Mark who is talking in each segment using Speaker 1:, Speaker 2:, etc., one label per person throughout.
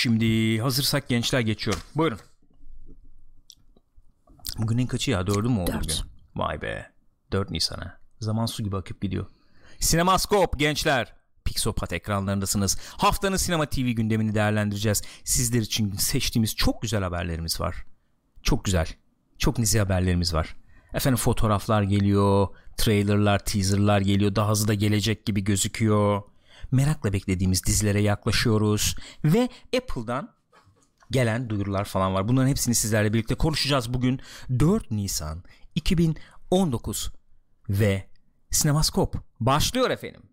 Speaker 1: Şimdi hazırsak gençler geçiyorum. Buyurun. Bugünün kaçı ya? 4'ü mü oldu bugün? Vay be. 4 Nisan'a. Zaman su gibi akıp gidiyor. Sinemaskop gençler. Pixopat ekranlarındasınız. Haftanın Sinema TV gündemini değerlendireceğiz. Sizler için seçtiğimiz çok güzel haberlerimiz var. Çok güzel. Çok nizi haberlerimiz var. Efendim fotoğraflar geliyor. Trailerlar, teaserlar geliyor. Daha hızlı da gelecek gibi gözüküyor. Merakla beklediğimiz dizilere yaklaşıyoruz. Ve Apple'dan gelen duyurular falan var. Bunların hepsini sizlerle birlikte konuşacağız bugün. 4 Nisan 2019 ve Sinemaskop başlıyor efendim.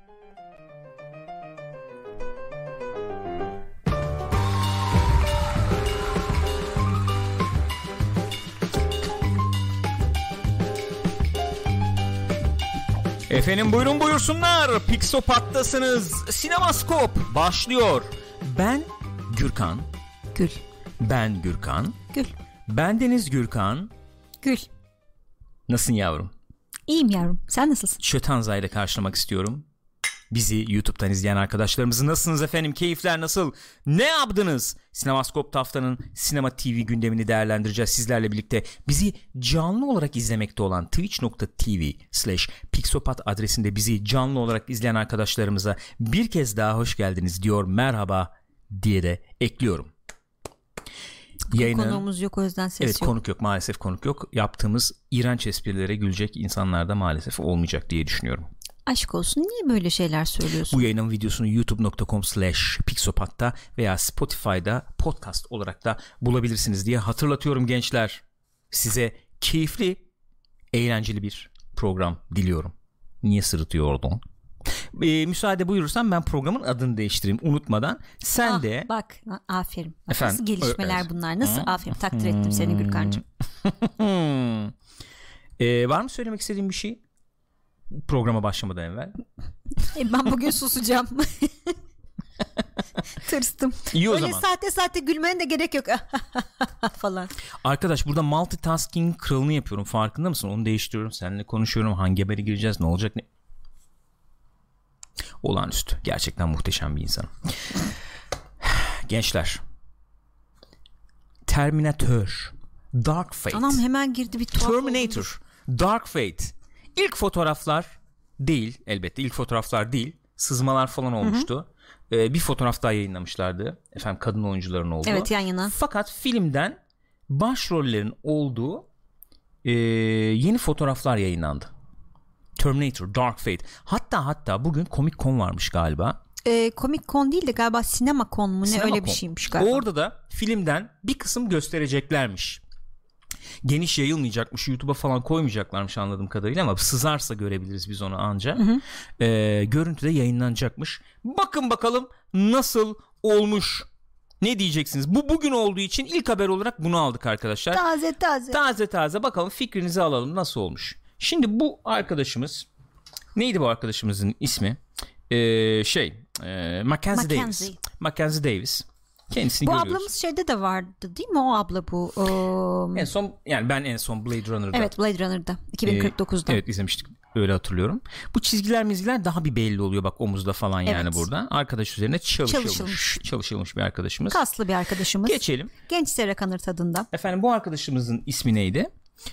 Speaker 1: Efendim buyurun buyursunlar. Pixopat'tasınız. Sinemaskop başlıyor. Ben Gürkan.
Speaker 2: Gül.
Speaker 1: Ben Gürkan.
Speaker 2: Gül.
Speaker 1: Bendeniz Gürkan.
Speaker 2: Gül.
Speaker 1: Nasılsın yavrum?
Speaker 2: İyiyim yavrum. Sen nasılsın?
Speaker 1: Şötanza ile karşılamak istiyorum. Bizi YouTube'dan izleyen arkadaşlarımızı nasılsınız efendim? Keyifler nasıl? Ne yaptınız? Sinemaskop haftanın Sinema TV gündemini değerlendireceğiz sizlerle birlikte. Bizi canlı olarak izlemekte olan twitch.tv/pixopat adresinde bizi canlı olarak izleyen arkadaşlarımıza bir kez daha hoş geldiniz diyor, merhaba diye de ekliyorum.
Speaker 2: Konuğumuz yok, o yüzden ses
Speaker 1: evet,
Speaker 2: yok.
Speaker 1: Konuk yok, maalesef konuk yok. Yaptığımız iğrenç esprilere gülecek insanlar da maalesef olmayacak diye düşünüyorum.
Speaker 2: Aşk olsun, niye böyle şeyler söylüyorsun?
Speaker 1: Bu yayının videosunu youtube.com/pixopat'ta veya Spotify'da podcast olarak da bulabilirsiniz diye hatırlatıyorum gençler. Size keyifli, eğlenceli bir program diliyorum. Niye sırıtıyordun? Müsaade buyurursan ben programın adını değiştireyim unutmadan. Sen de...
Speaker 2: Bak, aferin. Bak,
Speaker 1: efendim,
Speaker 2: nasıl gelişmeler
Speaker 1: evet.
Speaker 2: bunlar? Nasıl? Aferin, takdir ettim seni Gürkan'cığım.
Speaker 1: Var mı söylemek istediğin bir şey? Programa başlamadan evvel.
Speaker 2: Ben bugün susacağım. Tırstım.
Speaker 1: İyi o
Speaker 2: öyle
Speaker 1: zaman.
Speaker 2: Sahte gülmene de gerek yok falan.
Speaker 1: Arkadaş burada multitasking kralını yapıyorum, farkında mısın? Onu değiştiriyorum, seninle konuşuyorum, hangi habere gireceğiz, ne olacak, ne... Olağanüstü. Gerçekten muhteşem bir insanım. Gençler, Terminator Dark Fate.
Speaker 2: Anam hemen girdi bir tuhaf
Speaker 1: Terminator Dark Fate. İlk fotoğraflar değil, elbette ilk fotoğraflar değil, sızmalar falan olmuştu. Bir fotoğraf daha yayınlamışlardı. Efendim, kadın oyuncuların olduğu.
Speaker 2: Evet, yan yana.
Speaker 1: Fakat filmden başrollerin olduğu yeni fotoğraflar yayınlandı. Terminator Dark Fate. Hatta bugün Comic Con varmış galiba.
Speaker 2: Comic Con değil de galiba Sinema Con mu ne,
Speaker 1: Sinema
Speaker 2: öyle
Speaker 1: Con.
Speaker 2: bir şeymiş galiba.
Speaker 1: Orada da filmden bir kısım göstereceklermiş. Geniş yayılmayacakmış, YouTube'a falan koymayacaklarmış anladığım kadarıyla, ama sızarsa görebiliriz biz onu anca. Görüntüde yayınlanacakmış. Bakın bakalım nasıl olmuş. Ne diyeceksiniz? Bu bugün olduğu için ilk haber olarak bunu aldık arkadaşlar. Taze bakalım, fikrinizi alalım, nasıl olmuş. Şimdi bu arkadaşımız, neydi bu arkadaşımızın ismi? Mackenzie Davis. Kendisini
Speaker 2: bu
Speaker 1: görüyoruz.
Speaker 2: ablamız şeyde de vardı değil mi? O abla bu.
Speaker 1: En son, yani ben en son Blade Runner'da.
Speaker 2: Evet, Blade Runner'da 2049'da.
Speaker 1: Evet, izlemiştik. Öyle hatırlıyorum. Bu çizgiler daha bir belli oluyor bak, omuzda falan yani, evet. Burada. Arkadaş üzerine çalışılmış bir arkadaşımız.
Speaker 2: Kaslı bir arkadaşımız.
Speaker 1: Geçelim.
Speaker 2: Genç Sarah Connor tadında.
Speaker 1: Efendim, bu arkadaşımızın ismi neydi?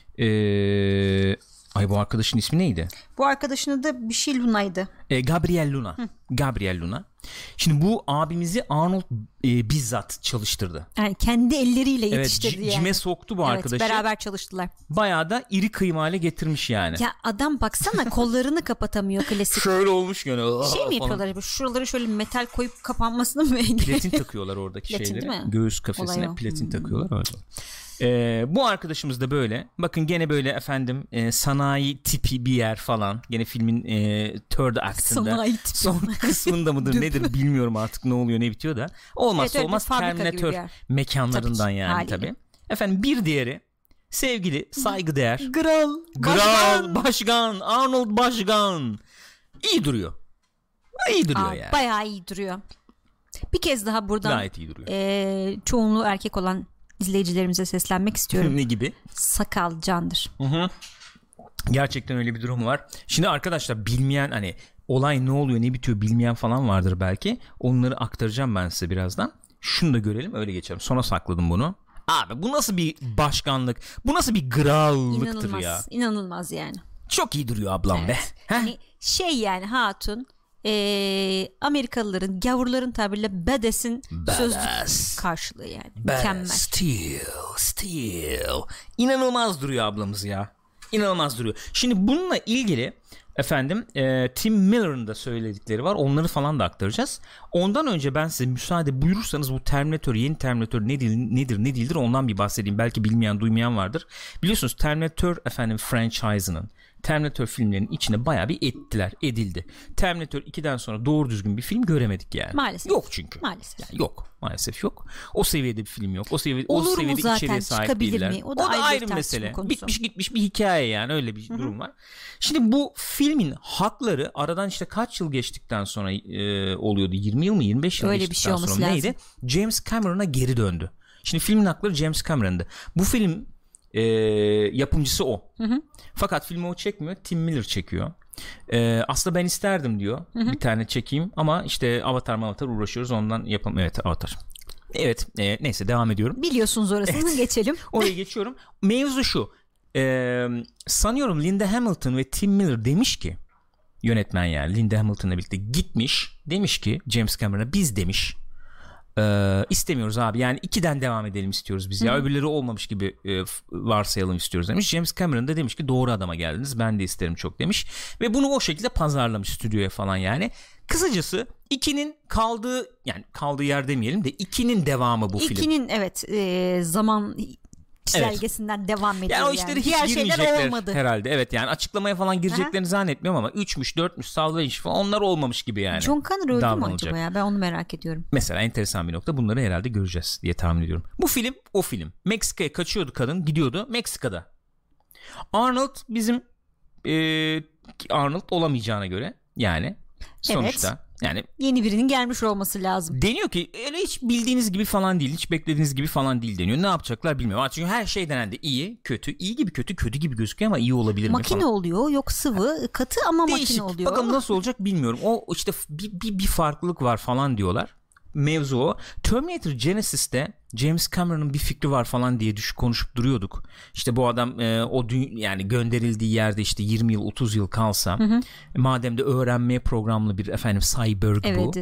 Speaker 1: Bu arkadaşın ismi neydi?
Speaker 2: Bu arkadaşın adı bir şey Luna'ydı.
Speaker 1: Gabriel Luna. Gabriel Luna. Şimdi bu abimizi Arnold bizzat çalıştırdı.
Speaker 2: Yani kendi elleriyle yetiştirdi yani.
Speaker 1: Cime soktu bu arkadaşı.
Speaker 2: Evet, beraber çalıştılar.
Speaker 1: Bayağı da iri kıyım hale getirmiş yani.
Speaker 2: Ya adam baksana, kollarını kapatamıyor klasik.
Speaker 1: Şöyle olmuş gene.
Speaker 2: Şey mi yapıyorlar? Şuraları şöyle metal koyup kapanmasını mı engelliyor?
Speaker 1: Platin takıyorlar oradaki şeyleri. Göğüs kafesine platin takıyorlar. Öyle. Bu arkadaşımız da böyle. Bakın gene böyle efendim, sanayi tipi bir yer falan. Gene filmin third act'ında. Son kısmında mıdır nedir bilmiyorum artık, ne oluyor ne bitiyor da. Olmazsa olmaz Terminator mekanlarından tabii, yani tabii. Efendim, bir diğeri sevgili, saygıdeğer Kral Başkan Arnold Başkan. İyi duruyor. Yani.
Speaker 2: Bayağı iyi duruyor. Bir kez daha buradan
Speaker 1: gayet iyi duruyor.
Speaker 2: Çoğunluğu erkek olan izleyicilerimize seslenmek istiyorum.
Speaker 1: Ne gibi?
Speaker 2: Sakal candır.
Speaker 1: Gerçekten öyle bir durum var. Şimdi arkadaşlar, bilmeyen, hani olay ne oluyor ne bitiyor bilmeyen falan vardır belki. Onları aktaracağım ben size birazdan. Şunu da görelim, öyle geçelim. Sona sakladım bunu. Abi bu nasıl bir başkanlık? Bu nasıl bir krallıktır ya?
Speaker 2: İnanılmaz yani.
Speaker 1: Çok iyi duruyor ablam
Speaker 2: evet.
Speaker 1: be.
Speaker 2: Hani yani hatun Amerikalıların, gavurların tabiriyle badass'in sözlük karşılığı yani. Mükemmel.
Speaker 1: Still. İnanılmaz duruyor ablamız ya. İnanılmaz duruyor. Şimdi bununla ilgili efendim Tim Miller'ın da söyledikleri var. Onları falan da aktaracağız. Ondan önce ben size müsaade buyurursanız bu Terminator, yeni Terminator nedir ne değildir ondan bir bahsedeyim. Belki bilmeyen duymayan vardır. Biliyorsunuz Terminator efendim franchise'ının, Terminator filmlerinin içine bayağı bir edildi. Terminator 2'den sonra doğru düzgün bir film göremedik yani.
Speaker 2: Maalesef.
Speaker 1: Yok çünkü.
Speaker 2: Maalesef.
Speaker 1: Yani yok. Maalesef yok. O seviyede bir film yok. O seviyede
Speaker 2: zaten,
Speaker 1: içeriğe sahip değiller.
Speaker 2: Mi? O da
Speaker 1: ayrı bir mesele. Bitmiş gitmiş bir hikaye yani, öyle bir durum var. Şimdi bu filmin hakları aradan işte kaç yıl geçtikten sonra oluyordu? 20 yıl mı 25 yıl
Speaker 2: öyle
Speaker 1: geçtikten
Speaker 2: bir şey
Speaker 1: sonra neydi? James Cameron'a geri döndü. Şimdi filmin hakları James Cameron'dı. Bu film yapımcısı o. Fakat filmi o çekmiyor. Tim Miller çekiyor. Aslında ben isterdim diyor. Bir tane çekeyim ama işte Avatar uğraşıyoruz, ondan yapalım. Evet, Avatar. Evet, neyse devam ediyorum.
Speaker 2: Biliyorsunuz orasını, evet. Geçelim.
Speaker 1: Oraya geçiyorum. Mevzu şu. Sanıyorum Linda Hamilton ve Tim Miller demiş ki, yönetmen yani Linda Hamilton'la birlikte gitmiş, demiş ki James Cameron'a, biz demiş istemiyoruz abi, yani 2'den devam edelim istiyoruz biz ya, öbürleri olmamış gibi varsayalım istiyoruz demiş. James Cameron da demiş ki doğru adama geldiniz, ben de isterim çok demiş ve bunu o şekilde pazarlamış stüdyoya falan yani. Kısacası 2'nin kaldığı yer demeyelim de 2'nin devamı bu film.
Speaker 2: 2'nin evet zaman çizelgesinden devam ediyor
Speaker 1: yani. O işleri hiç
Speaker 2: diğer
Speaker 1: girmeyecekler
Speaker 2: olmadı
Speaker 1: herhalde. Evet yani açıklamaya falan gireceklerini zannetmiyorum ama 3'müş 4'müş salvage falan, onlar olmamış gibi yani.
Speaker 2: John Connor öldü mü acaba ya? Ben onu merak ediyorum.
Speaker 1: Mesela enteresan bir nokta. Bunları herhalde göreceğiz diye tahmin ediyorum. Bu film o film. Meksika'ya kaçıyordu kadın, gidiyordu Meksika'da. Arnold bizim Arnold olamayacağına göre yani sonuçta yani
Speaker 2: yeni birinin gelmiş olması lazım.
Speaker 1: Deniyor ki öyle hiç bildiğiniz gibi falan değil, hiç beklediğiniz gibi falan değil deniyor. Ne yapacaklar bilmiyorum. Çünkü her şey denendi. İyi, kötü, iyi gibi kötü, kötü gibi gözüküyor ama iyi olabilir mi
Speaker 2: makine
Speaker 1: falan.
Speaker 2: Oluyor, yok sıvı, katı ama değişik. Makine oluyor.
Speaker 1: Bakalım nasıl olacak bilmiyorum. O işte bir farklılık var falan diyorlar. Mevzu o. Terminator Genesis'te James Cameron'ın bir fikri var falan diye konuşup duruyorduk. İşte bu adam yani gönderildiği yerde işte 20 yıl 30 yıl kalsa, madem de öğrenmeye programlı bir cyborg bu.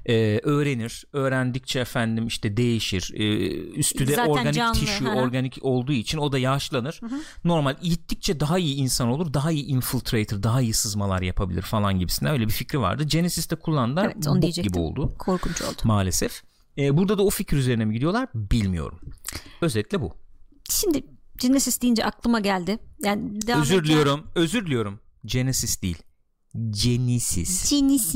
Speaker 1: Öğrendikçe işte değişir. Üstü de
Speaker 2: zaten
Speaker 1: organik
Speaker 2: canlı,
Speaker 1: tişü, organik olduğu için o da yaşlanır. Normal gittikçe daha iyi insan olur, daha iyi infiltrator, daha iyi sızmalar yapabilir falan gibisinden öyle bir fikri vardı. Genesis'te kullandılar. Bok gibi oldu.
Speaker 2: Korkunç oldu.
Speaker 1: Maalesef. Burada da o fikir üzerine mi gidiyorlar bilmiyorum. Özetle bu.
Speaker 2: Şimdi Genesis deyince aklıma geldi. Yani
Speaker 1: özür diliyorum. Genesis değil. Genesis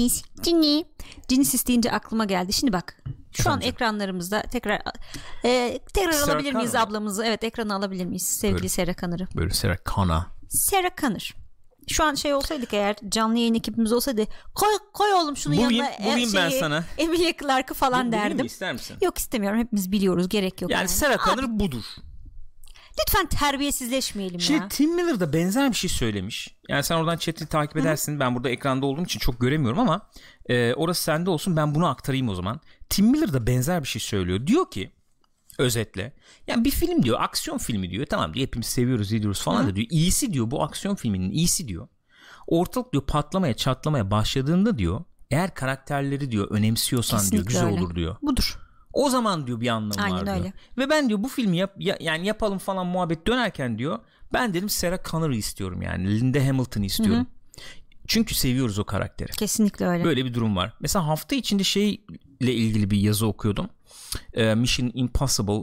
Speaker 2: deyince aklıma geldi. Şimdi bak. Şu an ekranlarımızda tekrar alabilir miyiz ablamızı? Evet, ekranı alabilir miyiz sevgili Sarah Connor'ı?
Speaker 1: Böyle Sarah Connor.
Speaker 2: Şu an olsaydık eğer, canlı yayın ekibimiz olsaydı, koy oğlum şunu yanına
Speaker 1: ben sana
Speaker 2: Emilia Clarke'ı falan derdim.
Speaker 1: İster misin?
Speaker 2: Yok, istemiyorum, hepimiz biliyoruz, gerek yok.
Speaker 1: Yani Sarah Connor budur.
Speaker 2: Lütfen terbiyesizleşmeyelim ya.
Speaker 1: Şimdi Tim Miller da benzer bir şey söylemiş. Yani sen oradan chat'i takip edersin. Ben burada ekranda olduğum için çok göremiyorum ama orası sende olsun, ben bunu aktarayım o zaman. Tim Miller da benzer bir şey söylüyor. Diyor ki özetle, yani bir film diyor, aksiyon filmi diyor, tamam diyor, hepimiz seviyoruz ediyoruz falan da diyor, iyisi diyor, bu aksiyon filminin iyisi diyor, ortalık diyor patlamaya çatlamaya başladığında diyor, eğer karakterleri diyor önemsiyorsan kesinlikle diyor güzel öyle olur diyor.
Speaker 2: Budur.
Speaker 1: O zaman diyor bir anlamı
Speaker 2: aynen
Speaker 1: var diyor.
Speaker 2: Öyle.
Speaker 1: Ve ben diyor bu filmi yani yapalım falan muhabbet dönerken diyor, ben dedim Sarah Connor'ı istiyorum, yani Linda Hamilton'ı istiyorum. Çünkü seviyoruz o karakteri.
Speaker 2: Kesinlikle öyle.
Speaker 1: Böyle bir durum var. Mesela hafta içinde ile ilgili bir yazı okuyordum. Mission Impossible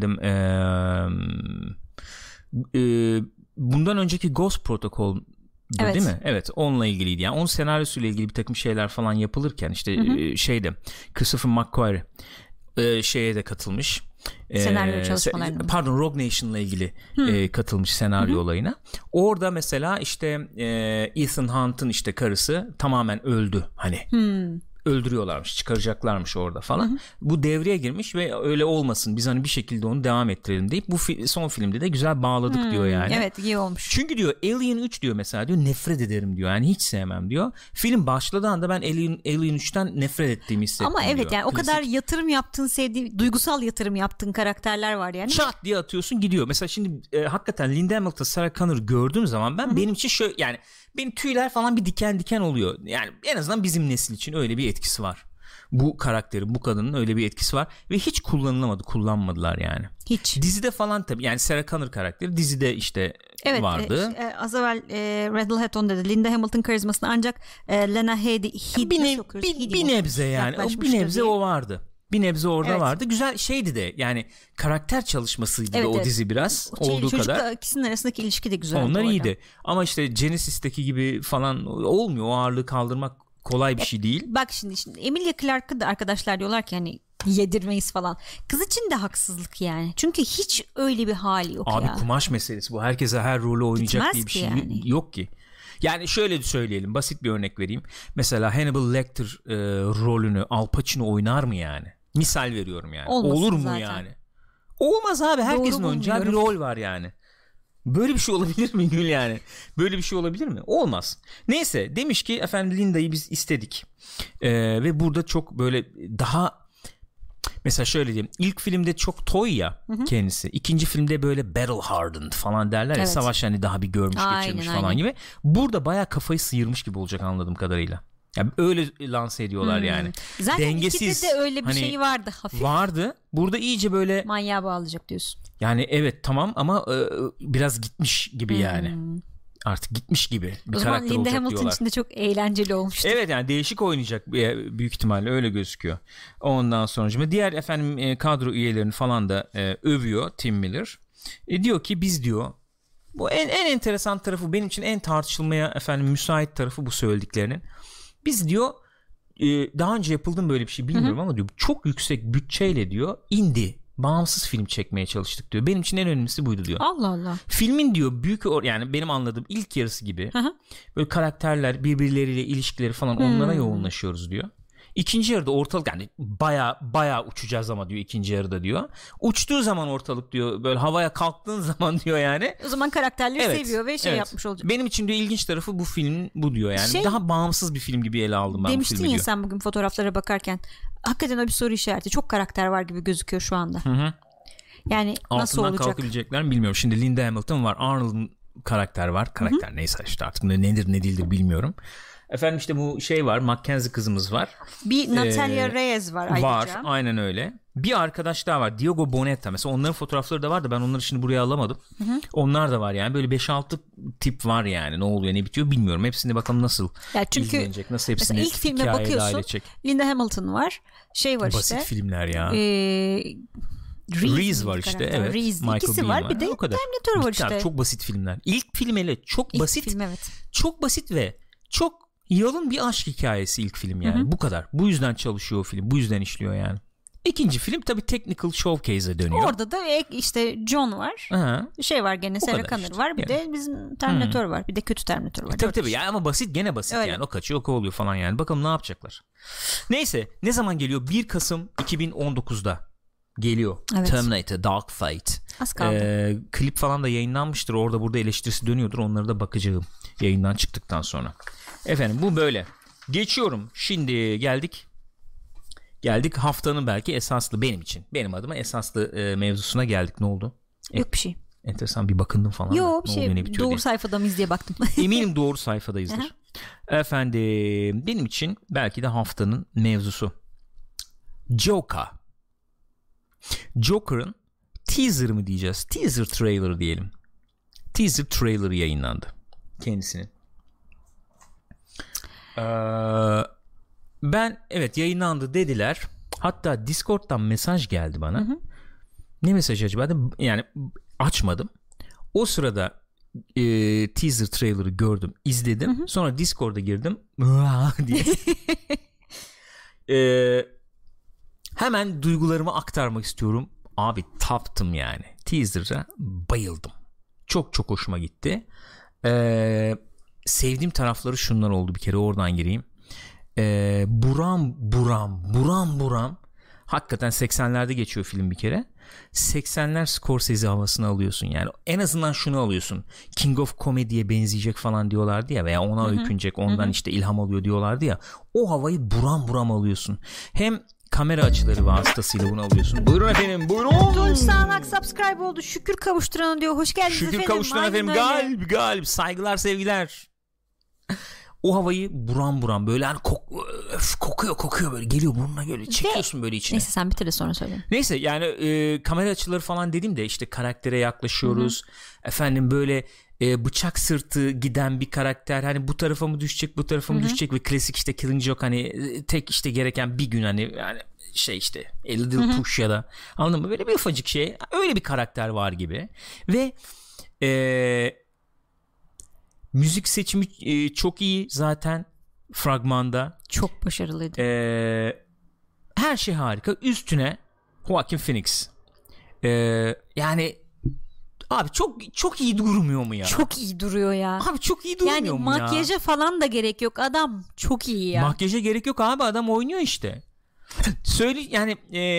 Speaker 1: bundan önceki Ghost Protocol değil mi? Evet, onunla ilgiliydi. Yani onun senaryosuyla ilgili bir takım şeyler falan yapılırken işte Christopher McQuarrie şeye de katılmış.
Speaker 2: Senaryo çalışmalarına.
Speaker 1: Rogue Nation'la ilgili katılmış senaryo olayına. Orada mesela işte Ethan Hunt'ın işte karısı tamamen öldü hani. öldürüyorlarmış, çıkaracaklarmış orada falan. Bu devreye girmiş ve öyle olmasın, biz hani bir şekilde onu devam ettirelim deyip bu son filmde de güzel bağladık diyor yani.
Speaker 2: Evet, iyi olmuş.
Speaker 1: Çünkü diyor Alien 3 diyor mesela, diyor nefret ederim diyor. Yani hiç sevmem diyor. Film başladığı anda ben Alien 3'ten nefret ettiğimi hissettim.
Speaker 2: Ama evet
Speaker 1: diyor.
Speaker 2: yani klasik. O kadar yatırım yaptığın, sevdiğin, duygusal yatırım yaptığın karakterler var yani.
Speaker 1: Çat diye atıyorsun gidiyor. Mesela şimdi hakikaten Linda Hamilton, Sarah Connor gördüğüm zaman benim için şöyle, yani benim tüyler falan bir diken diken oluyor. Yani en azından bizim nesil için öyle bir etkisi var. Bu karakterin, bu kadının öyle bir etkisi var ve hiç kullanmadılar yani.
Speaker 2: Hiç.
Speaker 1: Dizide falan tabii, yani Sarah Connor karakteri dizide işte vardı.
Speaker 2: Evet, az evvel Randall Hatton dedi. Linda Hamilton karizmasını ancak Lena Headey
Speaker 1: bir nebze yani. Bir nebze o vardı. Bir nebze orada vardı. Güzel şeydi de, yani karakter çalışmasıydı o dizi biraz olduğu kadar.
Speaker 2: Çocukla ikisinin arasındaki ilişki de güzeldi.
Speaker 1: Onlar iyiydi. Ama işte Genesis'teki gibi falan olmuyor. O ağırlığı kaldırmak kolay bir şey değil.
Speaker 2: Bak şimdi Emilia Clarke'ı da arkadaşlar diyorlar ki hani yedirmeyiz falan. Kız için de haksızlık yani. Çünkü hiç öyle bir hali yok
Speaker 1: ya. Abi kumaş meselesi bu. Herkese her rolü oynayacak Gitmez diye bir şey yani. Yok ki. Yani şöyle söyleyelim, basit bir örnek vereyim. Mesela Hannibal Lecter rolünü Al Pacino oynar mı yani? Misal veriyorum yani.
Speaker 2: Olmasın
Speaker 1: olur mu
Speaker 2: zaten.
Speaker 1: Yani? Olmaz abi. Herkesin oynayacağı bir rol var yani. Böyle bir şey olabilir mi Gül yani? Böyle bir şey olabilir mi? Olmaz. Neyse, demiş ki efendim Linda'yı biz istedik. Ve burada çok böyle daha, mesela şöyle diyeyim, ilk filmde çok toy ya kendisi. İkinci filmde böyle battle hardened falan derler ya, savaş hani daha bir görmüş geçirmiş falan gibi. Burada bayağı kafayı sıyırmış gibi olacak anladığım kadarıyla. Yani öyle lanse ediyorlar yani.
Speaker 2: Zaten
Speaker 1: dengesiz,
Speaker 2: ikide de öyle bir şey vardı hafif.
Speaker 1: Vardı. Burada iyice böyle
Speaker 2: manyağa bağlayacak diyorsun.
Speaker 1: Yani evet tamam ama biraz gitmiş gibi yani. Artık gitmiş gibi bir karakter olacak diyorlar. O zaman Linda Hamilton
Speaker 2: için de çok eğlenceli olmuştu.
Speaker 1: Evet yani değişik oynayacak büyük ihtimalle, öyle gözüküyor. Ondan sonra diğer efendim kadro üyelerini falan da övüyor Tim Miller. Diyor ki biz diyor, bu en enteresan tarafı, benim için en tartışılmaya efendim müsait tarafı bu söylediklerinin. Biz diyor daha önce yapıldı mı böyle bir şey bilmiyorum ama diyor çok yüksek bütçeyle diyor indie bağımsız film çekmeye çalıştık diyor. Benim için en önemlisi buydu diyor.
Speaker 2: Allah Allah.
Speaker 1: Filmin diyor büyük yani benim anladığım ilk yarısı gibi böyle karakterler birbirleriyle ilişkileri falan onlara yoğunlaşıyoruz diyor. İkinci yarıda ortalık yani baya uçacağız ama diyor ikinci yarıda diyor. Uçtuğu zaman ortalık diyor böyle havaya kalktığın zaman diyor yani.
Speaker 2: O zaman karakterleri seviyor ve yapmış olacak.
Speaker 1: Benim için diyor ilginç tarafı bu film bu diyor yani. Daha bağımsız bir film gibi ele aldım ben bu filmi diyor.
Speaker 2: Demiştin ya sen bugün fotoğraflara bakarken. Hakikaten o bir soru işareti. Çok karakter var gibi gözüküyor şu anda. Yani
Speaker 1: altından
Speaker 2: nasıl olacak?
Speaker 1: Altından kalkabilecekler mi bilmiyorum. Şimdi Linda Hamilton var. Arnold'un karakter var. Karakter neyse işte artık nedir ne değildir bilmiyorum. Efendim işte bu şey var, Mackenzie kızımız var.
Speaker 2: Bir Natalia Reyes var ayrıca.
Speaker 1: Var, aynen öyle. Bir arkadaş daha var, Diego Boneta. Mesela onların fotoğrafları da var da ben onları şimdi buraya alamadım. Onlar da var yani. Böyle 5-6 tip var yani. Ne oluyor ne bitiyor bilmiyorum. Hepsini bakalım nasıl izlenecek. Nasıl hepsini
Speaker 2: ilk filme bakıyorsun. Linda Hamilton var. Şey var
Speaker 1: basit
Speaker 2: işte.
Speaker 1: filmler ya.
Speaker 2: Reese
Speaker 1: var işte, evet.
Speaker 2: Reese. İkisi var. Bir de Terminator var işte.
Speaker 1: Çok basit filmler. İlk film hele çok basit.
Speaker 2: Film, evet.
Speaker 1: Çok basit ve çok yalın bir aşk hikayesi ilk film yani. Bu kadar. Bu yüzden çalışıyor o film. Bu yüzden işliyor yani. İkinci film tabii technical showcase'e dönüyor.
Speaker 2: Orada da işte John var. Şey var gene, Sarah Connor işte var. Bir de bizim Terminator var. Bir de kötü Terminator var.
Speaker 1: Tabii yani ama basit, gene basit öyle. Yani. O kaçıyor, o kovalıyor falan yani. Bakalım ne yapacaklar. Neyse, ne zaman geliyor? 1 Kasım 2019'da geliyor. Evet. Terminator Dark Fate.
Speaker 2: Az kaldı.
Speaker 1: Klip falan da yayınlanmıştır. Orada burada eleştirisi dönüyordur. Onlara da bakacağım yayından çıktıktan sonra. Efendim bu böyle. Geçiyorum. Şimdi geldik haftanın belki esaslı, benim için. Benim adıma esaslı mevzusuna geldik. Ne oldu?
Speaker 2: Yok bir şey.
Speaker 1: Enteresan bir bakındım falan.
Speaker 2: Yok bir şey. Doğru sayfada mıyız diye baktım.
Speaker 1: Eminim doğru sayfadayızdır. Efendim benim için belki de haftanın mevzusu. Joker'ın teaser mı diyeceğiz? Teaser trailer diyelim. Teaser trailer yayınlandı kendisinin. Ben evet yayınlandı dediler. Hatta Discord'dan mesaj geldi bana. Ne mesajı acaba? Yani açmadım. O sırada teaser trailer'ı gördüm, izledim. Sonra Discord'a girdim diye. Hemen duygularımı aktarmak istiyorum. Abi taptım yani. Teaser'a bayıldım. Çok çok hoşuma gitti. Sevdiğim tarafları şunlar oldu, bir kere oradan gireyim. buram hakikaten 80'lerde geçiyor film bir kere. 80'ler Scorsese havasını alıyorsun yani. En azından şunu alıyorsun. King of Comedy'ye benzeyecek falan diyorlardı ya, veya ona öykünecek, ondan işte ilham alıyor diyorlardı ya. O havayı buram alıyorsun. Hem kamera açıları vasıtasıyla bunu alıyorsun. Buyurun efendim, buyurun.
Speaker 2: Tunç Sağnak subscribe oldu. Şükür kavuşturan diyor. Hoş geldiniz
Speaker 1: Şükür
Speaker 2: efendim.
Speaker 1: kavuşturan efendim. Galip. Saygılar, sevgiler. O havayı buram böyle hani kokuyor böyle, geliyor burnuna, böyle çekiyorsun böyle içine.
Speaker 2: Neyse sen bitir de sonra söyle.
Speaker 1: Neyse yani kamera açıları falan dedim de işte karaktere yaklaşıyoruz. Efendim böyle bıçak sırtı giden bir karakter, hani bu tarafa mı düşecek, bu tarafa mı düşecek, ve klasik işte Killing Joke, hani tek işte gereken bir gün, hani yani şey işte A Little Push ya da, anladın mı, böyle bir ufacık şey, öyle bir karakter var gibi. Ve müzik seçimi çok iyi zaten fragmanda.
Speaker 2: Çok başarılıydı.
Speaker 1: Her şey harika. Üstüne Joaquin Phoenix. Yani abi çok iyi durmuyor mu ya?
Speaker 2: Çok iyi duruyor ya.
Speaker 1: Abi çok iyi durmuyor
Speaker 2: yani
Speaker 1: mu ya?
Speaker 2: Yani makyaja falan da gerek yok. Adam çok iyi ya.
Speaker 1: Makyaja gerek yok abi, adam oynuyor işte. Söyle yani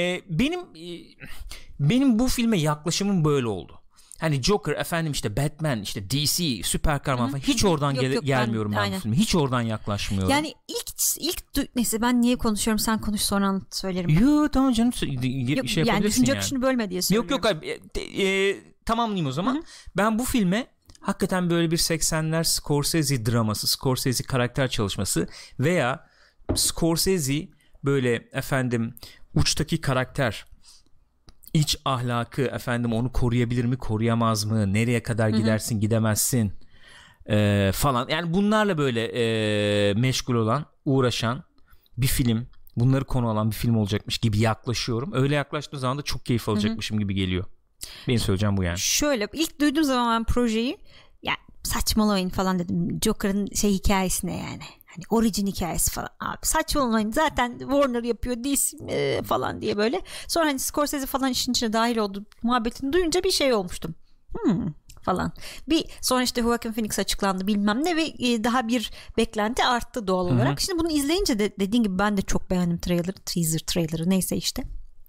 Speaker 1: benim bu filme yaklaşımım böyle oldu. Hani Joker, efendim işte Batman, işte DC, süper kahraman falan, hiç oradan gelmiyorum ben bu filme. Hiç oradan yaklaşmıyorum.
Speaker 2: Yani ilk neyse, ben niye konuşuyorum, sen konuş sonra söylerim.
Speaker 1: Yok tamam canım, şey
Speaker 2: yani
Speaker 1: yapabilirsin
Speaker 2: düşünce akışını bölme diye söylüyorum.
Speaker 1: Yok tamamlayayım o zaman. Ben bu filme hakikaten böyle bir 80'ler Scorsese draması, Scorsese karakter çalışması veya Scorsese böyle efendim uçtaki karakter, İç ahlakı, efendim onu koruyabilir mi, koruyamaz mı, nereye kadar gidersin, gidemezsin falan, yani bunlarla böyle meşgul olan, uğraşan bir film, bunları konu alan bir film olacakmış gibi yaklaşıyorum. Öyle yaklaştığım zaman da çok keyif alacakmışım gibi geliyor. Benim söyleyeceğim bu yani. Şöyle,
Speaker 2: ilk duyduğum zaman ben projeyi, ya saçmalamayın falan dedim, Joker'ın hikayesine yani. Hani orijin hikayesi falan, abi saçmalamayın, zaten Warner yapıyor, DC falan diye böyle. Sonra hani Scorsese falan işin içine dahil oldu muhabbetini duyunca bir şey olmuştum. Falan. Bir sonra işte Joaquin Phoenix açıklandı bilmem ne ve daha bir beklenti arttı doğal olarak. Şimdi bunu izleyince de dediğin gibi ben de çok beğendim teaser trailer'ı, neyse işte.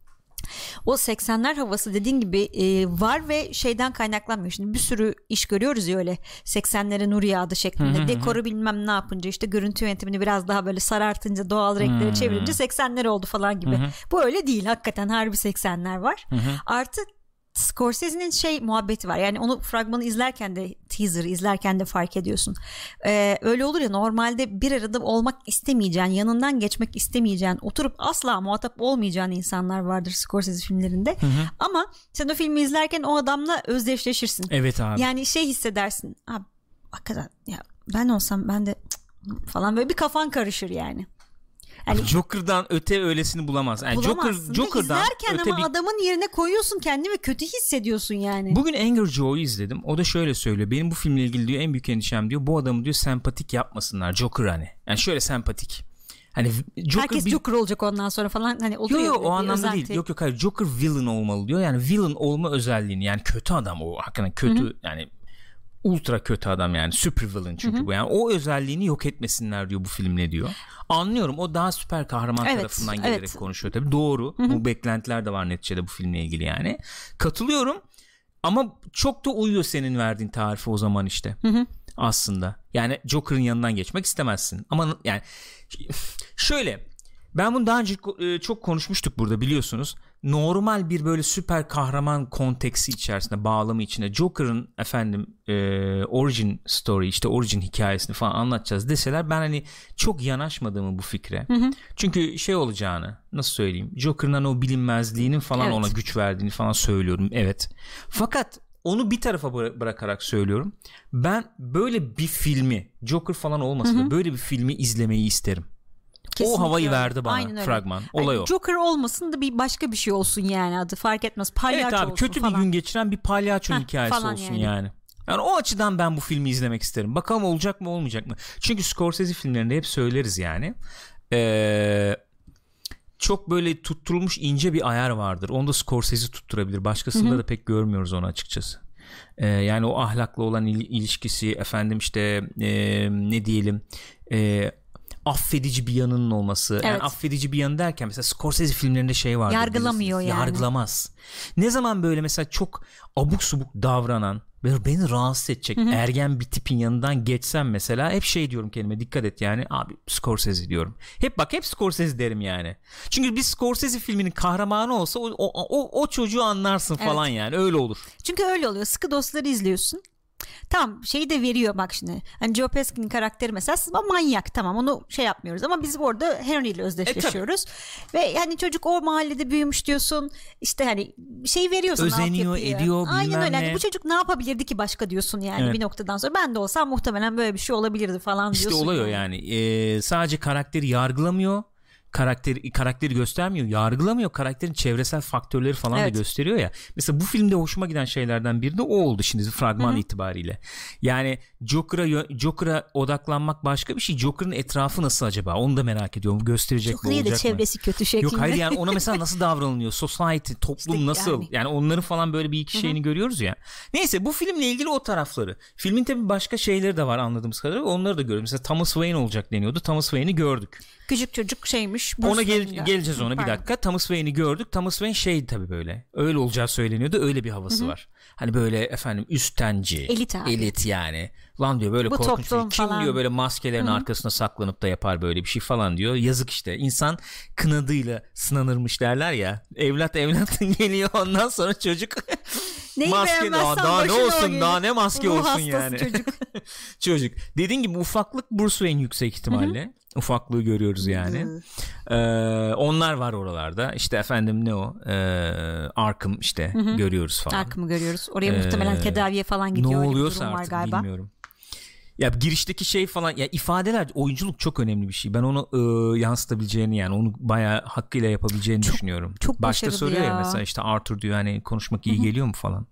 Speaker 2: O 80'ler havası dediğin gibi var ve şeyden kaynaklanmıyor. Şimdi bir sürü iş görüyoruz ya öyle 80'lere nur yağdı şeklinde. Dekoru bilmem ne yapınca, işte görüntü yönetimini biraz daha böyle sarartınca, doğal renklere çevirince 80'ler oldu falan gibi. Bu öyle değil, hakikaten harbi 80'ler var. Artı Scorsese'nin muhabbeti var. Yani onu fragmanı izlerken de, teaser'ı izlerken de fark ediyorsun. Öyle olur ya, normalde bir arada olmak istemeyeceğin, yanından geçmek istemeyeceğin, oturup asla muhatap olmayacağın insanlar vardır Scorsese filmlerinde. Ama sen o filmi izlerken o adamla özdeşleşirsin.
Speaker 1: Evet abi.
Speaker 2: Yani hissedersin. Abi hakikaten ya, ben olsam ben de falan, böyle bir kafan karışır yani.
Speaker 1: Yani, Joker'dan öte öylesini bulamaz. Yani Joker'dan
Speaker 2: izlerken öte ama adamın yerine koyuyorsun kendini ve kötü hissediyorsun yani.
Speaker 1: Bugün Anger Joe'yu izledim. O da şöyle söylüyor. Benim bu filmle ilgili diyor en büyük endişem diyor, bu adamı diyor sempatik yapmasınlar, Joker hani. Yani şöyle sempatik. Hani Joker
Speaker 2: herkes Joker olacak ondan sonra falan, hani oluyor.
Speaker 1: Yok o anlamda özenti değil. Yok hayır, Joker villain olmalı diyor. Yani villain olma özelliğini, yani kötü adam o, hakikaten kötü yani ultra kötü adam, yani super villain çünkü bu, yani o özelliğini yok etmesinler diyor bu filmle diyor. Anlıyorum, o daha süper kahraman tarafından gelerek konuşuyor tabii, doğru. Bu beklentiler de var neticede bu filmle ilgili, yani katılıyorum ama çok da uyuyor senin verdiğin tarife o zaman işte. Aslında yani Joker'ın yanından geçmek istemezsin ama yani şöyle, ben bunu daha önce çok konuşmuştuk burada biliyorsunuz. Normal bir böyle süper kahraman konteksi içerisinde, bağlamı içinde Joker'ın efendim origin story, işte origin hikayesini falan anlatacağız deseler, ben hani çok yanaşmadığımı bu fikre. Çünkü şey olacağını, nasıl söyleyeyim, Joker'ın o bilinmezliğinin falan ona güç verdiğini falan söylüyorum. Evet. Fakat onu bir tarafa bırakarak söylüyorum. Ben böyle bir filmi, Joker falan olmasa da böyle bir filmi izlemeyi isterim. Kesinlikle o havayı verdi bana fragman. Olay yani o.
Speaker 2: Joker olmasın da bir başka bir şey olsun yani, adı fark etmez. Palyaço
Speaker 1: evet abi,
Speaker 2: olsun
Speaker 1: kötü
Speaker 2: falan.
Speaker 1: bir gün geçiren bir palyaço hikayesi olsun yani. Yani o açıdan ben bu filmi izlemek isterim. Bakalım olacak mı olmayacak mı? Çünkü Scorsese filmlerinde hep söyleriz yani. Çok böyle tutturulmuş ince bir ayar vardır. Onu da Scorsese tutturabilir. Başkasında da pek görmüyoruz onu açıkçası. Yani o ahlakla olan ilişkisi, efendim işte ne diyelim, affedici bir yanının olması.
Speaker 2: Evet.
Speaker 1: Yani affedici bir yanı derken mesela Scorsese filmlerinde şey vardır.
Speaker 2: Yargılamıyor yani.
Speaker 1: Yargılamaz. Ne zaman böyle mesela çok abuk subuk davranan, beni rahatsız edecek ergen bir tipin yanından geçsem mesela hep şey diyorum kendime, dikkat et yani abi, Scorsese diyorum. Hep Scorsese derim yani. Çünkü bir Scorsese filminin kahramanı olsa o çocuğu anlarsın falan yani, öyle olur.
Speaker 2: Çünkü öyle oluyor. Sıkı Dostları izliyorsun. Tamam, şeyi de veriyor bak şimdi. Hani Joe Pesci'nin karakteri mesela manyak, tamam, onu şey yapmıyoruz ama biz orada Henry ile özdeşleşiyoruz. Ve yani çocuk o mahallede büyümüş diyorsun. İşte hani şey veriyorsun,
Speaker 1: özeniyor, ediyor,
Speaker 2: aynen öyle.
Speaker 1: ne.
Speaker 2: Yani bu çocuk ne yapabilirdi ki başka diyorsun yani bir noktadan sonra. Ben de olsam muhtemelen böyle bir şey olabilirdi falan diyorsun.
Speaker 1: İşte oluyor yani. Sadece karakteri yargılamıyor. Karakteri göstermiyor, yargılamıyor, karakterin çevresel faktörleri falan da gösteriyor ya. Mesela bu filmde hoşuma giden şeylerden biri de o oldu şimdi fragman itibariyle. Yani Joker'a odaklanmak başka bir şey. Joker'ın etrafı nasıl acaba? Onu da merak ediyorum. Gösterecek mi, olacak mı?
Speaker 2: Joker'ın çevresi kötü şeklinde.
Speaker 1: Yok hayır yani ona mesela nasıl davranılıyor? Society, toplum işte nasıl? Yani onların falan böyle bir iki şeyini görüyoruz ya. Neyse, bu filmle ilgili o tarafları. Filmin tabii başka şeyleri de var anladığımız kadarıyla. Onları da görüyoruz. Mesela Thomas Wayne olacak deniyordu. Thomas Wayne'i gördük.
Speaker 2: Küçük çocuk şeymiş.
Speaker 1: Ona geleceğiz ona bir dakika. Thomas Wayne'i gördük. Thomas Wayne şeydi tabii böyle. Öyle olacağı söyleniyordu. Öyle bir havası var. Hani böyle efendim üstenci. Elit yani. Lan diyor böyle bu korkunç. Kim falan diyor böyle maskelerin arkasına saklanıp da yapar böyle bir şey falan diyor. Yazık işte. İnsan kınadığıyla sınanırmış derler ya. Evlat geliyor ondan sonra çocuk maske daha ne olsun, daha ne maske olsun yani. Çocuk. Dediğin gibi ufaklık Bruce Wayne yüksek ihtimalle. Ufaklığı görüyoruz yani. Onlar var oralarda. İşte efendim ne o? Arkham işte görüyoruz falan.
Speaker 2: Arkham'ı görüyoruz. Oraya muhtemelen tedaviye falan gidiyor.
Speaker 1: Ne
Speaker 2: öyle
Speaker 1: oluyorsa
Speaker 2: bir durum var
Speaker 1: artık
Speaker 2: galiba.
Speaker 1: bilmiyorum. Ya girişteki şey falan, ya ifadeler, oyunculuk çok önemli bir şey. Ben onu yansıtabileceğini, yani onu bayağı hakkıyla yapabileceğini düşünüyorum.
Speaker 2: Çok
Speaker 1: başta soruyor ya mesela işte Arthur diyor hani konuşmak iyi geliyor mu falan.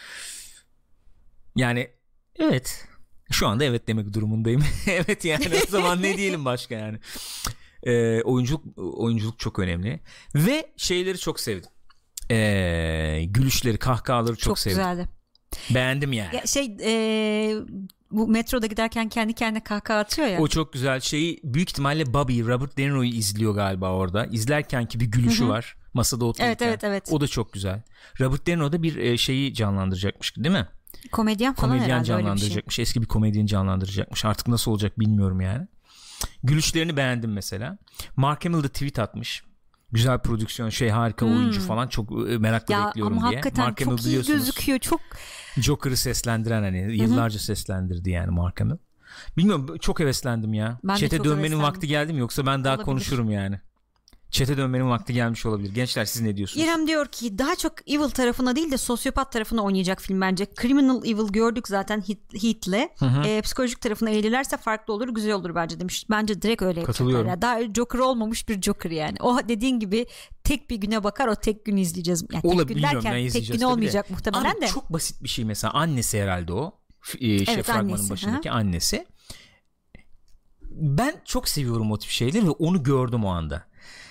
Speaker 1: Yani evet. Şu anda evet demek durumundayım. Evet yani o zaman ne diyelim başka yani. Oyunculuk çok önemli. Ve şeyleri çok sevdim. Gülüşleri, kahkahaları çok sevdim. Çok güzeldi. Beğendim yani.
Speaker 2: Ya bu metroda giderken kendi kendine kahkaha atıyor ya.
Speaker 1: O çok güzel. Şeyi büyük ihtimalle Robert De Niro'yu izliyor galiba orada. İzlerken ki bir gülüşü var. Masada otururken. Evet. O da çok güzel. Robert De Niro da bir şeyi canlandıracakmış değil mi?
Speaker 2: Komedyen falan herhalde,
Speaker 1: canlandıracakmış.
Speaker 2: Öyle bir şey.
Speaker 1: Eski bir komedyen canlandıracakmış. Artık nasıl olacak bilmiyorum yani. Gülüşlerini beğendim mesela. Mark Hamill de tweet atmış. Güzel prodüksiyon, harika oyuncu falan, çok merakla bekliyorum
Speaker 2: ama
Speaker 1: diye.
Speaker 2: Hakikaten Mark Hamill çok iyi gözüküyor. Çok
Speaker 1: Joker'ı seslendiren, hani yıllarca seslendirdi yani Mark Hamill. Bilmiyorum, çok heveslendim ya. Chat'e dönmenin vakti geldi mi, yoksa ben daha konuşurum yani. Chat'e dönmenin vakti gelmiş olabilir. Gençler siz ne diyorsunuz?
Speaker 2: İrem diyor ki daha çok evil tarafına değil de sosyopat tarafına oynayacak film bence. Criminal Evil gördük zaten Heath'le. Psikolojik tarafına eğilirlerse farklı olur, güzel olur bence demiş. Bence direkt öyle yapacaklar. Yani daha Joker olmamış bir Joker yani. O dediğin gibi tek bir güne bakar, o tek gün izleyeceğiz. Yani tek gün derken tek gün olmayacak muhtemelen de.
Speaker 1: Çok basit bir şey mesela. Annesi herhalde o. Fragmanın annesi, başındaki annesi. Ben çok seviyorum o tip şeyleri ve onu gördüm o anda.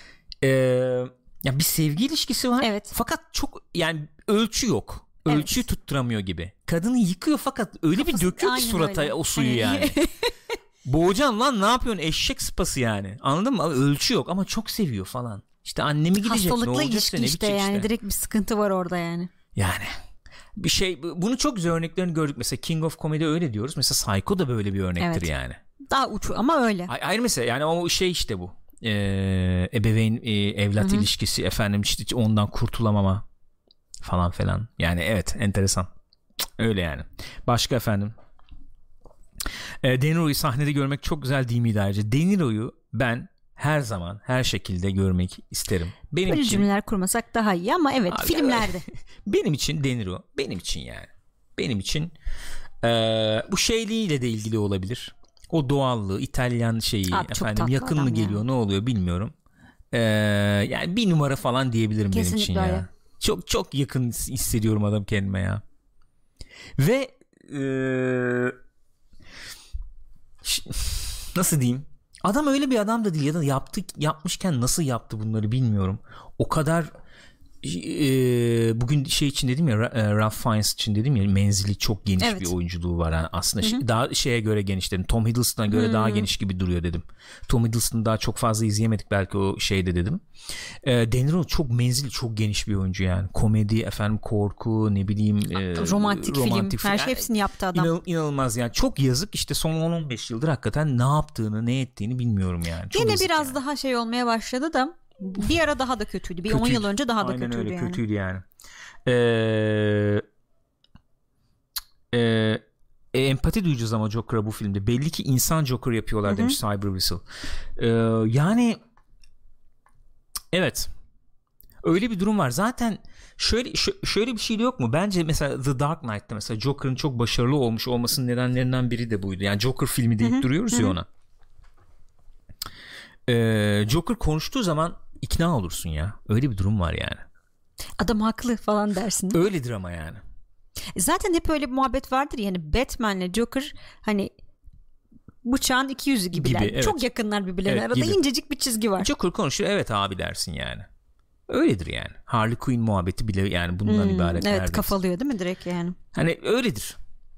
Speaker 1: Ya bir sevgi ilişkisi var.
Speaker 2: Evet.
Speaker 1: Fakat çok yani ölçü yok. Ölçüyü tutturamıyor gibi. Kadını yıkıyor fakat öyle bir döküyor ki surata öyle. O suyu yani. Boğacan lan, ne yapıyorsun, eşek sıpası yani. Anladın mı? Ölçü yok ama çok seviyor falan. İşte annemi gidecek,
Speaker 2: hastalıklı
Speaker 1: ne olacaksa ne
Speaker 2: işte yani. Direkt bir sıkıntı var orada yani.
Speaker 1: Yani bir şey, bunu çok güzel örneklerini gördük. Mesela King of Comedy öyle diyoruz. Mesela Psycho da böyle bir örnektir yani.
Speaker 2: Daha uçu ama öyle.
Speaker 1: Hayır mesela yani o şey işte bu. Ebeveyn evlat ilişkisi, efendim işte ondan kurtulamama falan yani evet, enteresan öyle yani. Başka efendim De Niro'yu sahnede görmek çok güzel değil miydi ayrıca? De Niro'yu ben her zaman her şekilde görmek isterim. Benim
Speaker 2: böyle
Speaker 1: için
Speaker 2: cümleler kurmasak daha iyi ama evet abi, filmlerde.
Speaker 1: Benim için De Niro, benim için yani. Benim için bu şeyliğiyle de ilgili olabilir. O doğallığı, İtalyan şeyi,
Speaker 2: abi,
Speaker 1: efendim yakın mı geliyor ya. Ne oluyor bilmiyorum. Yani bir numara falan diyebilirim. Kesinlikle benim için öyle. Ya. Çok çok yakın hissediyorum adam kendime ya. Ve nasıl diyeyim? Adam öyle bir adam da değil, ya da yapmışken nasıl yaptı bunları bilmiyorum. O kadar bugün şey için dedim ya, Ralph Fiennes için dedim ya, menzili çok geniş
Speaker 2: Evet.
Speaker 1: bir oyunculuğu var yani aslında. Daha şeye göre geniş dedim, Tom Hiddleston'a göre daha geniş gibi duruyor dedim. Tom Hiddleston'ı daha çok fazla izleyemedik belki o şeyde dedim. De Niro çok menzili çok geniş bir oyuncu yani, komedi, efendim korku, ne bileyim
Speaker 2: romantik film, her şey,
Speaker 1: yani,
Speaker 2: hepsini yaptı adam.
Speaker 1: İnanılmaz yani, çok yazık işte son 10-15 yıldır hakikaten ne yaptığını ne ettiğini bilmiyorum yani. Çok
Speaker 2: yine biraz
Speaker 1: yani.
Speaker 2: daha şey olmaya başladı da bir ara daha da kötüydü. Bir 10 yıl önce daha da
Speaker 1: Aynen
Speaker 2: kötüydü
Speaker 1: öyle,
Speaker 2: yani.
Speaker 1: kötüydü yani. Empati duyacağız ama Joker'a bu filmde. Belli ki insan Joker yapıyorlar demiş Cyber Whistle. Yani evet. Öyle bir durum var. Zaten şöyle bir şey de yok mu? Bence mesela The Dark Knight'ta mesela Joker'ın çok başarılı olmuş olmasının nedenlerinden biri de buydu. Yani Joker filmi deyip duruyoruz ya ona. Joker konuştuğu zaman ikna olursun ya. Öyle bir durum var yani.
Speaker 2: Adam haklı falan dersin.
Speaker 1: Öyledir ama yani.
Speaker 2: Zaten hep öyle bir muhabbet vardır yani, Batman'le Joker hani bıçağın iki yüzü gibiler.
Speaker 1: Gibi, evet.
Speaker 2: Çok yakınlar birbirlerine.
Speaker 1: Evet,
Speaker 2: arada
Speaker 1: gibi.
Speaker 2: incecik bir çizgi var.
Speaker 1: Joker konuşuyor, evet abi dersin yani. Öyledir yani. Harley Quinn muhabbeti bile yani bundan ibaret.
Speaker 2: Evet,
Speaker 1: neredeyse.
Speaker 2: kafalıyor değil mi direkt yani.
Speaker 1: Hani öyledir.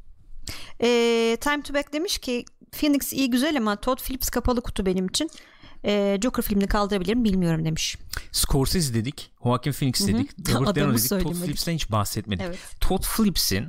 Speaker 2: Time to Back demiş ki Phoenix iyi güzel ama Todd Phillips kapalı kutu benim için. Joker filmini kaldırabilirim bilmiyorum demiş.
Speaker 1: Scorsese dedik, Joaquin Phoenix dedik, Robert De Niro dedik, Todd Phillips'ten hiç bahsetmedik.
Speaker 2: Evet.
Speaker 1: Todd Phillips'in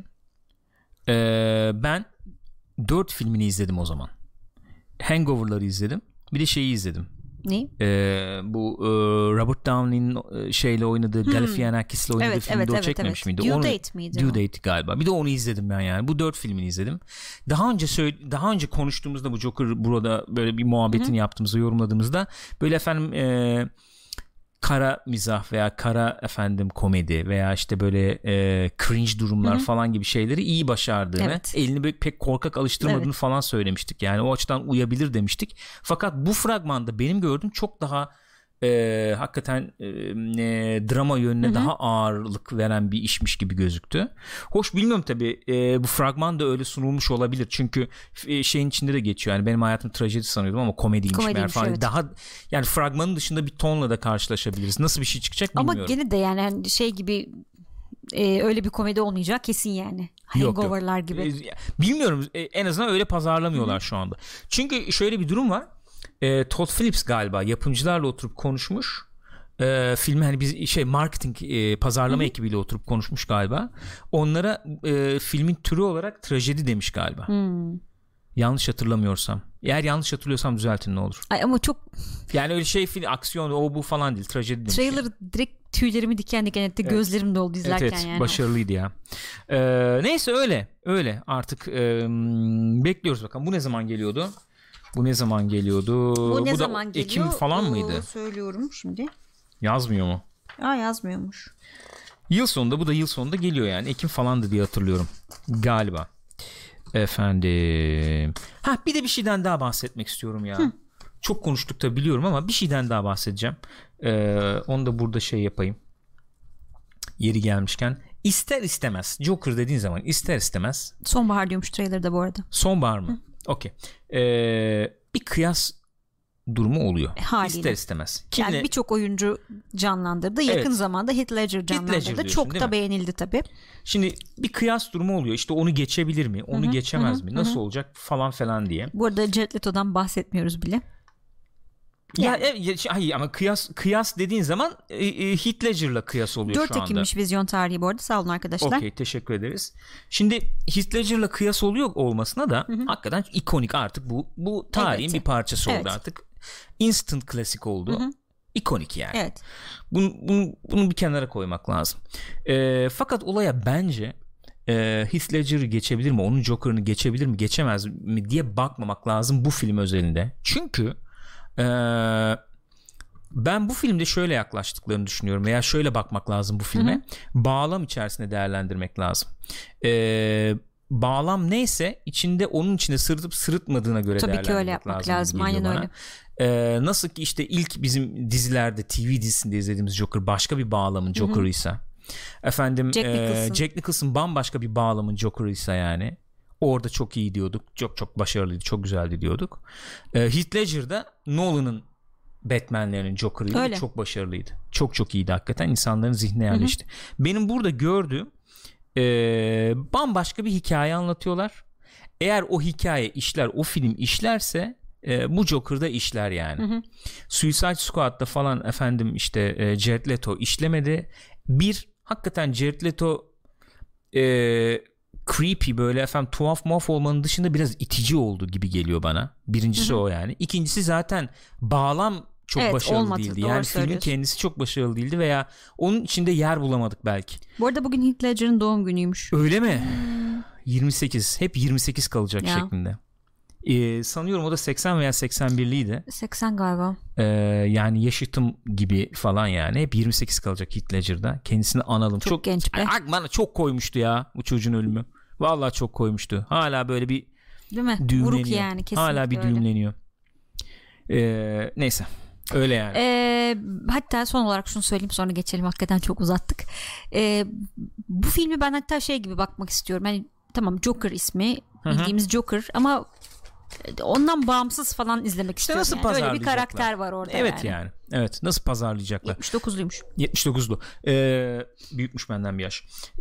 Speaker 1: ben 4 filmini izledim o zaman. Hangover'ları izledim. Bir de şeyi izledim.
Speaker 2: Ne?
Speaker 1: Bu Robert Downey'nin şeyle oynadığı Galifianakis'le oynadığı filmde o çekmemiş miydi?
Speaker 2: Due Date miydi?
Speaker 1: Due Date galiba. Bir de onu izledim ben yani. Bu 4 filmini izledim. Daha önce konuştuğumuzda bu Joker burada böyle bir muhabbetini yaptığımızda, yorumladığımızda böyle efendim kara mizah veya kara efendim komedi veya işte böyle cringe durumlar falan gibi şeyleri iyi başardığını, elini böyle pek korkak alıştırmadığını falan söylemiştik. Yani o açıdan uyabilir demiştik. Fakat bu fragmanda benim gördüğüm çok daha hakikaten drama yönüne daha ağırlık veren bir işmiş gibi gözüktü. Hoş bilmiyorum tabii, bu fragman da öyle sunulmuş olabilir. Çünkü şeyin içinde de geçiyor. Yani benim hayatım trajedi sanıyordum ama komediymiş falan.
Speaker 2: Evet.
Speaker 1: Daha yani fragmanın dışında bir tonla da karşılaşabiliriz. Nasıl bir şey çıkacak bilmiyorum.
Speaker 2: Ama gene de yani şey gibi öyle bir komedi olmayacak kesin yani. Hangover'lar gibi.
Speaker 1: Bilmiyorum, en azından öyle pazarlamıyorlar şu anda. Çünkü şöyle bir durum var. Todd Phillips galiba yapımcılarla oturup konuşmuş. Filmi hani biz marketing pazarlama ekibiyle oturup konuşmuş galiba. Onlara filmin türü olarak trajedi demiş galiba. Yanlış hatırlamıyorsam. Eğer yanlış hatırlıyorsam düzeltin ne olur.
Speaker 2: Ay ama çok
Speaker 1: yani öyle şey film aksiyon o bu falan değil, trajedi demiş.
Speaker 2: Trailer direkt tüylerimi diken diken etti. Evet. Gözlerim doldu izlerken
Speaker 1: evet,
Speaker 2: yani.
Speaker 1: Başarılıydı ya. Neyse öyle artık bekliyoruz bakalım. Bu ne zaman geliyordu? Bu ne zaman geliyordu? Bu da Ekim falan mıydı?
Speaker 2: Söylüyorum şimdi.
Speaker 1: Yazmıyor mu?
Speaker 2: Yazmıyormuş.
Speaker 1: Yıl sonunda, bu da yıl sonunda geliyor yani. Ekim falandı diye hatırlıyorum. Galiba. Efendim. Bir de bir şeyden daha bahsetmek istiyorum ya. Çok konuştuk da biliyorum ama bir şeyden daha bahsedeceğim. Onu da burada şey yapayım. Yeri gelmişken. İster istemez. Joker dediğin zaman ister istemez.
Speaker 2: Sonbahar diyormuş trailer'da bu arada.
Speaker 1: Sonbahar mı? Okey. Bir kıyas durumu oluyor.
Speaker 2: Haliyle.
Speaker 1: İster istemez.
Speaker 2: Yani birçok oyuncu canlandırdı. Yakın zamanda Heath Ledger canlandırdı. Çok da beğenildi tabii.
Speaker 1: Şimdi bir kıyas durumu oluyor. İşte onu geçebilir mi? Onu geçemez mi? Nasıl olacak falan falan diye.
Speaker 2: Bu arada Jared Leto'dan bahsetmiyoruz bile.
Speaker 1: Hayır ama kıyas dediğin zaman Heath Ledger'la kıyas oluyor
Speaker 2: 4
Speaker 1: şu anda. 4
Speaker 2: Ekim'miş vizyon tarihi bu arada. Sağ olun arkadaşlar.
Speaker 1: Okey, teşekkür ederiz. Şimdi Heath Ledger'la kıyas oluyor olmasına da hakikaten ikonik artık bu tarihin bir parçası oldu artık. Instant klasik oldu. İkonik yani.
Speaker 2: Evet.
Speaker 1: Bunu bir kenara koymak lazım. Fakat olaya bence Heath Ledger'ı geçebilir mi? Onun Joker'ını geçebilir mi? Geçemez mi diye bakmamak lazım bu film özelinde. Çünkü ben bu filmde şöyle yaklaştıklarını düşünüyorum veya şöyle bakmak lazım bu filme. Bağlam içerisinde değerlendirmek lazım. Bağlam neyse içinde onun içinde sırıtıp sırıtmadığına göre
Speaker 2: tabii
Speaker 1: değerlendirmek
Speaker 2: ki öyle yapmak lazım. Aynen
Speaker 1: öyle. Nasıl ki işte ilk bizim dizilerde, TV dizisinde izlediğimiz Joker başka bir bağlamın Joker'ıysa, efendim Jack Nicholson bambaşka bir bağlamın Joker'ıysa yani orada çok iyi diyorduk, çok başarılıydı, çok güzeldi diyorduk. Heath Ledger'da Nolan'ın Batman'lerinin Joker'ıydı.
Speaker 2: Öyle.
Speaker 1: Çok başarılıydı. Çok çok iyiydi hakikaten. İnsanların zihnine yerleşti. Hı-hı. Benim burada gördüğüm bambaşka bir hikaye anlatıyorlar. Eğer o hikaye işler, o film işlerse bu Joker'da işler yani. Hı-hı. Suicide Squad'da falan efendim işte Jared Leto işlemedi. Hakikaten Jared Leto creepy böyle efendim tuhaf muaf olmanın dışında biraz itici oldu gibi geliyor bana. Birincisi o yani. İkincisi zaten bağlam çok başarılı
Speaker 2: olmadı,
Speaker 1: değildi. Yani filmin kendisi çok başarılı değildi veya onun içinde yer bulamadık belki.
Speaker 2: Bu arada bugün Heath Ledger'ın doğum günüymüş.
Speaker 1: Öyle mi? 28. Hep 28 kalacak şeklinde. Sanıyorum o da 80 veya 81'liydi.
Speaker 2: 80 galiba.
Speaker 1: Yani yaşıtım gibi falan yani. Hep 28 kalacak Heath Ledger'da. Kendisini analım.
Speaker 2: Çok genç be.
Speaker 1: Bana çok koymuştu ya bu çocuğun ölümü. Vallahi çok koymuştu. Hala böyle bir
Speaker 2: değil mi?
Speaker 1: Düğümleniyor.
Speaker 2: Vuruk yani kesinlikle.
Speaker 1: Hala bir düğümleniyor. Neyse. Öyle yani.
Speaker 2: Hatta son olarak şunu söyleyeyim sonra geçelim. Hakikaten çok uzattık. Bu filmi ben hatta şey gibi bakmak istiyorum. Hani tamam Joker ismi. Bildiğimiz Joker ama ondan bağımsız falan izlemek istiyorum.
Speaker 1: Nasıl
Speaker 2: yani. Öyle bir karakter var orada.
Speaker 1: Evet yani. Evet. Nasıl pazarlayacaklar?
Speaker 2: 79'luymuş.
Speaker 1: 79'lu. Büyükmüş benden bir yaş.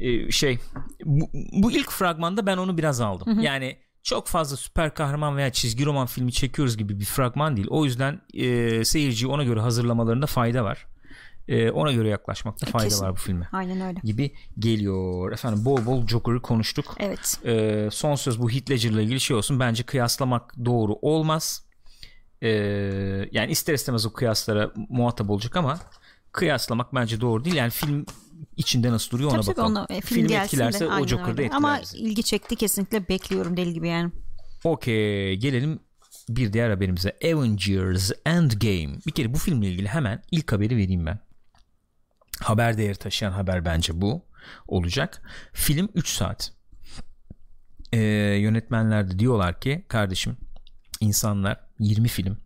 Speaker 1: Bu ilk fragmanda ben onu biraz aldım. Yani çok fazla süper kahraman veya çizgi roman filmi çekiyoruz gibi bir fragman değil. O yüzden seyirciyi ona göre hazırlamalarında fayda var. Ona göre yaklaşmakta fayda
Speaker 2: kesin.
Speaker 1: Var bu filme.
Speaker 2: Aynen öyle.
Speaker 1: Gibi geliyor. Efendim bol bol Joker'ı konuştuk.
Speaker 2: Evet.
Speaker 1: Son söz bu Heath Ledger'la ilgili şey olsun. Bence kıyaslamak doğru olmaz. Yani ister istemez o kıyaslara muhatap olacak ama kıyaslamak bence doğru değil. Yani film içinde nasıl duruyor ona bakalım.
Speaker 2: Film
Speaker 1: etkilerse o Joker'da etkiler
Speaker 2: ama
Speaker 1: bizi.
Speaker 2: ilgi çekti kesinlikle, bekliyorum deli gibi yani.
Speaker 1: Okey, gelelim bir diğer haberimize. Avengers Endgame. Bir kere bu filmle ilgili hemen ilk haberi vereyim ben. Haber değeri taşıyan haber bence bu olacak. Film 3 saat. Yönetmenler de diyorlar ki kardeşim insanlar 20 film.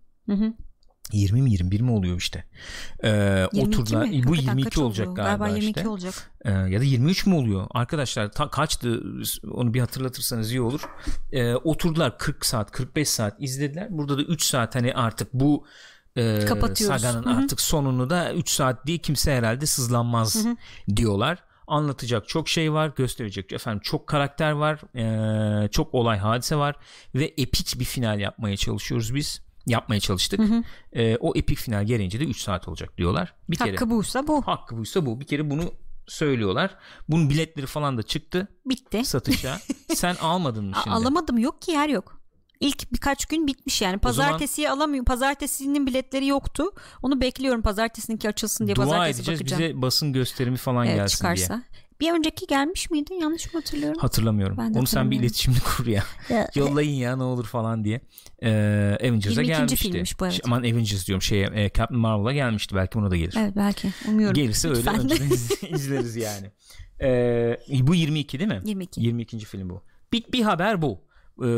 Speaker 1: 20 mi 21 mi oluyor işte. Oturdular. Bu
Speaker 2: hakikaten
Speaker 1: 22 olacak galiba
Speaker 2: 22
Speaker 1: işte.
Speaker 2: olacak.
Speaker 1: Ya da 23 mü oluyor? Arkadaşlar kaçtı onu bir hatırlatırsanız iyi olur. Oturdular 40 saat 45 saat izlediler. Burada da 3 saat hani artık bu saganın artık sonunu da 3 saat diye kimse herhalde sızlanmaz diyorlar. Anlatacak çok şey var, gösterecek efendim çok karakter var, çok olay hadise var ve epik bir final yapmaya çalıştık. O epik final gelince de 3 saat olacak diyorlar.
Speaker 2: Hakkı buysa bu.
Speaker 1: Hakkı buysa bu. Bir kere bunu söylüyorlar. Bunun biletleri falan da çıktı.
Speaker 2: Bitti.
Speaker 1: Satışa. Sen almadın mı şimdi?
Speaker 2: Alamadım, yok ki, yer yok. İlk birkaç gün bitmiş yani. Pazartesiye alamıyorum. Pazartesinin biletleri yoktu. Onu bekliyorum. Pazartesininki açılsın diye.
Speaker 1: Dua
Speaker 2: pazartesi
Speaker 1: edeceğiz
Speaker 2: bakacağım.
Speaker 1: bize basın gösterimi falan gelsin
Speaker 2: çıkarsa
Speaker 1: diye.
Speaker 2: Bir önceki gelmiş miydi? Yanlış mı hatırlıyorum?
Speaker 1: Hatırlamıyorum. Onu sen bir iletişimini kur ya. Yollayın ya ne olur falan diye. Avengers'a gelmişti.
Speaker 2: filmmiş bu, evet.
Speaker 1: Aman Avengers diyorum. Captain Marvel'a gelmişti. Belki ona da gelir.
Speaker 2: Evet belki. Umuyorum.
Speaker 1: Gelirse öyle önceden izleriz yani. Bu 22 değil mi? 22. film bu. Bir haber bu.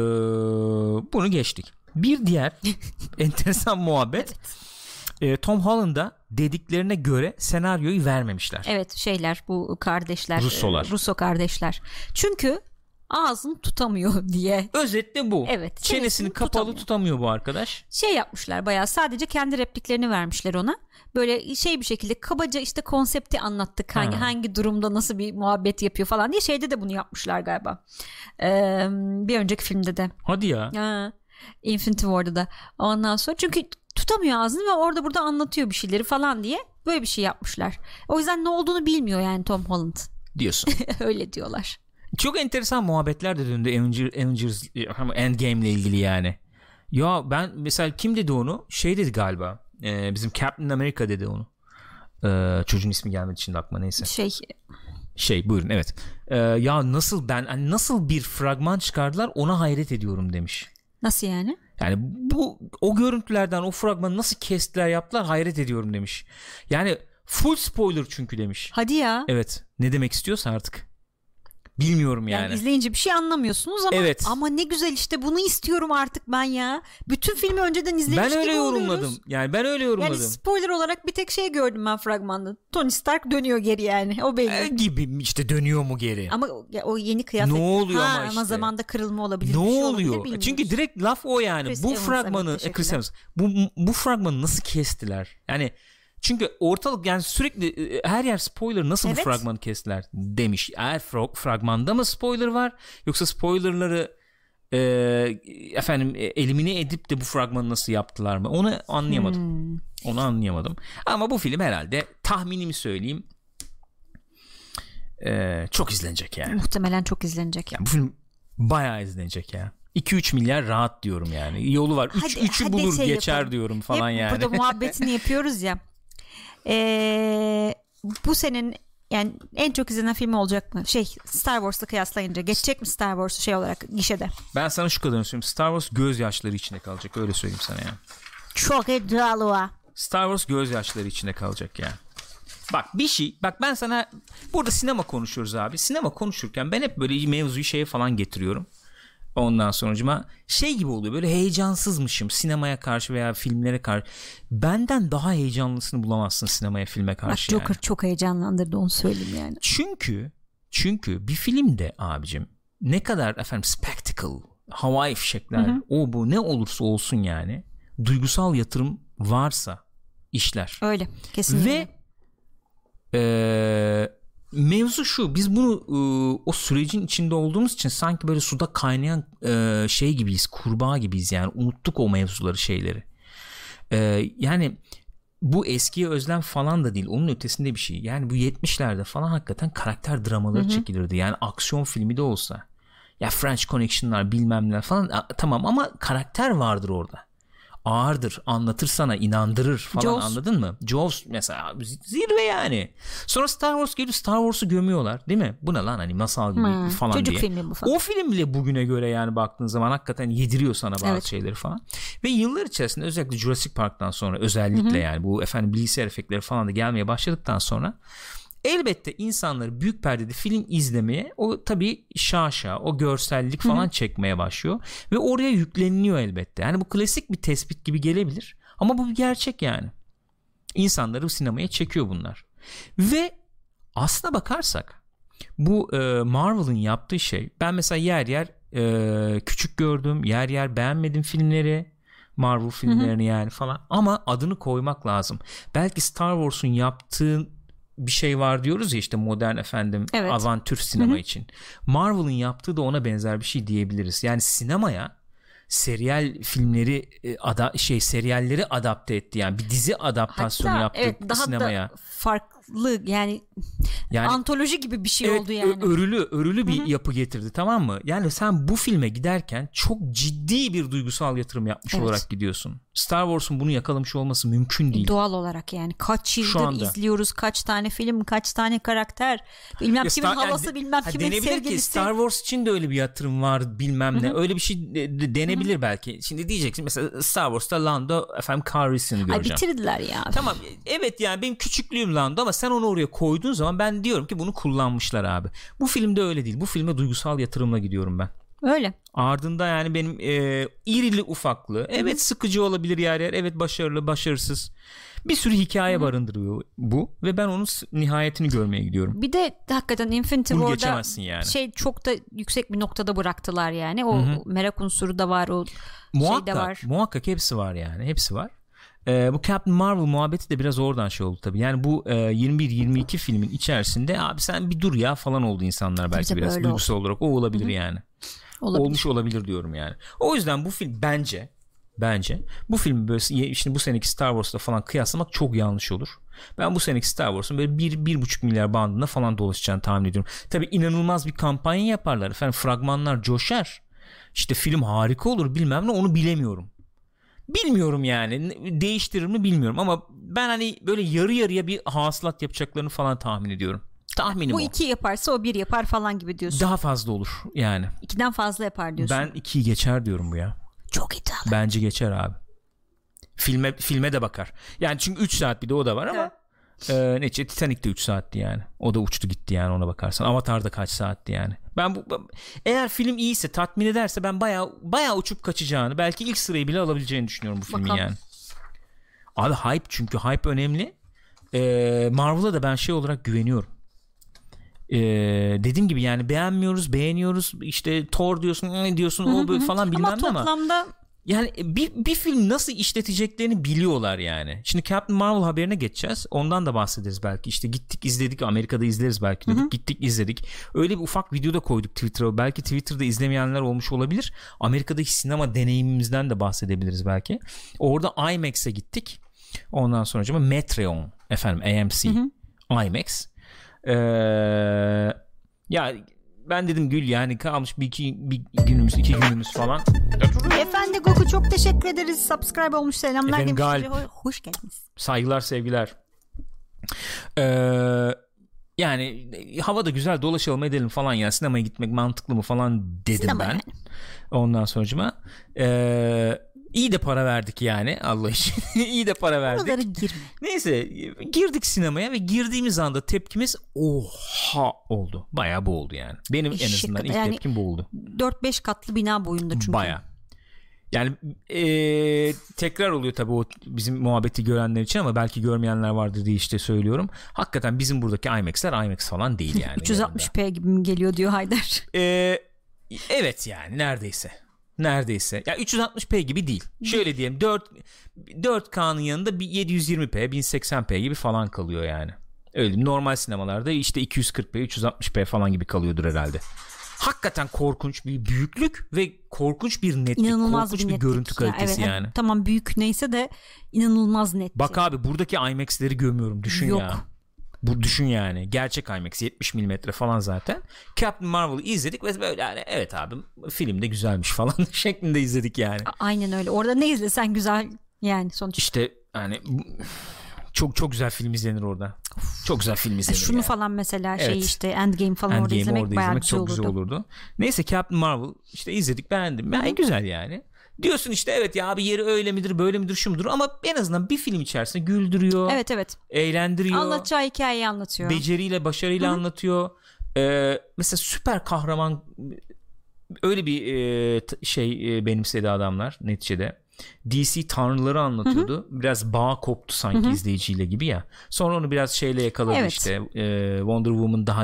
Speaker 1: Bunu geçtik. Bir diğer enteresan muhabbet. Evet. Tom Holland'a dediklerine göre senaryoyu vermemişler.
Speaker 2: Evet, bu kardeşler,
Speaker 1: Russolar.
Speaker 2: Russo kardeşler. Çünkü ağzını tutamıyor diye.
Speaker 1: Özetle bu.
Speaker 2: Evet.
Speaker 1: Çenesini kapalı tutamıyor bu arkadaş.
Speaker 2: Yapmışlar bayağı, sadece kendi repliklerini vermişler ona. Böyle bir şekilde kabaca işte konsepti anlattık. Hangi durumda nasıl bir muhabbet yapıyor falan diye. Şeyde de bunu yapmışlar galiba. Bir önceki filmde de.
Speaker 1: Hadi ya.
Speaker 2: Infinity War'da da. Ondan sonra çünkü tutamıyor ağzını ve orada burada anlatıyor bir şeyleri falan diye böyle bir şey yapmışlar. O yüzden ne olduğunu bilmiyor yani Tom Holland.
Speaker 1: Diyorsun.
Speaker 2: Öyle diyorlar.
Speaker 1: Çok enteresan muhabbetler de döndü Avengers Endgame ile ilgili yani. Ya ben mesela kim dedi onu? Şey dedi galiba. Bizim Captain America dedi onu. Çocuğun ismi gelmedi şimdi aklıma, neyse. Buyurun evet. Ya nasıl bir fragman çıkardılar ona hayret ediyorum demiş.
Speaker 2: Nasıl yani?
Speaker 1: Yani o görüntülerden o fragmanı nasıl kestiler yaptılar hayret ediyorum demiş. Yani full spoiler çünkü demiş.
Speaker 2: Hadi ya.
Speaker 1: Evet. Ne demek istiyorsa artık. Bilmiyorum yani.
Speaker 2: Yani izleyince bir şey anlamıyorsunuz ama
Speaker 1: evet.
Speaker 2: Ama ne güzel işte, bunu istiyorum artık ben ya. Bütün filmi önceden izlemiş gibi oluyoruz.
Speaker 1: Ben öyle yorumladım.
Speaker 2: Yani spoiler olarak bir tek şey gördüm ben fragmanda. Tony Stark dönüyor geri yani. O belli.
Speaker 1: Gibi işte, dönüyor mu geri?
Speaker 2: Ama o yeni kıyafet.
Speaker 1: Ne oluyor ama işte.
Speaker 2: Ama zamanda kırılma olabilir.
Speaker 1: Ne
Speaker 2: oluyor?
Speaker 1: Olabilir, çünkü direkt laf o yani.
Speaker 2: Chris
Speaker 1: bu
Speaker 2: Evans,
Speaker 1: fragmanı Chris Evans. Bu fragmanı nasıl kestiler? Yani çünkü ortalık yani sürekli her yer spoiler, nasıl bu fragmanı kestiler demiş. Eğer fragmanda mı spoiler var, yoksa spoilerları elimine edip de bu fragmanı nasıl yaptılar mı? Onu anlayamadım. Ama bu film herhalde, tahminimi söyleyeyim, çok izlenecek yani.
Speaker 2: Muhtemelen çok izlenecek.
Speaker 1: Yani bu film bayağı izlenecek ya. 2-3 milyar rahat diyorum yani. Yolu var. 3'ü bulur geçer yapalım diyorum falan. Hep yani.
Speaker 2: Burada muhabbetini yapıyoruz ya. Bu senin yani en çok izlenen film olacak mı? Star Wars'la kıyaslayınca geçecek mi Star Wars olarak gişede? Ben
Speaker 1: sana şu kadarını söyleyeyim. Star Wars gözyaşları içinde kalacak. Öyle söyleyeyim sana yani.
Speaker 2: Çok iddialı.
Speaker 1: Star Wars gözyaşları içinde kalacak yani. Bak ben sana burada sinema konuşuyoruz abi. Sinema konuşurken ben hep böyle mevzuyu şeye falan getiriyorum. Ondan sonucuma gibi oluyor, böyle heyecansızmışım sinemaya karşı veya filmlere karşı. Benden daha heyecanlısını bulamazsın sinemaya, filme karşı.
Speaker 2: Joker yani çok heyecanlandırdı, onu söyleyeyim yani.
Speaker 1: Çünkü bir filmde abicim ne kadar spectacle, havai fişekler, o bu ne olursa olsun yani, duygusal yatırım varsa işler.
Speaker 2: Öyle kesinlikle.
Speaker 1: Ve mevzu şu, biz bunu o sürecin içinde olduğumuz için sanki böyle suda kaynayan gibiyiz, kurbağa gibiyiz yani, unuttuk o mevzuları, şeyleri. Yani bu eskiye özlem falan da değil, onun ötesinde bir şey. Yani bu 70'lerde falan hakikaten karakter dramaları çekilirdi yani, aksiyon filmi de olsa ya, French Connection'lar bilmem neler falan, tamam, ama karakter vardır orada. Ağırdır, anlatır sana, inandırır falan. Jaws. Anladın mı? Jaws mesela zirve yani. Sonra Star Wars geliyor, Star Wars'u gömüyorlar değil mi? Bu ne lan, hani masal gibi falan
Speaker 2: çocuk
Speaker 1: diye.
Speaker 2: Filmi bu falan.
Speaker 1: O film bile bugüne göre yani baktığın zaman hakikaten yediriyor sana bazı şeyleri falan. Ve yıllar içerisinde özellikle Jurassic Park'tan sonra özellikle yani bu bilgisayar efektleri falan da gelmeye başladıktan sonra elbette insanları büyük perdede film izlemeye, o tabii şaşa, o görsellik falan çekmeye başlıyor ve oraya yükleniliyor elbette. Yani bu klasik bir tespit gibi gelebilir ama bu bir gerçek yani. İnsanları sinemaya çekiyor bunlar. Ve aslına bakarsak bu Marvel'ın yaptığı şey, ben mesela yer yer küçük gördüm, yer yer beğenmedim filmleri, Marvel filmlerini yani falan, ama adını koymak lazım. Belki Star Wars'un yaptığı bir şey var diyoruz ya işte, modern avantür sinema için. Marvel'ın yaptığı da ona benzer bir şey diyebiliriz. Yani sinemaya serial filmleri serialleri adapte etti. Yani bir dizi adaptasyonu yaptı
Speaker 2: daha
Speaker 1: sinemaya.
Speaker 2: Da farklı yani antoloji gibi bir şey oldu yani.
Speaker 1: Örülü bir yapı getirdi, tamam mı? Yani sen bu filme giderken çok ciddi bir duygusal yatırım yapmış olarak gidiyorsun. Star Wars'un bunu yakalamış olması mümkün değil.
Speaker 2: Doğal olarak yani kaç yıldır izliyoruz, kaç tane film, kaç tane karakter, bilmem kimin havası, bilmem kimin sevgilisi.
Speaker 1: Denebilir ki Star Wars için de öyle bir yatırım var, bilmem ne. Öyle bir şey denebilir belki. Şimdi diyeceksin mesela Star Wars'ta Lando Calrissian'ı göreceğim.
Speaker 2: Bitirdiler ya.
Speaker 1: Tamam, evet yani benim küçüklüğüm Lando, ama sen onu oraya koyduğun zaman ben diyorum ki bunu kullanmışlar abi. Bu filmde öyle değil. Bu filme duygusal yatırımla gidiyorum ben.
Speaker 2: Öyle.
Speaker 1: Ardında yani benim irili ufaklı, evet sıkıcı olabilir yer yer, evet başarılı başarısız, bir sürü hikaye barındırıyor bu ve ben onun nihayetini görmeye gidiyorum.
Speaker 2: Bir de hakikaten Infinity War'da
Speaker 1: yani.
Speaker 2: Çok da yüksek bir noktada bıraktılar yani. O merak unsuru da var, o şey de var.
Speaker 1: Muhakkak hepsi var yani, hepsi var. Bu Captain Marvel muhabbeti de biraz oradan oldu tabii. Yani bu 21-22 filmin içerisinde abi sen bir dur ya falan oldu insanlar, belki tabii biraz duygusal olarak. O olabilir yani. Olmuş olabilir diyorum yani. O yüzden bu film bence bu filmi böyle işte bu seneki Star Wars'la falan kıyaslamak çok yanlış olur. Ben bu seneki Star Wars'un böyle 1-1,5 milyar bandında falan dolaşacağını tahmin ediyorum. Tabii inanılmaz bir kampanya yaparlar. Fragmanlar coşar. İşte film harika olur bilmem ne, onu bilemiyorum. Bilmiyorum yani, değiştirir mi bilmiyorum, ama ben hani böyle yarı yarıya bir hasılat yapacaklarını falan tahmin ediyorum. Tahminim
Speaker 2: bu 2 yaparsa o 1 yapar falan gibi diyorsun.
Speaker 1: Daha fazla olur yani.
Speaker 2: 2'den fazla yapar diyorsun.
Speaker 1: Ben 2'yi geçer diyorum bu ya.
Speaker 2: Çok iddialı.
Speaker 1: Bence geçer abi. Filme de bakar. Yani çünkü 3 saat bir de o da var ama Neyse Titanic de 3 saatti yani. O da uçtu gitti yani ona bakarsan. Avatar da kaç saatti yani. Eğer film iyiyse, tatmin ederse ben bayağı uçup kaçacağını, belki ilk sırayı bile alabileceğini düşünüyorum bu filmin. Bakalım. Yani. Abi hype, çünkü hype önemli. Marvel'a da ben şey olarak güveniyorum. Dediğim gibi yani beğenmiyoruz, beğeniyoruz. İşte Thor diyorsun, ne diyorsun, o böyle falan bilmem ne ama
Speaker 2: toplamda
Speaker 1: yani bir film nasıl işleteceklerini biliyorlar yani. Şimdi Captain Marvel haberine geçeceğiz. Ondan da bahsederiz belki. İşte gittik izledik, Amerika'da izleriz belki dedik. Gittik izledik. Öyle bir ufak video da koyduk Twitter'a. Belki Twitter'da izlemeyenler olmuş olabilir. Amerika'daki sinema deneyimimizden de bahsedebiliriz belki. Orada IMAX'e gittik. Ondan sonra Metreon AMC IMAX. Ya ben dedim Gül yani kalmış iki günümüz falan.
Speaker 2: Efendi Goku çok teşekkür ederiz. Subscribe olmuş, selamlar demiş. Hoş geldiniz.
Speaker 1: Saygılar, sevgiler. Yani hava da güzel, dolaşalım edelim falan ya, sinemaya gitmek mantıklı mı falan dedim sinema ben. Yani. Ondan sonracıma iyi de para verdik yani, Allah için. İyi de para verdik.
Speaker 2: Oralara girme.
Speaker 1: Neyse girdik sinemaya ve girdiğimiz anda tepkimiz oha oldu. Bayağı bu oldu yani. Benim en azından ilk yani tepkim bu oldu.
Speaker 2: 4-5 katlı bina boyunda çünkü.
Speaker 1: Bayağı. Yani tekrar oluyor tabii o bizim muhabbeti görenler için ama belki görmeyenler vardır diye işte söylüyorum. Hakikaten bizim buradaki IMAX'ler IMAX falan değil yani.
Speaker 2: 360p gibi mi geliyor diyor Haydar.
Speaker 1: Evet yani neredeyse. Ya 360p gibi değil. Şöyle diyelim 4K'nın yanında bir 720p, 1080p gibi falan kalıyor yani. Öyle normal sinemalarda işte 240p, 360p falan gibi kalıyordur herhalde. Hakikaten korkunç bir büyüklük ve korkunç bir netlik,
Speaker 2: İnanılmaz
Speaker 1: korkunç bir görüntü kalitesi yani.
Speaker 2: Tamam büyük neyse de inanılmaz net.
Speaker 1: Bak abi buradaki IMAX'leri gömüyorum, düşün
Speaker 2: Yok.
Speaker 1: ya. Bu düşün yani. Gerçek IMAX 70 mm falan zaten. Captain Marvel'ı izledik ve böyle yani evet abi film de güzelmiş falan şeklinde izledik yani.
Speaker 2: Aynen öyle. Orada ne izlesen güzel yani sonuç.
Speaker 1: İşte yani çok güzel film izlenir orada. Çok güzel film izlenir.
Speaker 2: Şunu
Speaker 1: yani.
Speaker 2: falan mesela işte Endgame falan orada izlemek bayağı
Speaker 1: çok güzel olurdu. Neyse Captain Marvel işte izledik, beğendim. Yani güzel yani. Diyorsun işte evet ya abi yeri öyle midir böyle midir şu mudur ama en azından bir film içerisinde güldürüyor.
Speaker 2: Evet.
Speaker 1: Eğlendiriyor.
Speaker 2: Anlatacağı hikayeyi anlatıyor.
Speaker 1: Beceriyle, başarıyla anlatıyor. Mesela süper kahraman öyle bir benimsedi adamlar neticede. DC tanrıları anlatıyordu. Biraz bağ koptu sanki izleyiciyle gibi ya. Sonra onu biraz şeyle yakaladı işte. Wonder Woman daha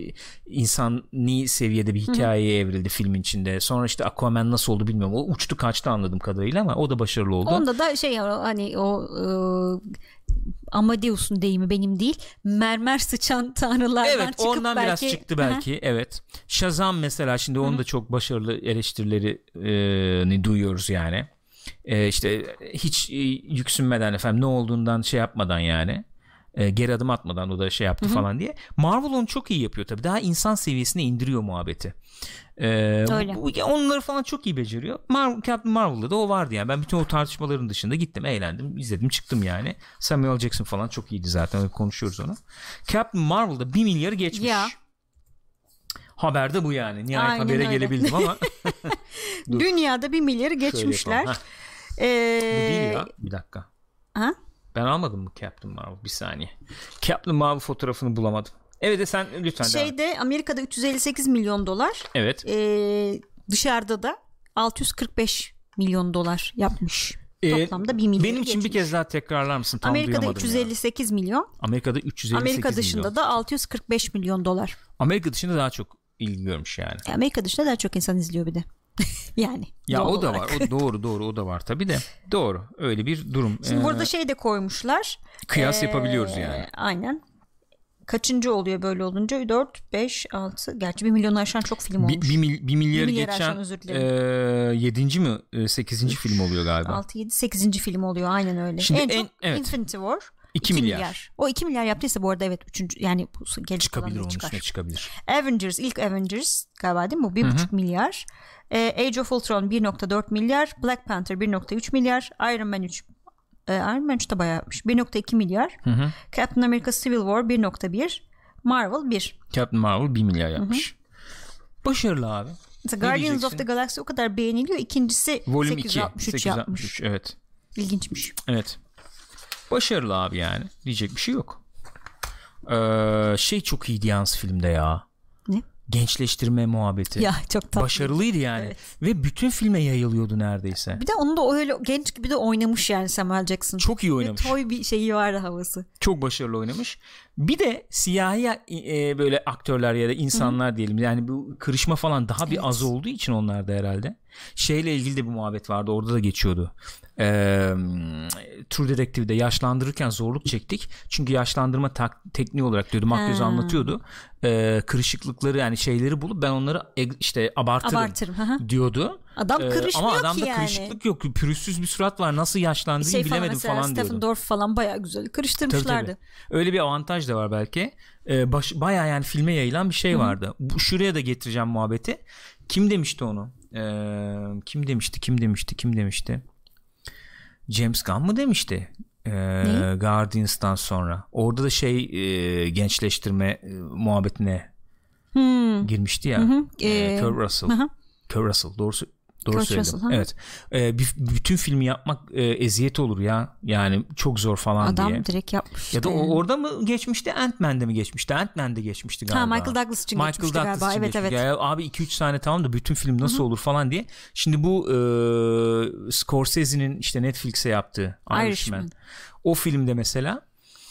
Speaker 1: insani seviyede bir hikayeye evrildi filmin içinde. Sonra işte Aquaman nasıl oldu bilmiyorum. O uçtu kaçtı anladığım kadarıyla ama o da başarılı oldu.
Speaker 2: Onda da hani o Amadeus'un deyimi benim değil. Mermer sıçan tanrılardan çıkıp
Speaker 1: ondan biraz çıktı belki. Evet. Shazam mesela şimdi onun da çok başarılı eleştirilerini duyuyoruz yani. İşte hiç yüksünmeden efendim ne olduğundan şey yapmadan yani geri adım atmadan o da şey yaptı falan diye. Marvel onu çok iyi yapıyor tabii. Daha insan seviyesine indiriyor muhabbeti. Onları falan çok iyi beceriyor. Captain Marvel'da da o vardı yani. Ben bütün o tartışmaların dışında gittim, eğlendim, izledim, çıktım yani. Samuel Jackson falan çok iyiydi zaten. Konuşuyoruz onu. Captain Marvel'da 1 milyarı geçmiş. Ya. Haberde bu yani. Nihayet habere öyle gelebildim ama.
Speaker 2: Dünyada 1 milyarı geçmişler.
Speaker 1: Bu değil ya. Bir dakika.
Speaker 2: Ha?
Speaker 1: Ben almadım mı Captain Marvel? Bir saniye. Captain Marvel fotoğrafını bulamadım. Evet sen lütfen.
Speaker 2: Amerika'da 358 milyon dolar.
Speaker 1: Evet.
Speaker 2: Dışarıda da 645 milyon dolar yapmış. Toplamda 1 milyon.
Speaker 1: Benim için geçmiş. Bir kez daha tekrarlar mısın? Tam
Speaker 2: Amerika'da 358 milyon.
Speaker 1: Amerika'da 358
Speaker 2: Amerika dışında
Speaker 1: milyon.
Speaker 2: Da 645 milyon dolar.
Speaker 1: Amerika dışında daha çok ilgi görmüş yani.
Speaker 2: Amerika dışında daha çok insan izliyor bir de. Yani.
Speaker 1: Ya o da olarak. Var. O doğru o da var tabii de. Doğru. Öyle bir durum.
Speaker 2: Şimdi burada de koymuşlar.
Speaker 1: Kıyas yapabiliyoruz yani.
Speaker 2: Aynen. Kaçıncı oluyor böyle olunca? 4, 5, 6. Gerçi 1 milyonu aşan çok film olmuş.
Speaker 1: 1 milyarı geçen 7. mi 8. film oluyor galiba.
Speaker 2: 6, 7, 8. film oluyor. Aynen öyle.
Speaker 1: Şimdi
Speaker 2: en çok Infinity War.
Speaker 1: 2 milyar.
Speaker 2: O 2 milyar yaptıysa bu arada evet 3. yani
Speaker 1: çıkabilir onun üstüne çıkabilir.
Speaker 2: Avengers ilk Avengers galiba değil mi bu 1,5 milyar. Age of Ultron 1,4 milyar. Black Panther 1,3 milyar. Iron Man 3 de bayağı yapmış. 1,2 milyar. Captain America Civil War 1,1. Marvel 1.
Speaker 1: Captain Marvel 1 milyar yapmış. Başarılı abi.
Speaker 2: Guardians of the Galaxy o kadar beğeniliyor. İkincisi
Speaker 1: Volume
Speaker 2: 863 yapmış.
Speaker 1: Evet.
Speaker 2: İlginçmiş.
Speaker 1: Evet. Başarılı abi yani. Diyecek bir şey yok. Çok iyiydi yalnız filmde ya.
Speaker 2: Ne?
Speaker 1: Gençleştirme muhabbeti.
Speaker 2: Ya çok tatlı.
Speaker 1: Başarılıydı yani.
Speaker 2: Evet.
Speaker 1: Ve bütün filme yayılıyordu neredeyse.
Speaker 2: Bir de onu da öyle genç gibi de oynamış yani Samuel Jackson.
Speaker 1: Çok iyi oynamış.
Speaker 2: Toy bir şeyi vardı, havası.
Speaker 1: Çok başarılı oynamış. Bir de siyahi böyle aktörler ya da insanlar diyelim. Yani bu kırışma falan daha bir az olduğu için onlarda herhalde. Şeyle ilgili de bir muhabbet vardı. Orada da geçiyordu. True Detective'de yaşlandırırken zorluk çektik. Çünkü yaşlandırma tekniği olarak diyordu. Makyöz anlatıyordu. Kırışıklıkları yani şeyleri bulup ben onları işte abartırım diyordu.
Speaker 2: Adam kırışmıyor
Speaker 1: ama adamda
Speaker 2: ki yani.
Speaker 1: Kırışıklık yok. Pürüzsüz bir surat var. Nasıl yaşlandığını bilemedim falan diyordu.
Speaker 2: Stephen Dorff falan bayağı güzel kırıştırmışlardı.
Speaker 1: Tabii. Öyle bir avantaj da var belki. Bayağı yani filme yayılan bir şey vardı. Şuraya da getireceğim muhabbeti. Kim demişti onu? Kim demişti? James Gunn mı demişti? Guardians'tan sonra. Orada da gençleştirme muhabbetine girmişti ya. Kurt Russell. Kurt Russell. Doğru söyledim. Evet. Bütün filmi yapmak eziyet olur ya. Yani çok zor falan diye.
Speaker 2: Adam direkt yapmış.
Speaker 1: Ya da orada mı geçmişti? Ant-Man'de mi geçmişti? Ant-Man'de geçmişti galiba.
Speaker 2: Michael Douglas için geçmişti galiba. Evet.
Speaker 1: Ya abi 2-3 saniye tamam da bütün film nasıl olur falan diye. Şimdi bu Scorsese'nin işte Netflix'e yaptığı Irishman. O filmde mesela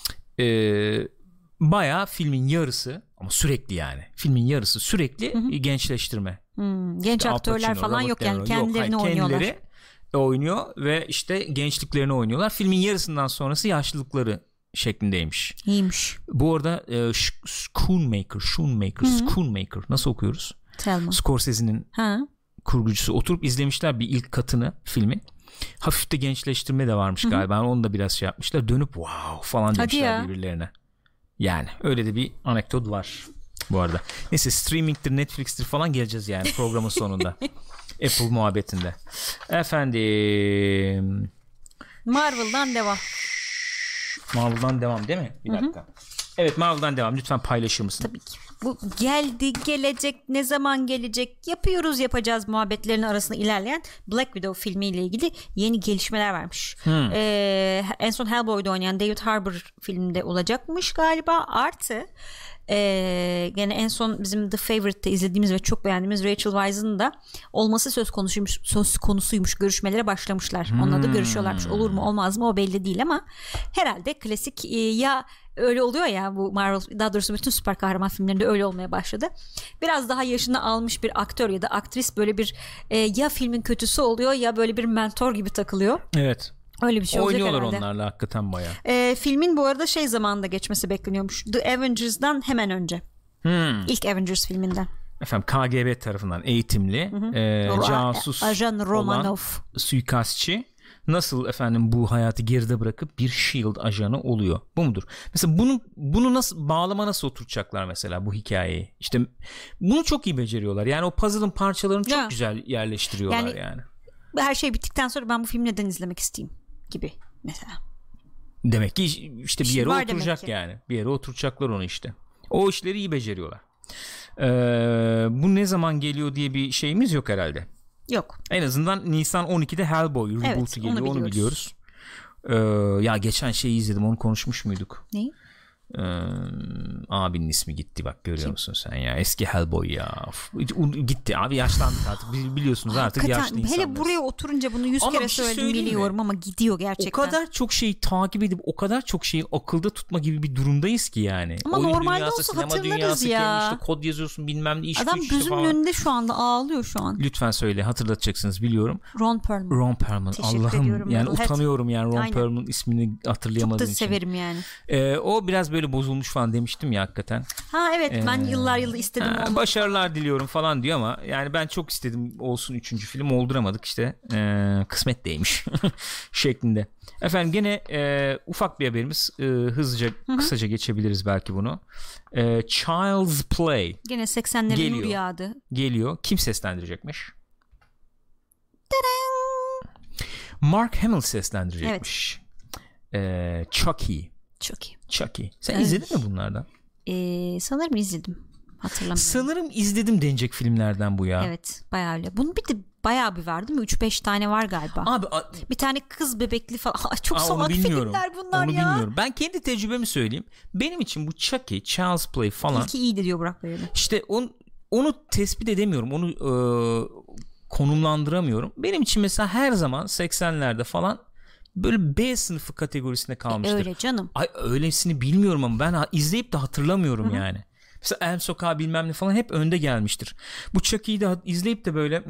Speaker 1: bayağı filmin yarısı ama sürekli yani. Filmin yarısı sürekli gençleştirme.
Speaker 2: Genç
Speaker 1: işte
Speaker 2: aktörler
Speaker 1: Pacino,
Speaker 2: falan
Speaker 1: Robert
Speaker 2: yok yani.
Speaker 1: Deniro.
Speaker 2: Kendilerini oynuyorlar.
Speaker 1: Kendileri oynuyor ve işte gençliklerini oynuyorlar. Filmin yarısından sonrası yaşlılıkları şeklindeymiş.
Speaker 2: İyiymiş.
Speaker 1: Bu arada Schoonmaker nasıl okuyoruz?
Speaker 2: Thelma.
Speaker 1: Scorsese'nin kurgucusu oturup izlemişler bir ilk katını filmi. Hafif de gençleştirme de varmış galiba. Onu da biraz yapmışlar. Dönüp wow falan demişler birbirlerine. Yani öyle de bir anekdot var bu arada. Neyse streaming'tir, Netflix'tir falan geleceğiz yani programın sonunda. Apple muhabbetinde. Efendim.
Speaker 2: Marvel'dan devam
Speaker 1: değil mi? Bir dakika. Evet, Marvel'dan devam. Lütfen paylaşır mısın?
Speaker 2: Tabii ki. Bu geldi, gelecek, ne zaman gelecek, yapacağız muhabbetlerinin arasında ilerleyen Black Widow filmiyle ilgili yeni gelişmeler varmış. En son Hellboy'da oynayan David Harbour filmde olacakmış galiba. Artı gene en son bizim The Favourite'te izlediğimiz ve çok beğendiğimiz Rachel Weisz'ın da olması söz konusuymuş. Görüşmelere başlamışlar. Onunla da görüşüyorlarmış. Olur mu olmaz mı o belli değil ama herhalde klasik ya öyle oluyor ya, bu Marvel, daha doğrusu bütün süper kahraman filmlerinde öyle olmaya başladı. Biraz daha yaşını almış bir aktör ya da aktris böyle bir ya filmin kötüsü oluyor ya böyle bir mentor gibi takılıyor.
Speaker 1: Evet.
Speaker 2: Öyle bir şey olacak herhalde.
Speaker 1: Oynuyorlar onlarla hakikaten bayağı.
Speaker 2: Filmin bu arada zamanında geçmesi bekleniyormuş. The Avengers'dan hemen önce. İlk Avengers filminden.
Speaker 1: Efendim KGB tarafından eğitimli casus
Speaker 2: Ajan Romanov
Speaker 1: olan suikastçı nasıl efendim bu hayatı geride bırakıp bir SHIELD ajanı oluyor. Bu mudur? Mesela bunu nasıl oturtacaklar mesela bu hikayeyi? İşte bunu çok iyi beceriyorlar. Yani o puzzle'ın parçalarını çok güzel yerleştiriyorlar yani.
Speaker 2: Her şey bittikten sonra ben bu filmi neden izlemek isteyeyim gibi mesela.
Speaker 1: Demek ki işte bir yere oturacak yani. Bir yere oturacaklar onu işte. O işleri iyi beceriyorlar. Bu ne zaman geliyor diye bir şeyimiz yok herhalde.
Speaker 2: Yok.
Speaker 1: En azından Nisan 12'de Hellboy reboot'u geliyor. Onu biliyoruz. Ya geçen şeyi izledim. Onu konuşmuş muyduk?
Speaker 2: Neyi?
Speaker 1: Abinin ismi gitti bak, görüyor musun sen ya, eski Hellboy ya gitti abi, yaşlandık artık biliyorsunuz artık yaşlı insanlar.
Speaker 2: Hele buraya oturunca bunu 100 kere söyledim biliyorum ama gidiyor gerçekten.
Speaker 1: O kadar çok şeyi takip edip o kadar çok şeyi akılda tutma gibi bir durumdayız ki yani.
Speaker 2: Ama
Speaker 1: oyun
Speaker 2: normalde
Speaker 1: dünyası,
Speaker 2: olsa
Speaker 1: sinema
Speaker 2: hatırlarız
Speaker 1: dünyası,
Speaker 2: ya.
Speaker 1: işte kod yazıyorsun bilmem ne iş
Speaker 2: adam
Speaker 1: güç
Speaker 2: gözümün
Speaker 1: falan.
Speaker 2: önünde şu anda ağlıyor şu an.
Speaker 1: Lütfen söyle, hatırlatacaksınız biliyorum.
Speaker 2: Ron Perlman.
Speaker 1: Allah'ım yani utanıyorum yani Ron Perlman ismini hatırlayamadığım için.
Speaker 2: Çok da severim yani.
Speaker 1: O biraz böyle bozulmuş falan demiştim ya hakikaten.
Speaker 2: Ha evet, ben yıllar istedim.
Speaker 1: Başarılar diliyorum falan diyor ama yani ben çok istedim olsun 3. film, olduramadık işte. Kısmet değilmiş şeklinde. Efendim gene ufak bir haberimiz, kısaca geçebiliriz belki bunu. Child's Play.
Speaker 2: Gene 80'lerin nur yağdı.
Speaker 1: Geliyor. Kim seslendirecekmiş? Mark Hamill seslendirecekmiş. Evet. Chucky. Sen izledin mi bunlardan?
Speaker 2: Sanırım izledim. Hatırlamıyorum.
Speaker 1: Sanırım izledim denecek filmlerden bu ya.
Speaker 2: Evet, bayağı öyle. Bunu bir de bayağı bir var değil mi? 3-5 tane var galiba.
Speaker 1: Abi
Speaker 2: bir tane kız bebekli falan. Çok salak filmler bunlar
Speaker 1: onu
Speaker 2: ya.
Speaker 1: Bilmiyorum. Ben kendi tecrübemi söyleyeyim. Benim için bu Chucky, Child's Play falan.
Speaker 2: İlki iyiydi diyor Burak Bey'de.
Speaker 1: İşte onu tespit edemiyorum. Onu konumlandıramıyorum. Benim için mesela her zaman 80'lerde falan böyle B sınıfı kategorisine kalmıştır.
Speaker 2: Öyle canım.
Speaker 1: Ay öylesini bilmiyorum ama ben izleyip de hatırlamıyorum yani. Mesela Elm Sokağı bilmem ne falan hep önde gelmiştir. Bu Chucky'yi de izleyip de böyle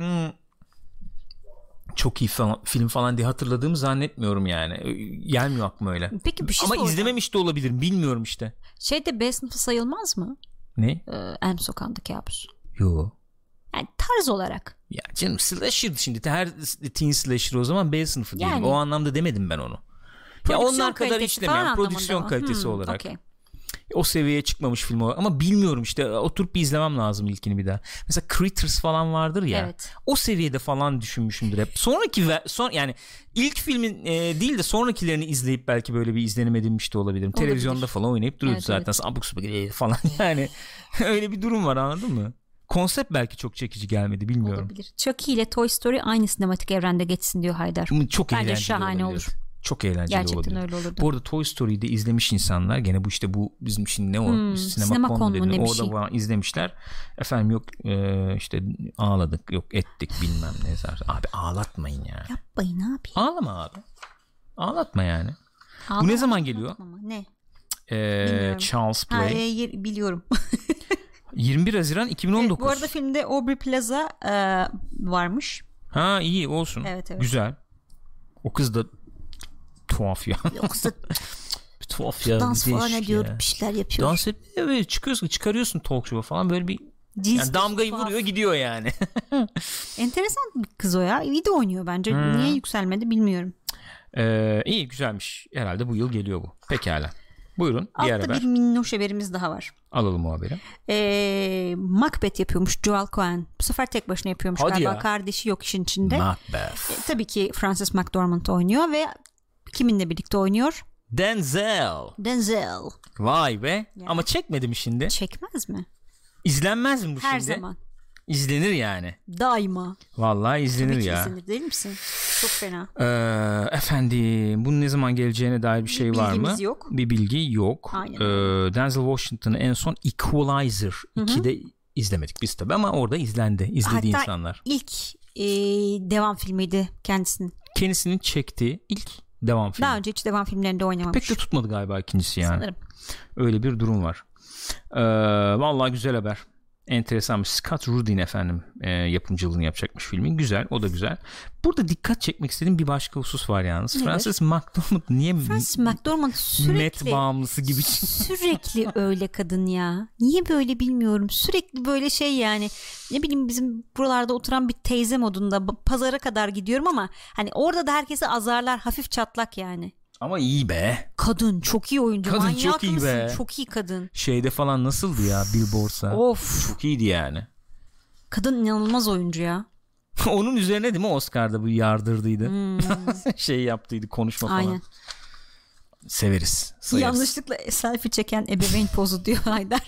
Speaker 1: çok iyi film falan diye hatırladığımı zannetmiyorum yani. Gelmiyor aklıma öyle.
Speaker 2: Peki bir şey
Speaker 1: ama
Speaker 2: soracağım.
Speaker 1: İzlememiş de olabilirim. Bilmiyorum işte.
Speaker 2: Şeyde B sınıfı sayılmaz mı?
Speaker 1: Ne?
Speaker 2: Elm Sokağı'ndaki kabus.
Speaker 1: Yo.
Speaker 2: Yani tarz olarak.
Speaker 1: Ya canım slasher şimdi her teen slasher o zaman B sınıfı diyelim.
Speaker 2: Yani.
Speaker 1: O anlamda demedim ben onu. Ya onlar kadar işlemeyen prodüksiyon kalitesi olarak.
Speaker 2: Okay.
Speaker 1: O seviyeye çıkmamış film olarak. Ama bilmiyorum işte oturup bir izlemem lazım ilkini bir daha. Mesela Critters falan vardır ya.
Speaker 2: Evet.
Speaker 1: O seviyede falan düşünmüşümdür hep. Yani ilk filmin değil de sonrakilerini izleyip belki böyle bir izlenim edinmiş de olabilirim.
Speaker 2: Olabilir.
Speaker 1: Televizyonda falan oynayıp duruyordu zaten.
Speaker 2: Evet.
Speaker 1: Abuk subuk falan yani. Öyle bir durum var, anladın mı? Konsept belki çok çekici gelmedi, bilmiyorum.
Speaker 2: Olabilir. Chucky ile Toy Story aynı sinematik evrende geçsin diyor Haydar.
Speaker 1: Çok
Speaker 2: bence
Speaker 1: eğlenceli
Speaker 2: şahane
Speaker 1: olabilir.
Speaker 2: olur.
Speaker 1: Çok eğlenceli
Speaker 2: Gerçekten
Speaker 1: olabilir.
Speaker 2: öyle olurdu.
Speaker 1: Bu arada Toy Story'yi de izlemiş insanlar gene bu işte bu bizim şimdi ne o
Speaker 2: Sinemakon mu ne bir
Speaker 1: orada
Speaker 2: şey.
Speaker 1: falan izlemişler. Efendim yok işte ağladık, yok ettik bilmem ne zaten. Abi ağlatmayın ya.
Speaker 2: Yapmayın abi.
Speaker 1: Ağlama abi. Ağlatma yani. Bu ne zaman geliyor?
Speaker 2: Ne?
Speaker 1: Child's Play.
Speaker 2: Biliyorum.
Speaker 1: 21 Haziran 2019.
Speaker 2: Evet, bu arada filmde Aubrey Plaza varmış.
Speaker 1: Ha iyi olsun.
Speaker 2: Evet.
Speaker 1: Güzel. O kız da tuhaf ya.
Speaker 2: Yoksa
Speaker 1: tuhaf ya.
Speaker 2: dans falan ediyor,
Speaker 1: ya.
Speaker 2: bir şeyler yapıyor.
Speaker 1: Dans etmiyor böyle, çıkarıyorsun talk show'a falan böyle bir yani damgayı vuruyor gidiyor yani.
Speaker 2: Enteresan bir kız o ya. İyi de oynuyor bence. Niye yükselmedi bilmiyorum.
Speaker 1: İyi, güzelmiş. Herhalde bu yıl geliyor bu. Pekala. Buyurun diğer
Speaker 2: Altta
Speaker 1: haber.
Speaker 2: bir minnoş haberimiz daha var.
Speaker 1: Alalım o haberi.
Speaker 2: Macbeth yapıyormuş Joel Cohen. Bu sefer tek başına yapıyormuş
Speaker 1: Hadi
Speaker 2: galiba.
Speaker 1: ya.
Speaker 2: Kardeşi yok işin içinde.
Speaker 1: Macbeth.
Speaker 2: Tabii ki Frances McDormand oynuyor ve kiminle birlikte oynuyor?
Speaker 1: Denzel. Vay be.
Speaker 2: Yani.
Speaker 1: Ama çekmedi mi şimdi?
Speaker 2: Çekmez mi?
Speaker 1: İzlenmez mi bu
Speaker 2: Her
Speaker 1: şimdi?
Speaker 2: zaman.
Speaker 1: İzlenir yani.
Speaker 2: Daima.
Speaker 1: Vallahi izlenir
Speaker 2: Tabii ki
Speaker 1: ya.
Speaker 2: izlenir değil misin? Çok fena.
Speaker 1: Efendim bunun ne zaman geleceğine dair bir şey var mı?
Speaker 2: bilgimiz yok.
Speaker 1: Bir bilgi yok.
Speaker 2: Aynen.
Speaker 1: Denzel Washington'ı en son Equalizer 2'de izlemedik biz tabii ama orada izledi
Speaker 2: Hatta
Speaker 1: insanlar.
Speaker 2: ilk devam filmiydi kendisinin.
Speaker 1: Kendisinin çektiği ilk devam filmi.
Speaker 2: Daha önce hiç devam filmlerinde oynamamış.
Speaker 1: Pek de tutmadı galiba ikincisi yani.
Speaker 2: Sanırım.
Speaker 1: Öyle bir durum var. Vallahi güzel haber. Enteresanmış. Scott Rudin efendim yapımcılığını yapacakmış filmin. Güzel, o da güzel. Burada dikkat çekmek istediğim bir başka husus var yalnız.
Speaker 2: Nedir?
Speaker 1: Frances McDormand niye
Speaker 2: Frances McDormand sürekli
Speaker 1: Met bağımlısı gibi
Speaker 2: sürekli öyle kadın ya. Niye böyle bilmiyorum. Sürekli böyle şey yani. Ne bileyim bizim buralarda oturan bir teyze modunda pazara kadar gidiyorum ama hani orada da herkesi azarlar, hafif çatlak yani.
Speaker 1: Ama iyi be.
Speaker 2: Kadın çok iyi oyuncu.
Speaker 1: Kadın
Speaker 2: Manyak
Speaker 1: çok iyi
Speaker 2: mısın?
Speaker 1: be.
Speaker 2: Çok iyi kadın.
Speaker 1: Şeyde falan nasıldı ya Billboard'sa?
Speaker 2: Of.
Speaker 1: Çok iyiydi yani.
Speaker 2: Kadın inanılmaz oyuncu ya.
Speaker 1: Onun üzerine değil mi Oscar'da bu yardırdıydı. Şey yaptıydı, konuşma falan.
Speaker 2: Aynen.
Speaker 1: Severiz.
Speaker 2: Yanlışlıkla selfie çeken ebeveyn pozu diyor Haydar.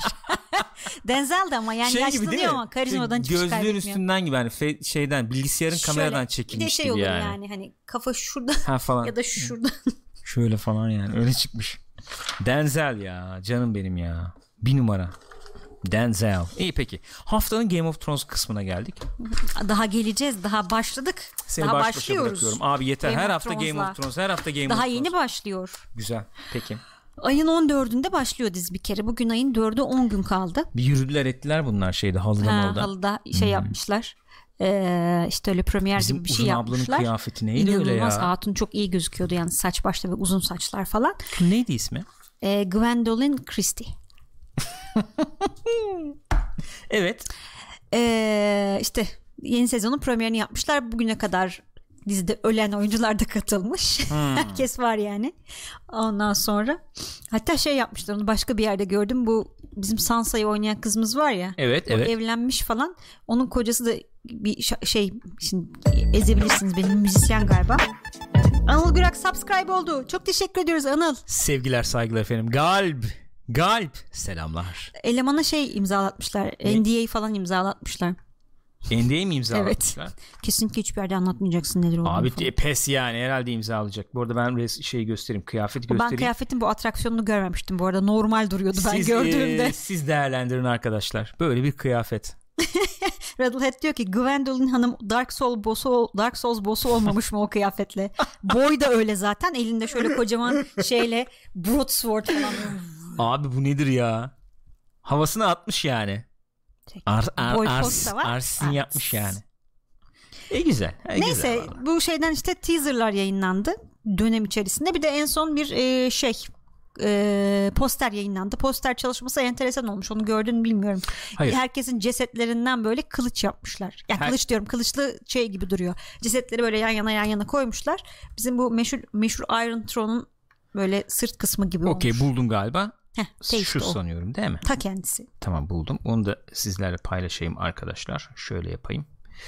Speaker 2: Denzel de ama yani yaşlanıyor ama karizmadan hiçbir şey kaybetmiyor.
Speaker 1: Gözlüğün üstünden gibi hani şeyden bilgisayarın kameradan çekilmiş
Speaker 2: bir de şey
Speaker 1: gibi
Speaker 2: olur
Speaker 1: yani.
Speaker 2: Hani kafa şurada
Speaker 1: Ha falan.
Speaker 2: ya da şurada.
Speaker 1: Şöyle falan yani öyle çıkmış. Denzel ya canım benim ya. Bir numara. Denzel. İyi peki. Haftanın Game of Thrones kısmına geldik.
Speaker 2: Daha geleceğiz. Daha başladık.
Speaker 1: Seni
Speaker 2: daha
Speaker 1: baş başa
Speaker 2: başlıyoruz.
Speaker 1: bırakıyorum. Abi yeter.
Speaker 2: Game
Speaker 1: her
Speaker 2: of
Speaker 1: hafta Game of Thrones. Her hafta Game of
Speaker 2: Daha
Speaker 1: Thrones.
Speaker 2: yeni başlıyor.
Speaker 1: Güzel. Peki.
Speaker 2: Ayın 14'ünde başlıyor dizi bir kere. Bugün ayın 4'ü 10 gün kaldı.
Speaker 1: Bir yürüdüler ettiler bunlar şeyde halıda.
Speaker 2: Halıda şey yapmışlar. İşte öyle premier
Speaker 1: bizim
Speaker 2: gibi bir şey yapmışlar.
Speaker 1: Bizim Uzun ablanın kıyafeti neydi öyle ya?
Speaker 2: İnanılmaz. Hatun çok iyi gözüküyordu yani saç başta ve uzun saçlar falan.
Speaker 1: Neydi ismi?
Speaker 2: Gwendolyn Christie.
Speaker 1: Evet.
Speaker 2: İşte yeni sezonun premierini yapmışlar. Bugüne kadar dizide ölen oyuncular da katılmış. Herkes var yani. Ondan sonra hatta şey yapmışlar, onu başka bir yerde gördüm. Bu bizim Sansa'yı oynayan kızımız var ya.
Speaker 1: Evet.
Speaker 2: Evlenmiş falan. Onun kocası da bir şey, şimdi ezebilirsiniz, benim müzisyen galiba. Anıl Gürak subscribe oldu. Çok teşekkür ediyoruz Anıl.
Speaker 1: Sevgiler saygılar efendim. Galp. Selamlar.
Speaker 2: Elemana şey imzalatmışlar. NDA falan imzalatmışlar.
Speaker 1: NDA mi imzalamışlar?
Speaker 2: Evet. Kesinlikle hiçbir yerde anlatmayacaksın nedir olduğunu.
Speaker 1: Abi pes yani herhalde imzalayacak. Bu arada ben şey göstereyim, kıyafet göstereyim.
Speaker 2: Ben kıyafetin bu atraksiyonunu görmemiştim bu arada. Normal duruyordu ben gördüğümde.
Speaker 1: Siz değerlendirin arkadaşlar. Böyle bir kıyafet.
Speaker 2: Radlehead diyor ki Gwendolyn Hanım Dark Souls boss'u olmamış mı o kıyafetle? Boy da öyle zaten. Elinde şöyle kocaman şeyle broadsword falan.
Speaker 1: Abi bu nedir ya? Havasını atmış yani. Arsin yapmış yani. Güzel.
Speaker 2: Neyse
Speaker 1: güzel
Speaker 2: bu şeyden işte teaserlar yayınlandı dönem içerisinde. Bir de en son bir poster yayınlandı. Poster çalışması enteresan olmuş. Onu gördün mü bilmiyorum.
Speaker 1: Hayır.
Speaker 2: Herkesin cesetlerinden böyle kılıç yapmışlar. Yani kılıç diyorum. Kılıçlı şey gibi duruyor. Cesetleri böyle yan yana koymuşlar. Bizim bu meşhur Iron Throne'un böyle sırt kısmı gibi olmuş.
Speaker 1: Okey, buldum galiba.
Speaker 2: Şu
Speaker 1: sanıyorum değil mi?
Speaker 2: Ta kendisi.
Speaker 1: Tamam, buldum. Onu da sizlerle paylaşayım arkadaşlar. Şöyle yapayım.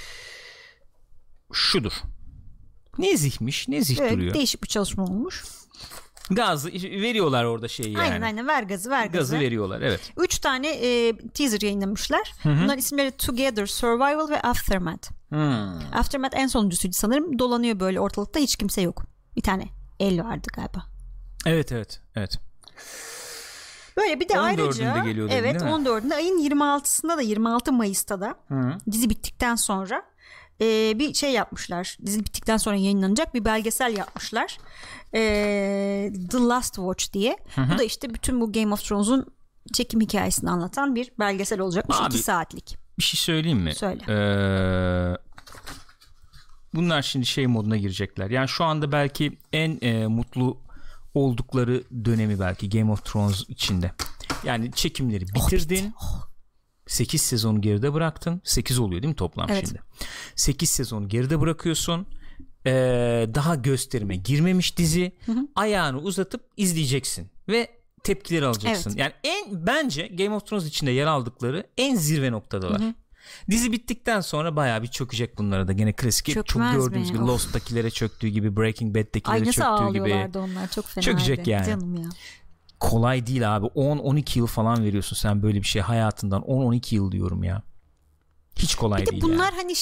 Speaker 1: Şudur. Nezih duruyor.
Speaker 2: Değişik bir çalışma olmuş.
Speaker 1: Gazı veriyorlar orada şeyi yani.
Speaker 2: Aynen ver gazı.
Speaker 1: Gazı veriyorlar, evet.
Speaker 2: 3 tane teaser yayınlamışlar. Bunların isimleri Together, Survival ve Aftermath. Aftermath en sonuncusuydu sanırım. Dolanıyor böyle ortalıkta, hiç kimse yok. Bir tane el vardı galiba.
Speaker 1: Evet.
Speaker 2: Böyle bir de ayrıca
Speaker 1: geliyordu,
Speaker 2: evet 14'ünde ayın 26'sında da 26 Mayıs'ta da dizi bittikten sonra bir şey yapmışlar. Dizi bittikten sonra yayınlanacak bir belgesel yapmışlar. The Last Watch diye. Bu da işte bütün bu Game of Thrones'un çekim hikayesini anlatan bir belgesel olacakmış. 2 saatlik.
Speaker 1: Bir şey söyleyeyim mi?
Speaker 2: Söyle.
Speaker 1: Bunlar şimdi şey moduna girecekler. Yani şu anda belki en mutlu oldukları dönemi belki Game of Thrones içinde. Yani çekimleri bitirdin. 8 sezonu geride bıraktın. 8 oluyor değil mi toplam şimdi? 8 sezonu geride bırakıyorsun. Daha gösterime girmemiş dizi. Ayağını uzatıp izleyeceksin ve tepkileri alacaksın. Yani bence Game of Thrones içinde yer aldıkları en zirve noktadalar. Dizi bittikten sonra bayağı bir çökecek bunlara da. Gene klasik çok gördüğümüz gibi Lost'takilere çöktüğü gibi, Breaking Bad'dekilere çöktüğü gibi.
Speaker 2: Onlar çok fena.
Speaker 1: Çökecek yani.
Speaker 2: Canım ya.
Speaker 1: Kolay değil abi. 10-12 yıl falan veriyorsun sen böyle bir şey hayatından. 10-12 yıl diyorum ya. Hiç kolay değil.
Speaker 2: Bir de bunlar hani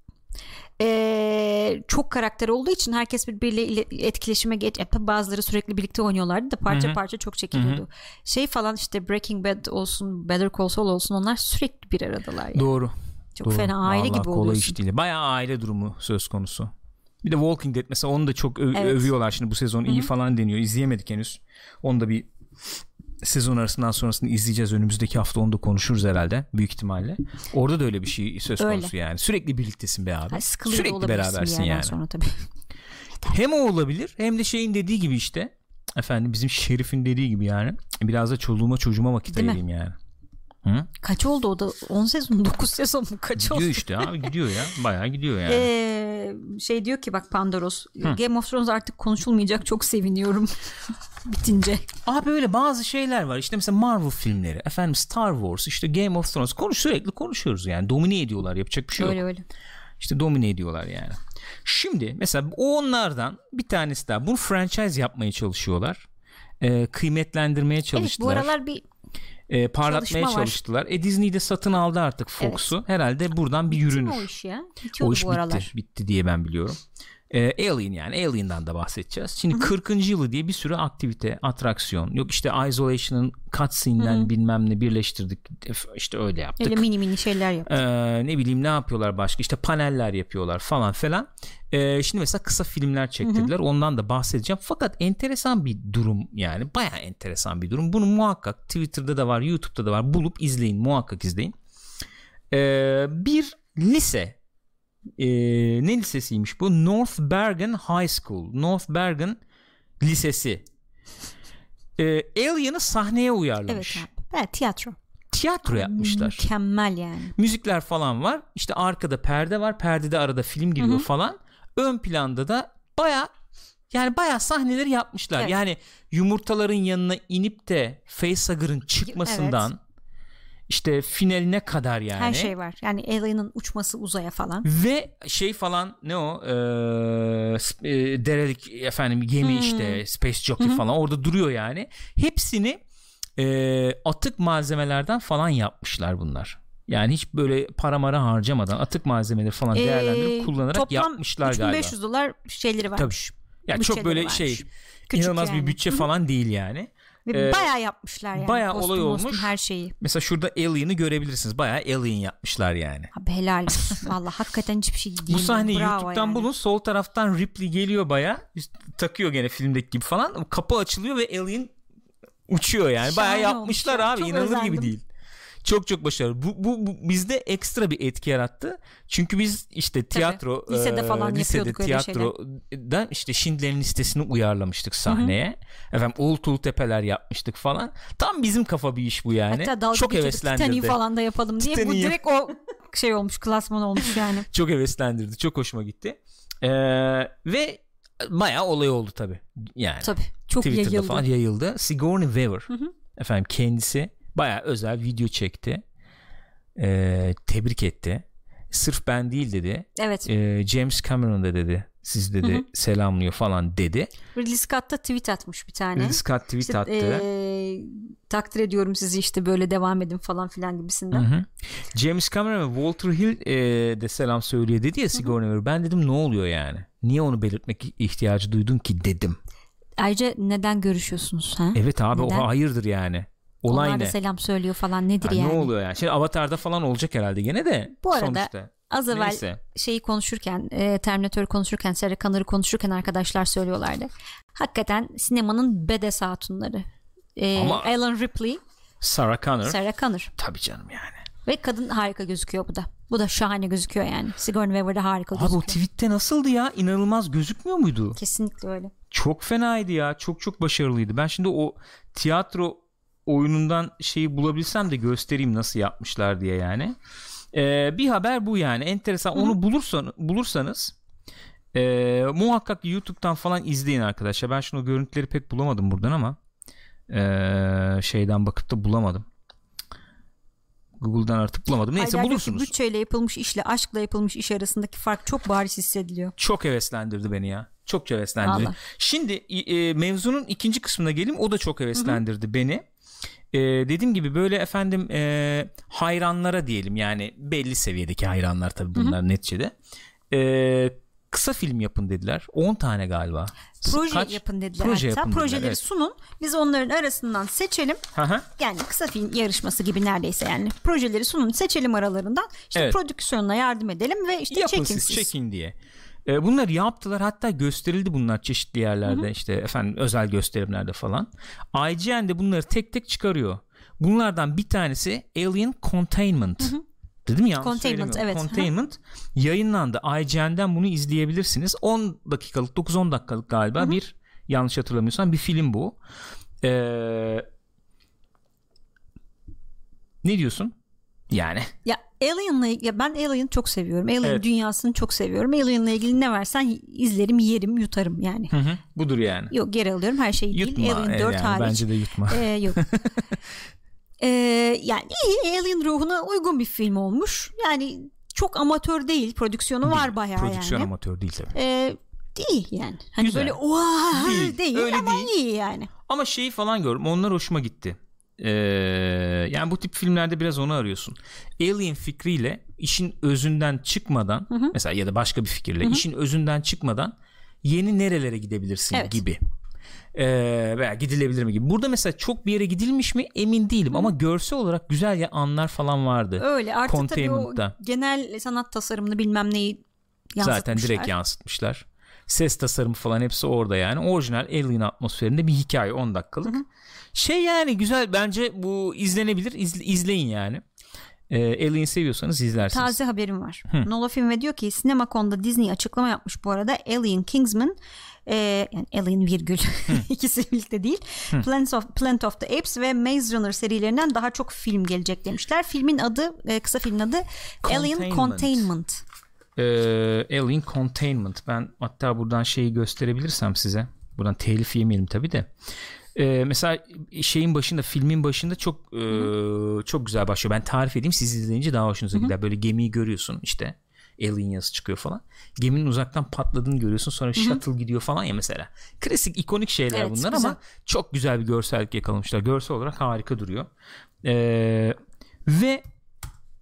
Speaker 2: çok karakter olduğu için herkes birbiriyle etkileşime bazıları sürekli birlikte oynuyorlardı da parça çok çekiliyordu. Falan işte Breaking Bad olsun, Better Call Saul olsun, onlar sürekli bir aradalar yani.
Speaker 1: Doğru.
Speaker 2: Çok fena aile
Speaker 1: vallahi
Speaker 2: gibi
Speaker 1: kolay
Speaker 2: oluyorsun.
Speaker 1: iş değil. Bayağı aile durumu söz konusu. Bir de Walking Dead mesela, onu da çok övüyorlar şimdi bu sezon iyi falan deniyor. İzleyemedik henüz. Onu da bir sezon arasından sonrasını izleyeceğiz. Önümüzdeki hafta onu da konuşuruz herhalde büyük ihtimalle. Orada da öyle bir şey söz konusu yani. Sürekli birliktesin be abi. Sürekli berabersin yani.
Speaker 2: Sonra tabii.
Speaker 1: Hem o olabilir hem de şeyin dediği gibi işte. Efendim bizim Şerif'in dediği gibi yani. Biraz da çocuğuma vakit ayırayım yani. Hı?
Speaker 2: Kaç oldu o da? 10 sezon 9 sezon mu? Kaç
Speaker 1: gidiyor
Speaker 2: oldu?
Speaker 1: İşte abi gidiyor ya. Bayağı gidiyor yani.
Speaker 2: Diyor ki bak Pandaros, Game of Thrones artık konuşulmayacak, çok seviniyorum bitince.
Speaker 1: Abi böyle bazı şeyler var. İşte mesela Marvel filmleri, efendim Star Wars, işte Game of Thrones sürekli konuşuyoruz yani. Domine ediyorlar, yapacak bir şey yok.
Speaker 2: Öyle.
Speaker 1: İşte domine ediyorlar yani. Şimdi mesela onlardan bir tanesi daha. Bunu franchise yapmaya çalışıyorlar. Kıymetlendirmeye çalıştılar.
Speaker 2: Evet, bu aralar bir
Speaker 1: parlatmaya çalıştılar. Disney de satın aldı artık Fox'u. Evet. Herhalde buradan bir yürünür.
Speaker 2: O iş ya.
Speaker 1: O iş bitti diye ben biliyorum. Alien, yani Alien'dan da bahsedeceğiz. Şimdi 40. yılı diye bir sürü aktivite, atraksiyon. Yok işte Isolation'ın cutscene'den bilmem ne birleştirdik. İşte öyle yaptık.
Speaker 2: Öyle mini şeyler yaptık.
Speaker 1: Ne bileyim ne yapıyorlar başka? İşte paneller yapıyorlar falan filan. Şimdi mesela kısa filmler çektirdiler. Ondan da bahsedeceğim. Fakat enteresan bir durum yani. Bayağı enteresan bir durum. Bunu muhakkak Twitter'da da var, YouTube'da da var. Bulup izleyin. Muhakkak izleyin. Bir lise, ne lisesiymiş bu? North Bergen High School. North Bergen Lisesi. Alien'ı sahneye uyarlamış.
Speaker 2: Evet abi. Evet, tiyatro
Speaker 1: yapmışlar.
Speaker 2: Mükemmel yani.
Speaker 1: Müzikler falan var. İşte arkada perde var. Perdede arada film giriyor falan. Ön planda da bayağı sahneleri yapmışlar.
Speaker 2: Evet.
Speaker 1: Yani yumurtaların yanına inip de facehugger'ın çıkmasından işte finaline kadar yani.
Speaker 2: Her şey var. Yani Alien'ın uçması uzaya falan.
Speaker 1: Ve falan ne o? Derelik gemi işte Space Jockey falan orada duruyor yani. Hepsini atık malzemelerden falan yapmışlar bunlar. Yani hiç böyle para mara harcamadan atık malzemeleri falan değerlendirip kullanarak yapmışlar galiba.
Speaker 2: $3.500 şeyleri varmış.
Speaker 1: Yani çok böyle
Speaker 2: küçük
Speaker 1: inanılmaz
Speaker 2: yani.
Speaker 1: bir bütçe falan değil yani.
Speaker 2: Ve bayağı yapmışlar yani.
Speaker 1: Bayağı olay olmuş.
Speaker 2: Her şeyi.
Speaker 1: Mesela şurada Alien'ı görebilirsiniz. Bayağı Alien yapmışlar yani.
Speaker 2: Abi helal olsun. Valla hakikaten hiçbir şey değil.
Speaker 1: Bu sahneyi YouTube'dan yani bulun. Sol taraftan Ripley geliyor bayağı. Takıyor gene filmdeki gibi falan. Kapı açılıyor ve Alien uçuyor yani. Bayağı yapmışlar abi.
Speaker 2: Çok
Speaker 1: İnanılır
Speaker 2: özendim.
Speaker 1: gibi değil. Çok çok başarılı. Bu bizde ekstra bir etki yarattı. Çünkü biz işte tiyatro
Speaker 2: lisede falan yapıyorduk öyle şeyler.
Speaker 1: Tiyatroda işte Schindler'in Listesi'ni uyarlamıştık sahneye. Efendim Uğultul Tepeler yapmıştık falan. Tam bizim kafa bir iş bu yani.
Speaker 2: Hatta
Speaker 1: çok heveslendirdi.
Speaker 2: Titanic'i falan da yapalım diye. Bu direkt o şey olmuş, klasman olmuş yani.
Speaker 1: Çok heveslendirdi. Çok hoşuma gitti. Ve bayağı olay oldu tabii. Yani.
Speaker 2: Tabii. Çok
Speaker 1: Twitter'da falan yayıldı. Sigourney Weaver. Efendim kendisi bayağı özel video çekti. Tebrik etti. Sırf ben değil dedi.
Speaker 2: Evet.
Speaker 1: James Cameron da dedi. Siz dedi selamlıyor falan dedi.
Speaker 2: Ridley Scott da tweet atmış bir tane.
Speaker 1: Ridley Scott tweet attı.
Speaker 2: Takdir ediyorum sizi işte böyle devam edin falan filan gibisinden.
Speaker 1: James Cameron ve Walter Hill de selam söylüyor dedi ya Sigourney Weaver. Ben dedim ne oluyor yani? Niye onu belirtmek ihtiyacı duydun ki dedim.
Speaker 2: Ayrıca neden görüşüyorsunuz? Ha?
Speaker 1: Evet abi
Speaker 2: neden?
Speaker 1: O hayırdır yani. Olay
Speaker 2: onlar da
Speaker 1: ne?
Speaker 2: selam söylüyor falan nedir yani?
Speaker 1: Ne oluyor yani? Şimdi Avatar'da falan olacak herhalde gene de.
Speaker 2: Bu arada
Speaker 1: sonuçta.
Speaker 2: az evvel şeyi konuşurken Terminator konuşurken Sarah Connor'ı konuşurken arkadaşlar söylüyorlardı. Hakikaten sinemanın badass hatunları. Ellen Ripley,
Speaker 1: Sarah
Speaker 2: Connor.
Speaker 1: Tabii canım yani.
Speaker 2: Ve kadın harika gözüküyor bu da. Bu da şahane gözüküyor yani. Sigourney Weaver da harika gözüküyor.
Speaker 1: Abi o tweette nasıldı ya? İnanılmaz gözükmüyor muydu?
Speaker 2: Kesinlikle öyle.
Speaker 1: Çok fenaydı ya. Çok çok başarılıydı. Ben şimdi o tiyatro oyunundan şeyi bulabilsem de göstereyim nasıl yapmışlar diye yani. Bir haber bu yani. Enteresan. Onu bulursanız muhakkak YouTube'dan falan izleyin arkadaşlar. Ben şunu görüntüleri pek bulamadım buradan ama şeyden bakıp da bulamadım. Google'dan artık bulamadım. Neyse
Speaker 2: Haydar
Speaker 1: bulursunuz.
Speaker 2: Bütçeyle yapılmış işle aşkla yapılmış iş arasındaki fark çok bariz hissediliyor.
Speaker 1: Çok heveslendirdi beni ya. Çok heveslendirdi.
Speaker 2: Allah.
Speaker 1: Şimdi mevzunun ikinci kısmına geleyim. O da çok heveslendirdi beni. Dediğim gibi böyle efendim hayranlara diyelim yani belli seviyedeki hayranlar tabii bunlar neticede. Kısa film yapın dediler. 10 tane galiba.
Speaker 2: Proje yapın dediler. Projeleri sunun. Biz onların arasından seçelim. Yani kısa film yarışması gibi neredeyse yani. Projeleri sunun, seçelim aralarından. İşte prodüksiyonuna yardım edelim ve işte
Speaker 1: yapın
Speaker 2: çekin
Speaker 1: siz. Çekin diye. Bunları yaptılar. Hatta gösterildi bunlar çeşitli yerlerde. İşte efendim özel gösterimlerde falan. IGN de bunları tek tek çıkarıyor. Bunlardan bir tanesi Alien Containment. Dedim ya.
Speaker 2: Containment, evet.
Speaker 1: Containment yayınlandı. IGN'den bunu izleyebilirsiniz. 10 dakikalık 9-10 dakikalık galiba bir yanlış hatırlamıyorsam bir film bu. Ne diyorsun? Yani.
Speaker 2: Ya Alien'la ben Alien'ı çok seviyorum. Alien dünyasını çok seviyorum. Alien'la ilgili ne versen izlerim, yerim, yutarım yani.
Speaker 1: Budur yani.
Speaker 2: Yok geri alıyorum her şeyi
Speaker 1: yutma,
Speaker 2: değil. Alien 4
Speaker 1: yani,
Speaker 2: hariç.
Speaker 1: Bence de yutma.
Speaker 2: Yok. Yani iyi, Alien ruhuna uygun bir film olmuş. Yani çok amatör değil. Prodüksiyonu
Speaker 1: değil,
Speaker 2: var bayağı yani.
Speaker 1: Prodüksiyon amatör değil tabii.
Speaker 2: Değil yani. Hani
Speaker 1: güzel.
Speaker 2: Böyle değil öyle ama değil. İyi yani.
Speaker 1: Ama şeyi falan gördüm. Onlar hoşuma gitti. Yani bu tip filmlerde biraz onu arıyorsun. Alien fikriyle işin özünden çıkmadan mesela ya da başka bir fikirle işin özünden çıkmadan yeni nerelere gidebilirsin gibi. Veya gidilebilir mi gibi. Burada mesela çok bir yere gidilmiş mi emin değilim ama görsel olarak güzel anlar falan vardı.
Speaker 2: Öyle artık tabii o genel sanat tasarımını bilmem neyi yansıtmışlar.
Speaker 1: Zaten direkt yansıtmışlar. Ses tasarımı falan hepsi orada yani. Orijinal Alien atmosferinde bir hikaye 10 dakikalık. Yani güzel bence bu izlenebilir. İzleyin yani. Alien seviyorsanız izlersiniz.
Speaker 2: Taze haberim var. Nola Film ve diyor ki Sinemacon'da Disney açıklama yapmış bu arada. Alien Kingsman yani Alien virgül ikisi birlikte değil. Planet of the Apes ve Maze Runner serilerinden daha çok film gelecek demişler. Filmin adı kısa filmin adı Alien Containment.
Speaker 1: Alien Containment. Ben hatta buradan şeyi gösterebilirsem size. Buradan telif yemeyelim tabii de. Mesela filmin başında çok güzel başlıyor. Ben tarif edeyim, siz izleyince daha hoşunuza gider. Böyle gemiyi görüyorsun işte. Alien yazısı çıkıyor falan. Geminin uzaktan patladığını görüyorsun. Sonra shuttle gidiyor falan ya mesela. Klasik ikonik şeyler bunlar güzel. Ama çok güzel bir görsellik yakalamışlar. Görsel olarak harika duruyor. Ve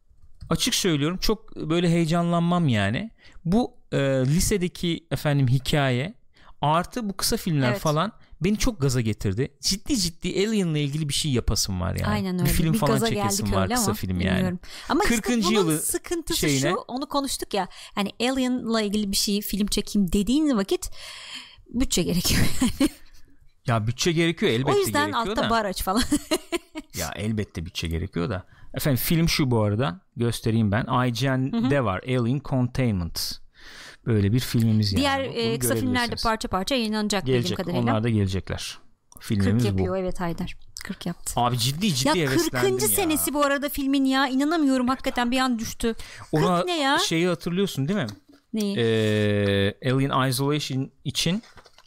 Speaker 1: açık söylüyorum çok böyle heyecanlanmam yani. Bu lisedeki hikaye artı bu kısa filmler falan beni çok gaza getirdi. Ciddi Alien'la ilgili bir şey yapasım var yani.
Speaker 2: Aynen öyle.
Speaker 1: Bir film falan çekesim var, kısa film
Speaker 2: bilmiyorum.
Speaker 1: yani.
Speaker 2: Ama
Speaker 1: 40.
Speaker 2: işte bunun
Speaker 1: yılı
Speaker 2: sıkıntısı
Speaker 1: şeyine...
Speaker 2: şu, onu konuştuk ya. Hani Alien'la ilgili bir şey film çekeyim dediğin vakit bütçe gerekiyor yani.
Speaker 1: Ya bütçe gerekiyor elbette, gerekiyor da.
Speaker 2: O yüzden altta bar aç falan.
Speaker 1: Ya elbette bütçe gerekiyor da. Efendim film şu bu arada, göstereyim ben. IGN'de var, Alien Containment. Böyle bir filmimiz yani.
Speaker 2: Diğer kısa filmlerde parça parça yayınlanacak bildiğim kadarıyla.
Speaker 1: Onlar da gelecekler. Filmimiz
Speaker 2: 40 yapıyor
Speaker 1: bu.
Speaker 2: Evet Haydar. 40 yaptı.
Speaker 1: Abi ciddi
Speaker 2: ya
Speaker 1: heveslendim
Speaker 2: 40. senesi bu arada filmin ya. İnanamıyorum hakikaten, bir an düştü.
Speaker 1: Ona
Speaker 2: 40 ne ya?
Speaker 1: Şeyi hatırlıyorsun değil mi?
Speaker 2: Neyi?
Speaker 1: Alien Isolation için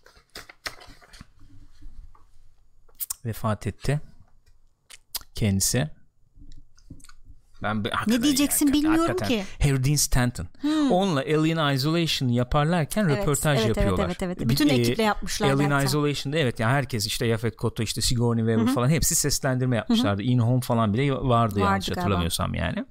Speaker 1: vefat etti kendisi.
Speaker 2: Ne diyeceksin bilmiyorum ki.
Speaker 1: Harry Dean Stanton. Onunla Alien Isolation yaparlarken röportaj yapıyorlar.
Speaker 2: Evet. Bütün ekiple yapmışlar.
Speaker 1: Alien Isolation'da yani herkes işte Yaphet Kotto, işte Sigourney Weaver falan hepsi seslendirme yapmışlardı. In Home falan bile vardı yanlış hatırlamıyorsam yani.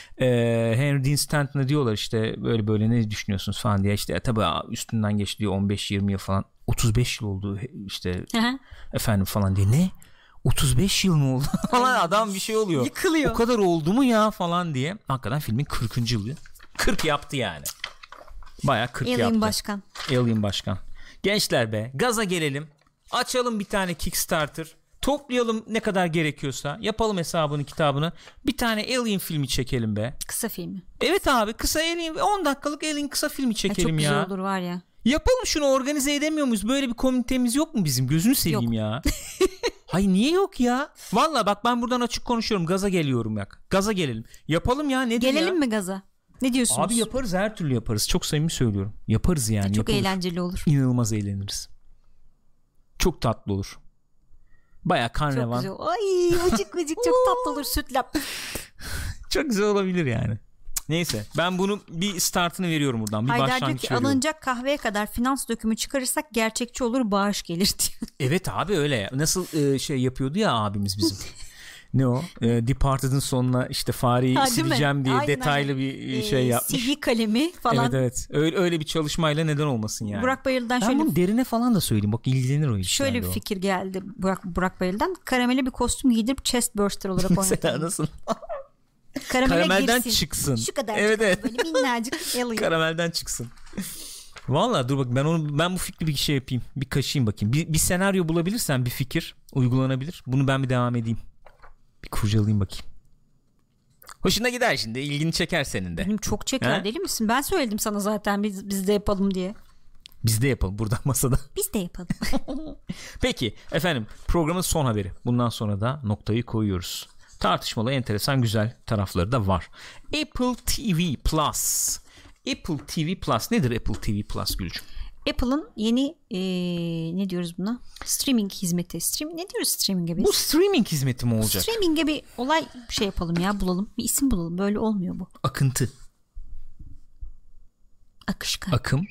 Speaker 1: Harry Dean Stanton'a diyorlar işte böyle ne düşünüyorsunuz falan diye, işte tabii üstünden geçti diyor 15-20 yıl falan, 35 yıl oldu işte efendim falan diye. Ne? 35 yıl mı oldu? falan adam bir şey oluyor.
Speaker 2: Yıkılıyor.
Speaker 1: O kadar oldu mu ya falan diye. Hakikaten filmin 40. yılı. 40 yaptı yani. Bayağı 40
Speaker 2: Alien
Speaker 1: yaptı. Alien Başkan. Gençler be, gaza gelelim. Açalım bir tane Kickstarter. Toplayalım ne kadar gerekiyorsa. Yapalım hesabını kitabını. Bir tane Alien filmi çekelim be.
Speaker 2: Kısa filmi.
Speaker 1: Evet abi, kısa Alien, 10 dakikalık Alien kısa filmi çekelim ya.
Speaker 2: Çok güzel olur var ya.
Speaker 1: Yapalım şunu, organize edemiyor muyuz? Böyle bir komünitemiz yok mu bizim? Gözünü seveyim ya. Hayır niye yok ya? Valla bak, ben buradan açık konuşuyorum. Gaza geliyorum ya. Gaza gelelim. Yapalım ya. Nedir
Speaker 2: Gelelim mi gaza? Ne diyorsunuz?
Speaker 1: Abi yaparız, her türlü yaparız. Çok samimi söylüyorum. Yaparız yani.
Speaker 2: Çok eğlenceli olur.
Speaker 1: İnanılmaz eğleniriz. Çok tatlı olur. Baya karnevan.
Speaker 2: Çok güzel. Ay vıcık çok tatlı olur, sütlap.
Speaker 1: Çok güzel olabilir yani. Neyse, ben bunun bir startını veriyorum buradan. Bir
Speaker 2: Haydar diyor ki alınacak kahveye kadar finans dökümü çıkarırsak gerçekçi olur, bağış gelir diyor. Evet
Speaker 1: abi öyle. Nasıl şey yapıyordu ya abimiz bizim. Ne o? Departed'ın sonuna işte fareyi sileceğim diye detaylı bir şey yapmış.
Speaker 2: CD kalemi falan.
Speaker 1: Evet. Öyle bir çalışmayla neden olmasın yani.
Speaker 2: Burak Bayır'dan
Speaker 1: ben bunu derine falan da söyleyeyim. Bak ilgilenir o işlerle.
Speaker 2: Şöyle bir fikir geldi Burak Bayır'dan. Karamele bir kostüm giydirip chest burster olarak oynatalım.
Speaker 1: Mesela nasıl?
Speaker 2: Karamelden
Speaker 1: girsin. Çıksın.
Speaker 2: Şu kadar.
Speaker 1: Evet.
Speaker 2: Böyle minnacık alıyor.
Speaker 1: Karamelden çıksın. Vallahi dur bak, ben bu fikri bir şey yapayım. Bir kaşıyım bakayım. Bir senaryo bulabilirsem, bir fikir uygulanabilir. Bunu ben bir devam edeyim. Bir kurcalayayım bakayım. Hoşuna gider şimdi. İlgini çeker senin de.
Speaker 2: Benim çok çeker, deli misin? Ben söyledim sana zaten biz de yapalım diye.
Speaker 1: Biz de yapalım buradan masada.
Speaker 2: Biz de yapalım.
Speaker 1: Peki efendim, programın son haberi. Bundan sonra da noktayı koyuyoruz. Tartışmalı, enteresan, güzel tarafları da var. Apple TV Plus. Apple TV Plus nedir Apple TV Plus Gülcüm?
Speaker 2: Apple'ın yeni ne diyoruz buna? Streaming hizmeti. Ne diyoruz streaming'e biz?
Speaker 1: Bu streaming hizmeti mi olacak?
Speaker 2: Streaming'e bir olay şey yapalım ya, bulalım. Bir isim bulalım. Böyle olmuyor bu.
Speaker 1: Akıntı.
Speaker 2: Akışkan.
Speaker 1: Akım.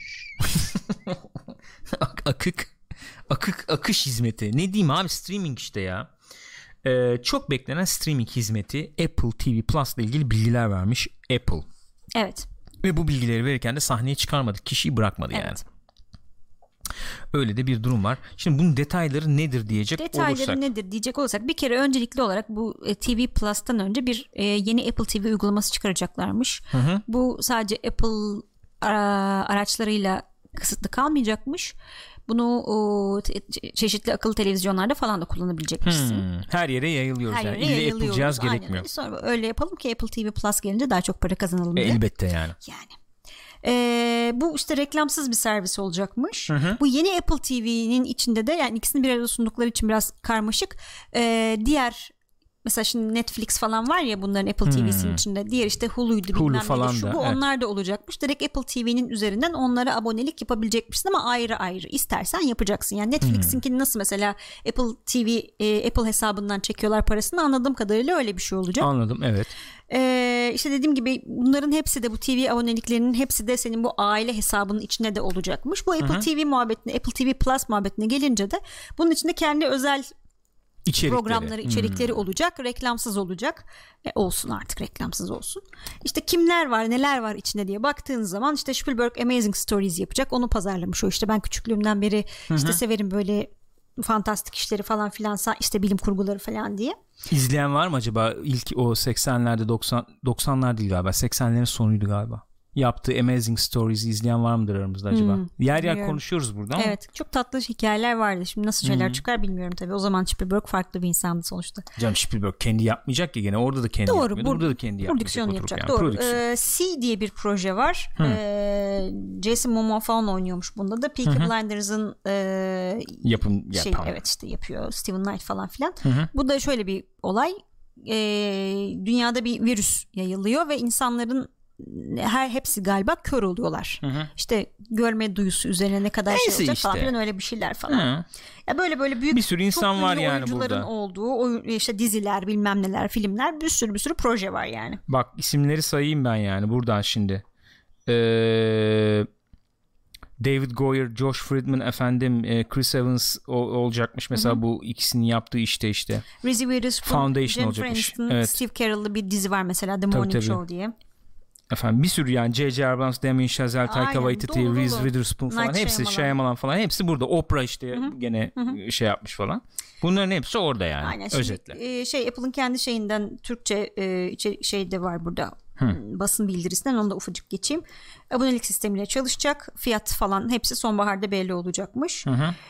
Speaker 1: Akış hizmeti. Ne diyeyim abi, streaming işte ya. Çok beklenen streaming hizmeti Apple TV Plus ile ilgili bilgiler vermiş Apple.
Speaker 2: Evet.
Speaker 1: Ve bu bilgileri verirken de sahneye çıkarmadı. Kişiyi bırakmadı yani. Öyle de bir durum var. Şimdi bunun detayları nedir diyecek olursak. Bir kere öncelikli olarak bu TV Plus'tan önce bir yeni Apple TV uygulaması çıkaracaklarmış. Hı. Bu sadece Apple araçlarıyla kısıtlı kalmayacakmış. Bunu çeşitli akıllı televizyonlarda falan da kullanabilecekmişsin. Her yere yayılıyoruz. Her yere yayılıyoruz. Apple cihaz gerekmiyor.
Speaker 2: Sonra öyle yapalım ki Apple TV Plus gelince daha çok para kazanalım diye.
Speaker 1: Elbette yani.
Speaker 2: Bu işte reklamsız bir servis olacakmış. Hı. Bu yeni Apple TV'nin içinde de, yani ikisini bir arada sundukları için biraz karmaşık. Diğer mesela şimdi Netflix falan var ya bunların Apple TV'sinin içinde. Diğer işte Hulu'ydu bilmem
Speaker 1: falan
Speaker 2: şu
Speaker 1: da,
Speaker 2: bu onlar da olacakmış. Direkt Apple TV'nin üzerinden onlara abonelik yapabilecekmişsin ama ayrı ayrı istersen yapacaksın. Yani Netflix'inkini nasıl mesela Apple TV Apple hesabından çekiyorlar parasını, anladığım kadarıyla öyle bir şey olacak.
Speaker 1: Anladım, evet.
Speaker 2: İşte dediğim gibi bunların hepsi de, bu TV aboneliklerinin hepsi de senin bu aile hesabının içine de olacakmış. Bu Apple TV muhabbetine, Apple TV Plus muhabbetine gelince de bunun içinde kendi özel programları, içerikleri olacak. Reklamsız olacak. Olsun artık, reklamsız olsun. İşte kimler var, neler var içinde diye baktığın zaman işte Spielberg Amazing Stories yapacak. Onu pazarlamış o işte. Ben küçüklüğümden beri işte severim böyle fantastik işleri falan filan, işte bilim kurguları falan diye.
Speaker 1: İzleyen var mı acaba? İlk o 80'lerde 90'lar değil galiba. 80'lerin sonuydu galiba. Yaptığı Amazing Stories'i izleyen var mıdır aramızda acaba? Yer konuşuyoruz burada ama.
Speaker 2: Evet, çok tatlı hikayeler vardı. Şimdi nasıl şeyler çıkar bilmiyorum tabii. O zaman Spielberg farklı bir insandı sonuçta.
Speaker 1: Canım Spielberg kendi yapmayacak ya, gene orada da kendi yapmıyordu. Burada da kendi
Speaker 2: prodüksiyon yapacak.
Speaker 1: Yani.
Speaker 2: Doğru. C diye bir proje var. Jason Momoa falan oynuyormuş bunda da. Peaky Blinders'ın evet işte yapıyor. Steven Knight falan filan. Bu da şöyle bir olay. Dünyada bir virüs yayılıyor ve insanların hepsi galiba kör oluyorlar. İşte görme duyusu üzerine ne kadar şey olacak falan filan, öyle bir şeyler falan. Ya böyle büyük
Speaker 1: bir sürü insan var yani
Speaker 2: oyuncuların
Speaker 1: burada.
Speaker 2: olduğu işte diziler, bilmem neler, filmler, bir sürü proje var yani.
Speaker 1: Bak isimleri sayayım ben yani buradan şimdi. David Goyer, Josh Friedman, Chris Evans olacakmış mesela. Bu ikisinin yaptığı işte
Speaker 2: Reese Witherspoon,
Speaker 1: Foundation olacakmış.
Speaker 2: Evet. Steve Carell'lı bir dizi var mesela, The Morning Show diye.
Speaker 1: Bir sürü yani J.J. Abrams, Damien Chazelle, Taika Waititi, Reese Witherspoon falan, hepsi Shyamalan falan, hepsi burada. Oprah işte gene şey yapmış falan. Bunların hepsi orada yani. Aynen. Özetle.
Speaker 2: Apple'ın kendi şeyinden Türkçe şey de var burada. Basın bildirisinden, onu da ufacık geçeyim. Abonelik sistemiyle çalışacak. Fiyat falan hepsi sonbaharda belli olacakmış.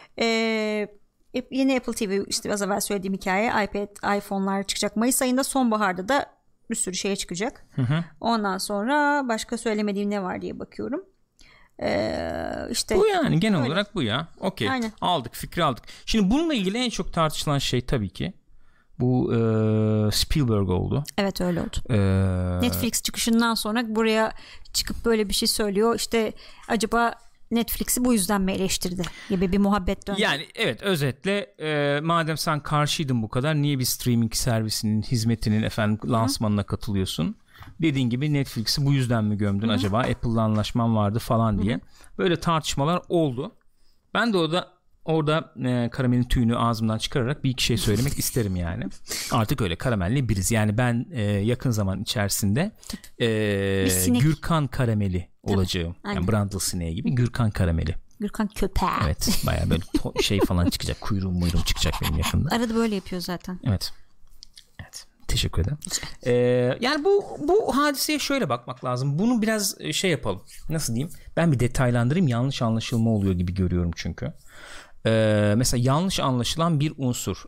Speaker 2: Yeni Apple TV, işte az evvel söylediğim hikaye, iPad, iPhone'lar çıkacak Mayıs ayında. Sonbaharda da bir sürü şeye çıkacak. Ondan sonra başka söylemediğim ne var diye bakıyorum. İşte
Speaker 1: bu yani genel olarak bu ya. Okey. Fikri aldık. Şimdi bununla ilgili en çok tartışılan şey tabii ki bu Spielberg oldu.
Speaker 2: Evet, öyle oldu. Netflix çıkışından sonra buraya çıkıp böyle bir şey söylüyor. İşte acaba Netflix'i bu yüzden mi eleştirdi gibi bir muhabbet döndü.
Speaker 1: Yani evet, özetle madem sen karşıydın bu kadar, niye bir streaming servisinin hizmetinin lansmanına katılıyorsun? Dediğin gibi Netflix'i bu yüzden mi gömdün acaba? Apple'la anlaşman vardı falan diye. Böyle tartışmalar oldu. Ben de orada karamelin tüyünü ağzımdan çıkararak bir iki şey söylemek isterim yani. Artık öyle karamelli biriz. Yani ben yakın zaman içerisinde Gürkan karameli olacağım. Yani Brandl sineği gibi Gürkan karameli.
Speaker 2: Gürkan köpeği.
Speaker 1: Evet, bayağı böyle şey falan çıkacak. Kuyruğum çıkacak benim yakında.
Speaker 2: Arada böyle yapıyor zaten.
Speaker 1: Evet. Teşekkür ederim. Yani bu hadiseye şöyle bakmak lazım. Bunu biraz şey yapalım. Nasıl diyeyim? Ben bir detaylandırayım. Yanlış anlaşılma oluyor gibi görüyorum çünkü. Mesela yanlış anlaşılan bir unsur.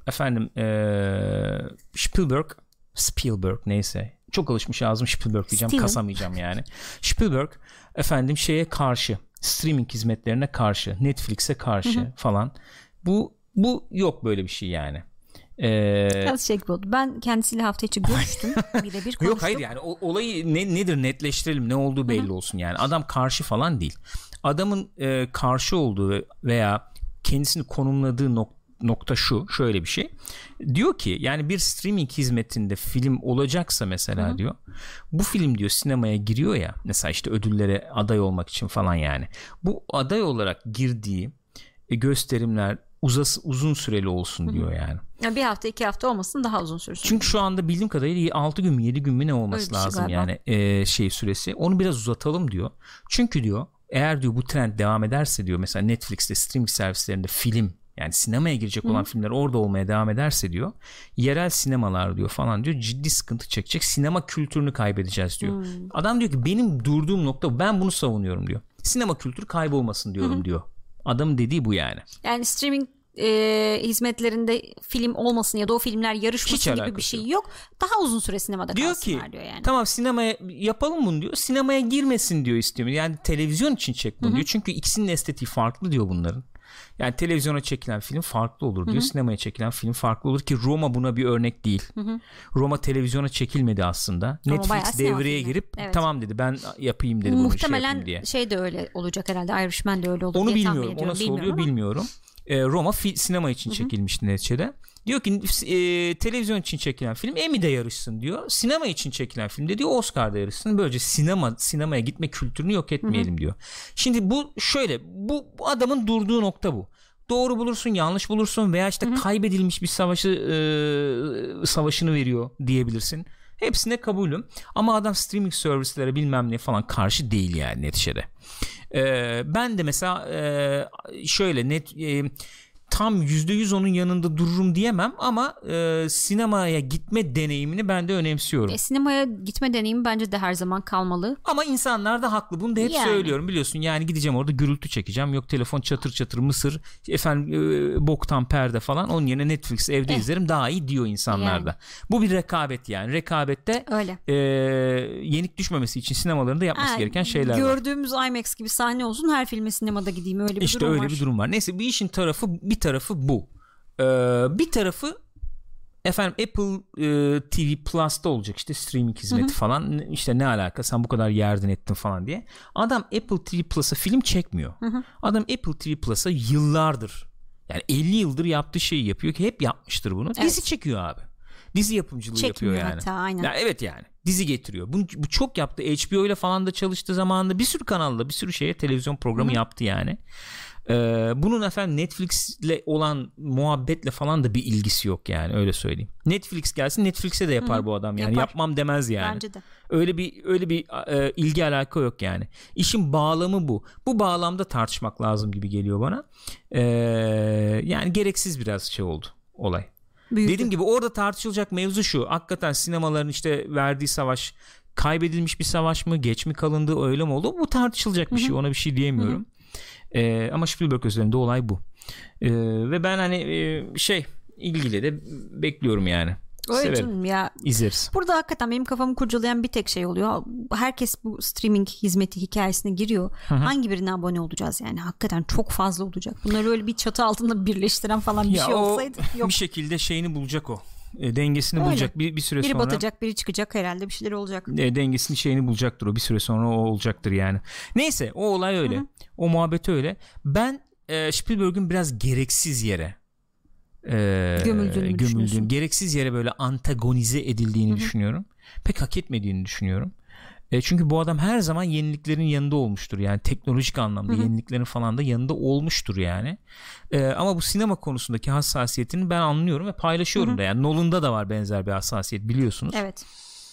Speaker 1: Spielberg neyse. Çok alışmış ağzım Spielberg diyeceğim. Kasamayacağım yani. Spielberg şeye karşı. Streaming hizmetlerine karşı. Netflix'e karşı falan. Bu yok böyle bir şey yani.
Speaker 2: Biraz şey oldu. Ben kendisiyle hafta içi görüştüm. Birebir konuştuk.
Speaker 1: Yok hayır yani olayı nedir netleştirelim, ne olduğu belli olsun yani. Adam karşı falan değil. Adamın karşı olduğu veya kendisini konumladığı nokta şöyle bir şey. Diyor ki yani bir streaming hizmetinde film olacaksa mesela diyor. Bu film diyor sinemaya giriyor ya. Mesela işte ödüllere aday olmak için falan yani. Bu aday olarak girdiği gösterimler uzun süreli olsun diyor yani.
Speaker 2: Bir hafta 2 hafta olmasın, daha uzun sürsün.
Speaker 1: Çünkü şu anda bildiğim kadarıyla 6 gün mü 7 gün mü ne olması lazım yani süresi. Onu biraz uzatalım diyor. Çünkü diyor eğer diyor bu trend devam ederse diyor, mesela Netflix'te streaming servislerinde film, yani sinemaya girecek olan filmler orada olmaya devam ederse diyor, yerel sinemalar diyor falan diyor ciddi sıkıntı çekecek, sinema kültürünü kaybedeceğiz diyor. Adam diyor ki benim durduğum nokta, ben bunu savunuyorum diyor. Sinema kültürü kaybolmasın diyorum diyor. Adamın dediği bu yani. Yani
Speaker 2: streaming hizmetlerinde film olmasın ya da o filmler yarışmasın gibi bir şey yok. Daha uzun süre sinemada
Speaker 1: diyor
Speaker 2: kalsınlar
Speaker 1: ki,
Speaker 2: diyor yani.
Speaker 1: Tamam sinemaya yapalım bunu diyor. Sinemaya girmesin diyor istiyorum. Yani televizyon için çek bunu diyor. Çünkü ikisinin estetiği farklı diyor bunların. Yani televizyona çekilen film farklı olur diyor. Sinemaya çekilen film farklı olur ki Roma buna bir örnek değil. Roma televizyona çekilmedi aslında. Roma Netflix devreye girip tamam dedi, ben yapayım dedi bunu,
Speaker 2: muhtemelen
Speaker 1: diye.
Speaker 2: Şey de öyle olacak herhalde. Irishman de öyle olur
Speaker 1: onu
Speaker 2: diye
Speaker 1: bilmiyorum. O nasıl oluyor bilmiyorum. Roma sinema için çekilmişti neticede. Diyor ki televizyon için çekilen film Emmy'de yarışsın diyor. Sinema için çekilen film de diyor Oscar'da yarışsın. Böylece sinemaya gitme kültürünü yok etmeyelim diyor. Şimdi bu şöyle, bu adamın durduğu nokta bu. doğru bulursun, yanlış bulursun veya işte kaybedilmiş bir savaşını veriyor diyebilirsin. Hepsine kabulüm. Ama adam streaming servislere bilmem ne falan karşı değil yani neticede. Ben de mesela şöyle tam %100 onun yanında dururum diyemem ama sinemaya gitme deneyimini ben de önemsiyorum.
Speaker 2: Sinemaya gitme deneyimi bence de her zaman kalmalı.
Speaker 1: Ama insanlar da haklı. Bunu da hep söylüyorum biliyorsun. Yani gideceğim orada gürültü çekeceğim. Yok telefon çatır çatır mısır. Boktan perde falan. Onun yerine Netflix evde izlerim daha iyi diyor insanlar da. Bu bir rekabet yani. Rekabette yenik düşmemesi için sinemalarında yapması gereken şeyler
Speaker 2: gördüğümüz var. IMAX gibi sahne olsun her filme sinemada gideyim. Öyle bir
Speaker 1: işte
Speaker 2: durum var.
Speaker 1: İşte öyle bir durum var. Neyse bu işin bir tarafı bu. Bir tarafı Apple TV Plus'ta olacak işte streaming hizmeti falan. İşte ne alaka sen bu kadar yardım ettin falan diye. Adam Apple TV Plus'a film çekmiyor. Adam Apple TV Plus'a yıllardır yani 50 yıldır yaptığı şeyi yapıyor ki hep yapmıştır bunu. Evet. Dizi çekiyor abi. Dizi yapımcılığı yapıyor yani.
Speaker 2: Hatta, aynen.
Speaker 1: Ya evet yani. Dizi getiriyor. Bu çok yaptı. HBO ile falan da çalıştığı zamanında bir sürü kanalda bir sürü şeye televizyon programı yaptı yani. Bunun Netflix'le olan muhabbetle falan da bir ilgisi yok yani öyle söyleyeyim. Netflix gelsin Netflix'e de yapar bu adam yani yapmam demez yani.
Speaker 2: Bence de.
Speaker 1: Öyle bir ilgi alaka yok yani. İşin bağlamı bu. Bu bağlamda tartışmak lazım gibi geliyor bana. Yani gereksiz biraz şey oldu olay. Büyüdü. Dediğim gibi orada tartışılacak mevzu şu. Hakikaten sinemaların işte verdiği savaş kaybedilmiş bir savaş mı, geç mi kalındı, öyle mi oldu? Bu tartışılacak bir şey. Ona bir şey diyemiyorum. Ama Spielberg üzerinde olay bu. Ve ben ilgiyle de bekliyorum yani.
Speaker 2: Öyle canım ya.
Speaker 1: İzleriz.
Speaker 2: Burada hakikaten benim kafamı kurcalayan bir tek şey oluyor. Herkes bu streaming hizmeti hikayesine giriyor. Hangi birine abone olacağız yani? Hakikaten çok fazla olacak. Bunları öyle bir çatı altında birleştiren falan bir şey olsaydı. Yok.
Speaker 1: Bir şekilde şeyini bulacak o. Dengesini öyle. Bulacak bir süre
Speaker 2: biri
Speaker 1: sonra.
Speaker 2: Biri batacak, biri çıkacak herhalde bir şeyler olacak.
Speaker 1: Dengesini şeyini bulacaktır o. Bir süre sonra o olacaktır yani. Neyse o olay öyle. O muhabbeti öyle. Ben Spielberg'ün biraz gereksiz yere gömüldüğünü, gereksiz yere böyle antagonize edildiğini düşünüyorum. Pek hak etmediğini düşünüyorum. Çünkü bu adam her zaman yeniliklerin yanında olmuştur. Yani teknolojik anlamda yeniliklerin falan da yanında olmuştur yani. Ama bu sinema konusundaki hassasiyetini ben anlıyorum ve paylaşıyorum da. Yani Nolan'da da var benzer bir hassasiyet biliyorsunuz.
Speaker 2: Evet.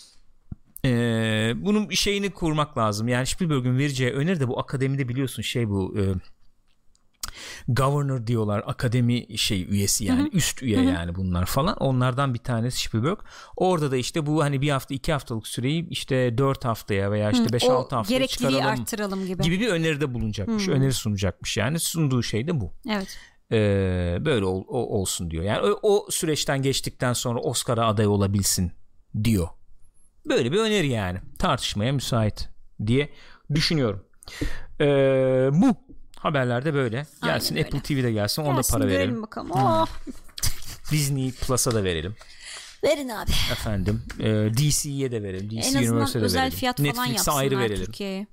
Speaker 1: Bunun şeyini kurmak lazım. Yani Spielberg'ün vereceği öneri de bu akademide biliyorsun bu governor diyorlar, akademi üyesi yani üst üye yani bunlar falan, onlardan bir tanesi Spielberg. Orada da işte bu bir hafta 2 haftalık süreyi işte 4 haftaya veya işte 5-6 haftaya çıkaralım
Speaker 2: arttıralım gibi
Speaker 1: bir öneride bulunacakmış, öneri sunacakmış yani. Sunduğu şey de bu.
Speaker 2: Evet.
Speaker 1: Böyle olsun diyor yani o süreçten geçtikten sonra Oscar'a aday olabilsin diyor. Böyle bir öneri yani, tartışmaya müsait diye düşünüyorum. Bu haberlerde böyle. Gelsin Apple TV'de gelsin. Onda para verelim.
Speaker 2: Bakalım.
Speaker 1: Disney Plus'a da verelim.
Speaker 2: Verin abi.
Speaker 1: Efendim. DC'ye de verelim. DC
Speaker 2: en
Speaker 1: Universe'e de
Speaker 2: özel
Speaker 1: verelim.
Speaker 2: fiyat
Speaker 1: Netflix'e
Speaker 2: falan yapsınlar
Speaker 1: ayrı verelim.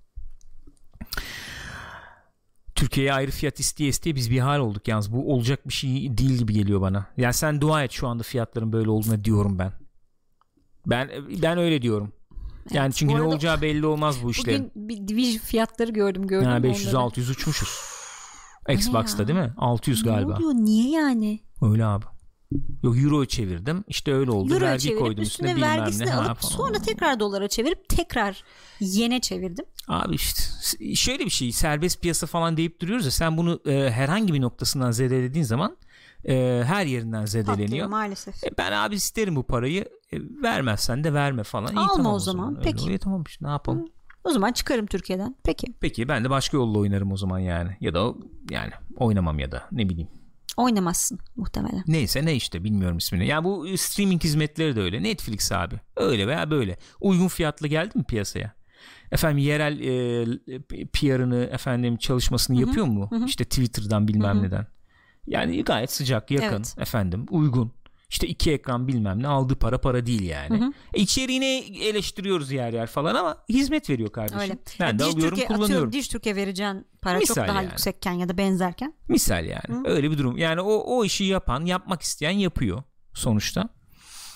Speaker 1: Türkiye'ye ayrı fiyat isteye biz bir hal olduk yalnız. Bu olacak bir şey değil gibi geliyor bana. Yani sen dua et şu anda fiyatların böyle olduğuna diyorum ben. Ben öyle diyorum. Yani evet, çünkü ne olacağı belli olmaz bu işlerin.
Speaker 2: Bugün bir Division fiyatları gördüm
Speaker 1: 500-600 uçmuşuz. Xbox'ta değil mi? 600 galiba.
Speaker 2: Ne oluyor? Niye yani?
Speaker 1: Öyle abi. Yok, euro çevirdim. İşte öyle oldu.
Speaker 2: Euro
Speaker 1: vergi
Speaker 2: çevirip
Speaker 1: koydum
Speaker 2: üstüne
Speaker 1: üstüne
Speaker 2: vergisini alıp sonra tekrar dolara çevirip tekrar yene çevirdim.
Speaker 1: Abi işte şöyle bir şey, serbest piyasa falan deyip duruyoruz ya, sen bunu herhangi bir noktasından zedelediğin zaman her yerinden zedeleniyor.
Speaker 2: Patlıyor, maalesef.
Speaker 1: Ben abi isterim bu parayı. Vermezsen de verme falan.
Speaker 2: Alma
Speaker 1: İyi, tamam
Speaker 2: o zaman. Peki.
Speaker 1: İyi, tamam işte, ne yapalım?
Speaker 2: O zaman çıkarım Türkiye'den. Peki
Speaker 1: ben de başka yolla oynarım o zaman yani. Ya da yani oynamam ya da ne bileyim.
Speaker 2: Oynamazsın muhtemelen.
Speaker 1: Neyse ne işte, bilmiyorum ismini. Ya bu streaming hizmetleri de öyle. Netflix abi. Öyle veya böyle. Uygun fiyatlı geldi mi piyasaya? Efendim yerel PR'ını çalışmasını yapıyor mu? İşte Twitter'dan bilmem neden. Yani gayet sıcak, yakın, efendim uygun. İşte 2 ekran bilmem ne, aldığı para değil yani. İçeriğini eleştiriyoruz yer falan ama hizmet veriyor kardeşim. Öyle. Ben de alıyorum, kullanıyorum.
Speaker 2: Diş Türkiye vereceğin para misal çok daha yüksekken ya da benzerken.
Speaker 1: Misal yani. Öyle bir durum. Yani o işi yapan, yapmak isteyen yapıyor sonuçta.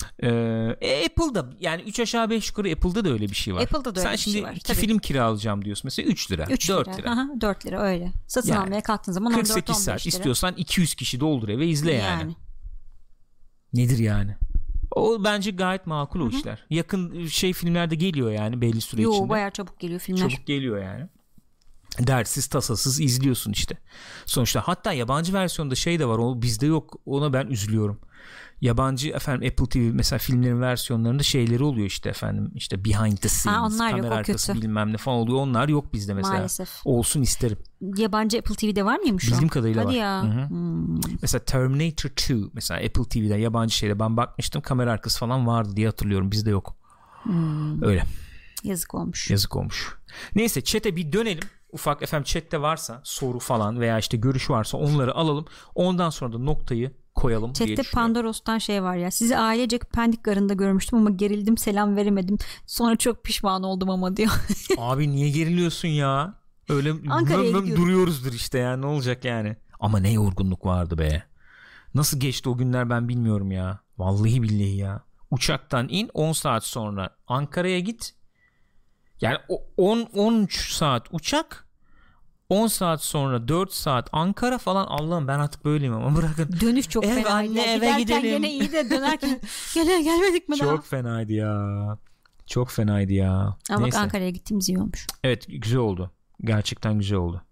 Speaker 1: Apple'da yani 3 aşağı 5 yukarı Apple'da da öyle bir şey var.
Speaker 2: Apple'da da öyle
Speaker 1: sen
Speaker 2: bir
Speaker 1: şimdi
Speaker 2: şey var.
Speaker 1: 2
Speaker 2: Tabii.
Speaker 1: film kiralayacağım diyorsun mesela 3 lira 4 lira.
Speaker 2: Aha, 4 lira öyle. Satın
Speaker 1: Yani,
Speaker 2: almaya kalktığın zaman
Speaker 1: 48
Speaker 2: 14-15
Speaker 1: saat
Speaker 2: lira.
Speaker 1: istiyorsan 200 kişi doldur eve izle yani. Nedir yani? O bence gayet makul o işler. Yakın filmlerde geliyor yani belli süre içinde.
Speaker 2: Yo bayağı çabuk geliyor filmler.
Speaker 1: Çabuk geliyor yani. Dersiz tasasız izliyorsun işte. Sonuçta hatta yabancı versiyonda de var, o bizde yok, ona ben üzülüyorum. Yabancı Apple TV mesela filmlerin versiyonlarında şeyleri oluyor işte işte behind the scenes, kamera arkası bilmem ne falan oluyor, onlar yok bizde mesela.
Speaker 2: Maalesef.
Speaker 1: Olsun isterim.
Speaker 2: Yabancı Apple TV'de var mıymış o?
Speaker 1: Bildiğim kadarıyla
Speaker 2: Hadi
Speaker 1: var.
Speaker 2: Ya.
Speaker 1: Mesela Terminator 2 mesela Apple TV'de yabancı şeyde ben bakmıştım, kamera arkası falan vardı diye hatırlıyorum, bizde yok. Öyle.
Speaker 2: Yazık olmuş.
Speaker 1: Neyse chat'e bir dönelim. Ufak chat'te varsa soru falan veya işte görüş varsa onları alalım. Ondan sonra da noktayı koyalım diye
Speaker 2: düşünüyorum. Chat'te Pandoros'tan var ya. Sizi ailecek Pendik Garı'nda görmüştüm ama gerildim, selam veremedim. Sonra çok pişman oldum ama diyor.
Speaker 1: Abi niye geriliyorsun ya? Öyle duruyoruzdur işte ya, ne olacak yani. Ama ne yorgunluk vardı be. Nasıl geçti o günler ben bilmiyorum ya. Vallahi billahi ya. Uçaktan in 10 saat sonra Ankara'ya git. Yani 13 saat uçak, 10 saat sonra 4 saat Ankara falan. Allah'ım ben artık böyleyim ama bırakın.
Speaker 2: Dönüş çok fenaydı.
Speaker 1: Anne, eve gidelim.
Speaker 2: Gene iyi de dönerken gelmedik mi daha?
Speaker 1: Çok fenaydı ya. Çok fenaydı ya.
Speaker 2: Ama bak Ankara'ya gittiğimiz iyi olmuş.
Speaker 1: Evet, güzel oldu. Gerçekten güzel oldu.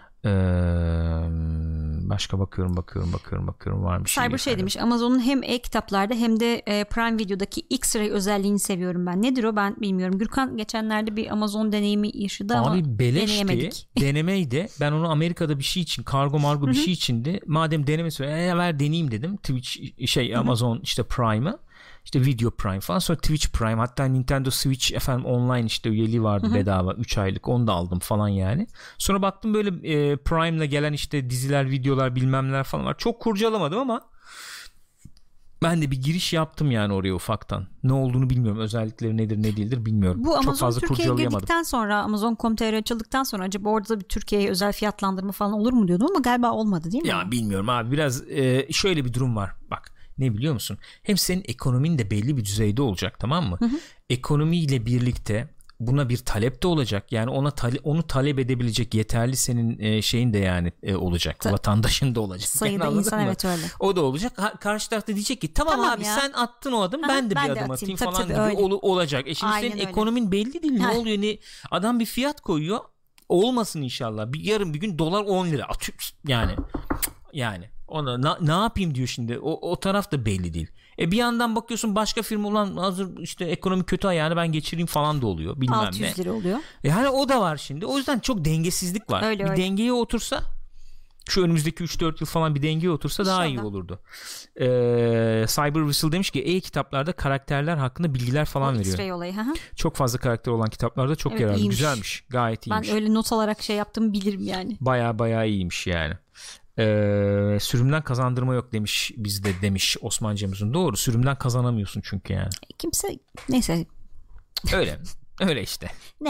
Speaker 1: Başka bakıyorum var bir şey.
Speaker 2: Cyber demiş, Amazon'un hem e-kitaplarda hem de Prime Video'daki X-Ray özelliğini seviyorum ben. Nedir o, ben bilmiyorum. Gürkan geçenlerde bir Amazon deneyimi yaşadı ama deneyemedik.
Speaker 1: Denemeydi. Ben onu Amerika'da bir şey için, kargo bir şey içindi. Madem denemesi ver deneyeyim dedim. Twitch Amazon işte Prime'ı. İşte Video Prime falan, sonra Twitch Prime, hatta Nintendo Switch online işte üyeliği vardı bedava 3 aylık, onu da aldım falan yani. Sonra baktım böyle Prime'la gelen işte diziler, videolar bilmemler falan var. Çok kurcalamadım ama ben de bir giriş yaptım yani oraya ufaktan. Ne olduğunu bilmiyorum, özellikleri nedir ne değildir bilmiyorum.
Speaker 2: Bu Amazon
Speaker 1: çok fazla
Speaker 2: Türkiye'ye girdikten sonra, Amazon.com.tr açıldıktan sonra acaba orada bir Türkiye'ye özel fiyatlandırma falan olur mu diyordum ama galiba olmadı değil mi?
Speaker 1: Ya bilmiyorum abi, biraz şöyle bir durum var bak. Ne biliyor musun? Hem senin ekonomin de belli bir düzeyde olacak, tamam mı? Ekonomiyle birlikte buna bir talep de olacak. Yani onu talep edebilecek yeterli senin şeyin de yani olacak. Vatandaşın da olacak.
Speaker 2: Sayıda
Speaker 1: yani
Speaker 2: insan öyle.
Speaker 1: O da olacak. Karşı tarafta diyecek ki tamam abi ya, sen attın o adım, ben de bir adım atayım falan gibi olacak. Şimdi
Speaker 2: aynen
Speaker 1: senin
Speaker 2: öyle.
Speaker 1: ekonomin belli değil. Ne oluyor? Adam bir fiyat koyuyor. Olmasın inşallah. Yarın bir gün dolar 10 lira. Yani ona ne yapayım diyor şimdi. O taraf da belli değil. Bir yandan bakıyorsun başka firma olan hazır işte ekonomi kötü ayağını ben geçireyim falan da oluyor. Bilmem
Speaker 2: 600 lira oluyor.
Speaker 1: Yani o da var şimdi. O yüzden çok dengesizlik var. Bir dengeye otursa, şu önümüzdeki 3-4 yıl falan bir dengeye otursa İnşallah daha iyi olurdu. Cyber Whistle demiş ki e-kitaplarda karakterler hakkında bilgiler falan veriyor.
Speaker 2: X-ray olayı.
Speaker 1: Çok fazla karakter olan kitaplarda çok yararlı.
Speaker 2: İyiymiş.
Speaker 1: Güzelmiş. Gayet iyiymiş.
Speaker 2: Ben öyle not alarak yaptım, bilirim yani.
Speaker 1: Baya iyiymiş yani. Sürümden kazandırma yok demiş bizde, demiş Osman Cemuz'un. Doğru, sürümden kazanamıyorsun çünkü yani.
Speaker 2: Kimse neyse.
Speaker 1: Öyle işte.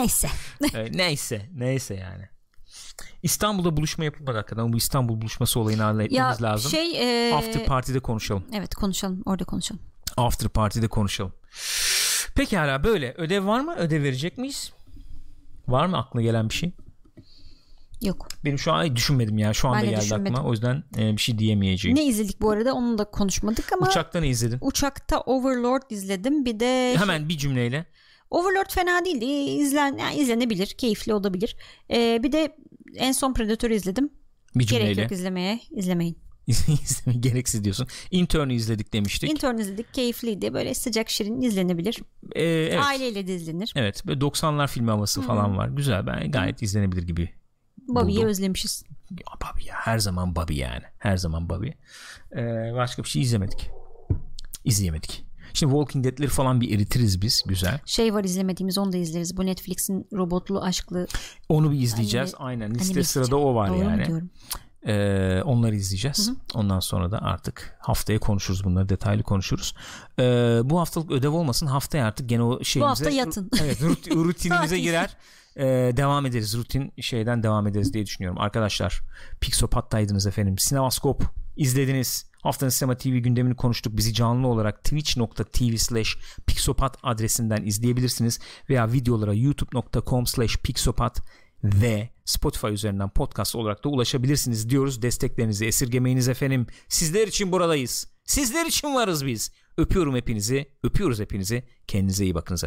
Speaker 1: Neyse yani. İstanbul'da buluşma yapılmadı hakikaten. Bu İstanbul buluşması olayını halletmemiz lazım. After Party'de konuşalım.
Speaker 2: Evet, konuşalım. Orada konuşalım.
Speaker 1: After Party'de konuşalım. Pekala, böyle ödev var mı? Ödev verecek miyiz? Var mı aklına gelen bir şey?
Speaker 2: Yok.
Speaker 1: Benim şu an düşünmedim ya. Şu anda geldi aklıma. O yüzden bir şey diyemeyeceğim.
Speaker 2: Ne izledik bu arada? Onu da konuşmadık ama.
Speaker 1: Uçakta ne izledin?
Speaker 2: Uçakta Overlord izledim. Bir de
Speaker 1: hemen bir cümleyle.
Speaker 2: Overlord fena değildi. İzlenebilir. Keyifli olabilir. Bir de en son Predator'u izledim.
Speaker 1: Bir cümleyle.
Speaker 2: Gerek yok izlemeye. İzlemeyin.
Speaker 1: Gereksiz diyorsun. Intern'ü izledik demiştik.
Speaker 2: Intern'ü izledik. Keyifliydi. Böyle sıcak şirin izlenebilir.
Speaker 1: Evet.
Speaker 2: Aileyle de izlenir.
Speaker 1: Evet. Böyle 90'lar filmi havası falan var. Güzel. Ben gayet izlenebilir gibi.
Speaker 2: Bobby'yi özlemişiz.
Speaker 1: Ya Bobby ya. Her zaman Bobby yani. Her zaman Bobby. Başka bir şey izleyemedik. Şimdi Walking Dead'leri falan bir eritiriz biz. Güzel.
Speaker 2: Var izlemediğimiz, onu da izleriz. Bu Netflix'in robotlu aşklı.
Speaker 1: Onu bir izleyeceğiz. Aynen. Liste sırada o var. Doğru yani. Onları izleyeceğiz. Ondan sonra da artık haftaya konuşuruz bunları. Detaylı konuşuruz. Bu haftalık ödev olmasın. Haftaya artık gene o şeyimize.
Speaker 2: Bu hafta yatın.
Speaker 1: Evet, rutinimize girer. Devam ederiz. Rutin devam ederiz diye düşünüyorum. Arkadaşlar, Pixopat'taydınız efendim. Sinemaskop izlediniz. Haftanın Sinema TV gündemini konuştuk. Bizi canlı olarak twitch.tv/pixopat adresinden izleyebilirsiniz veya videolara youtube.com/pixopat ve Spotify üzerinden podcast olarak da ulaşabilirsiniz diyoruz. Desteklerinizi esirgemeyiniz efendim. Sizler için buradayız. Sizler için varız biz. Öpüyorum hepinizi. Öpüyoruz hepinizi. Kendinize iyi bakınız.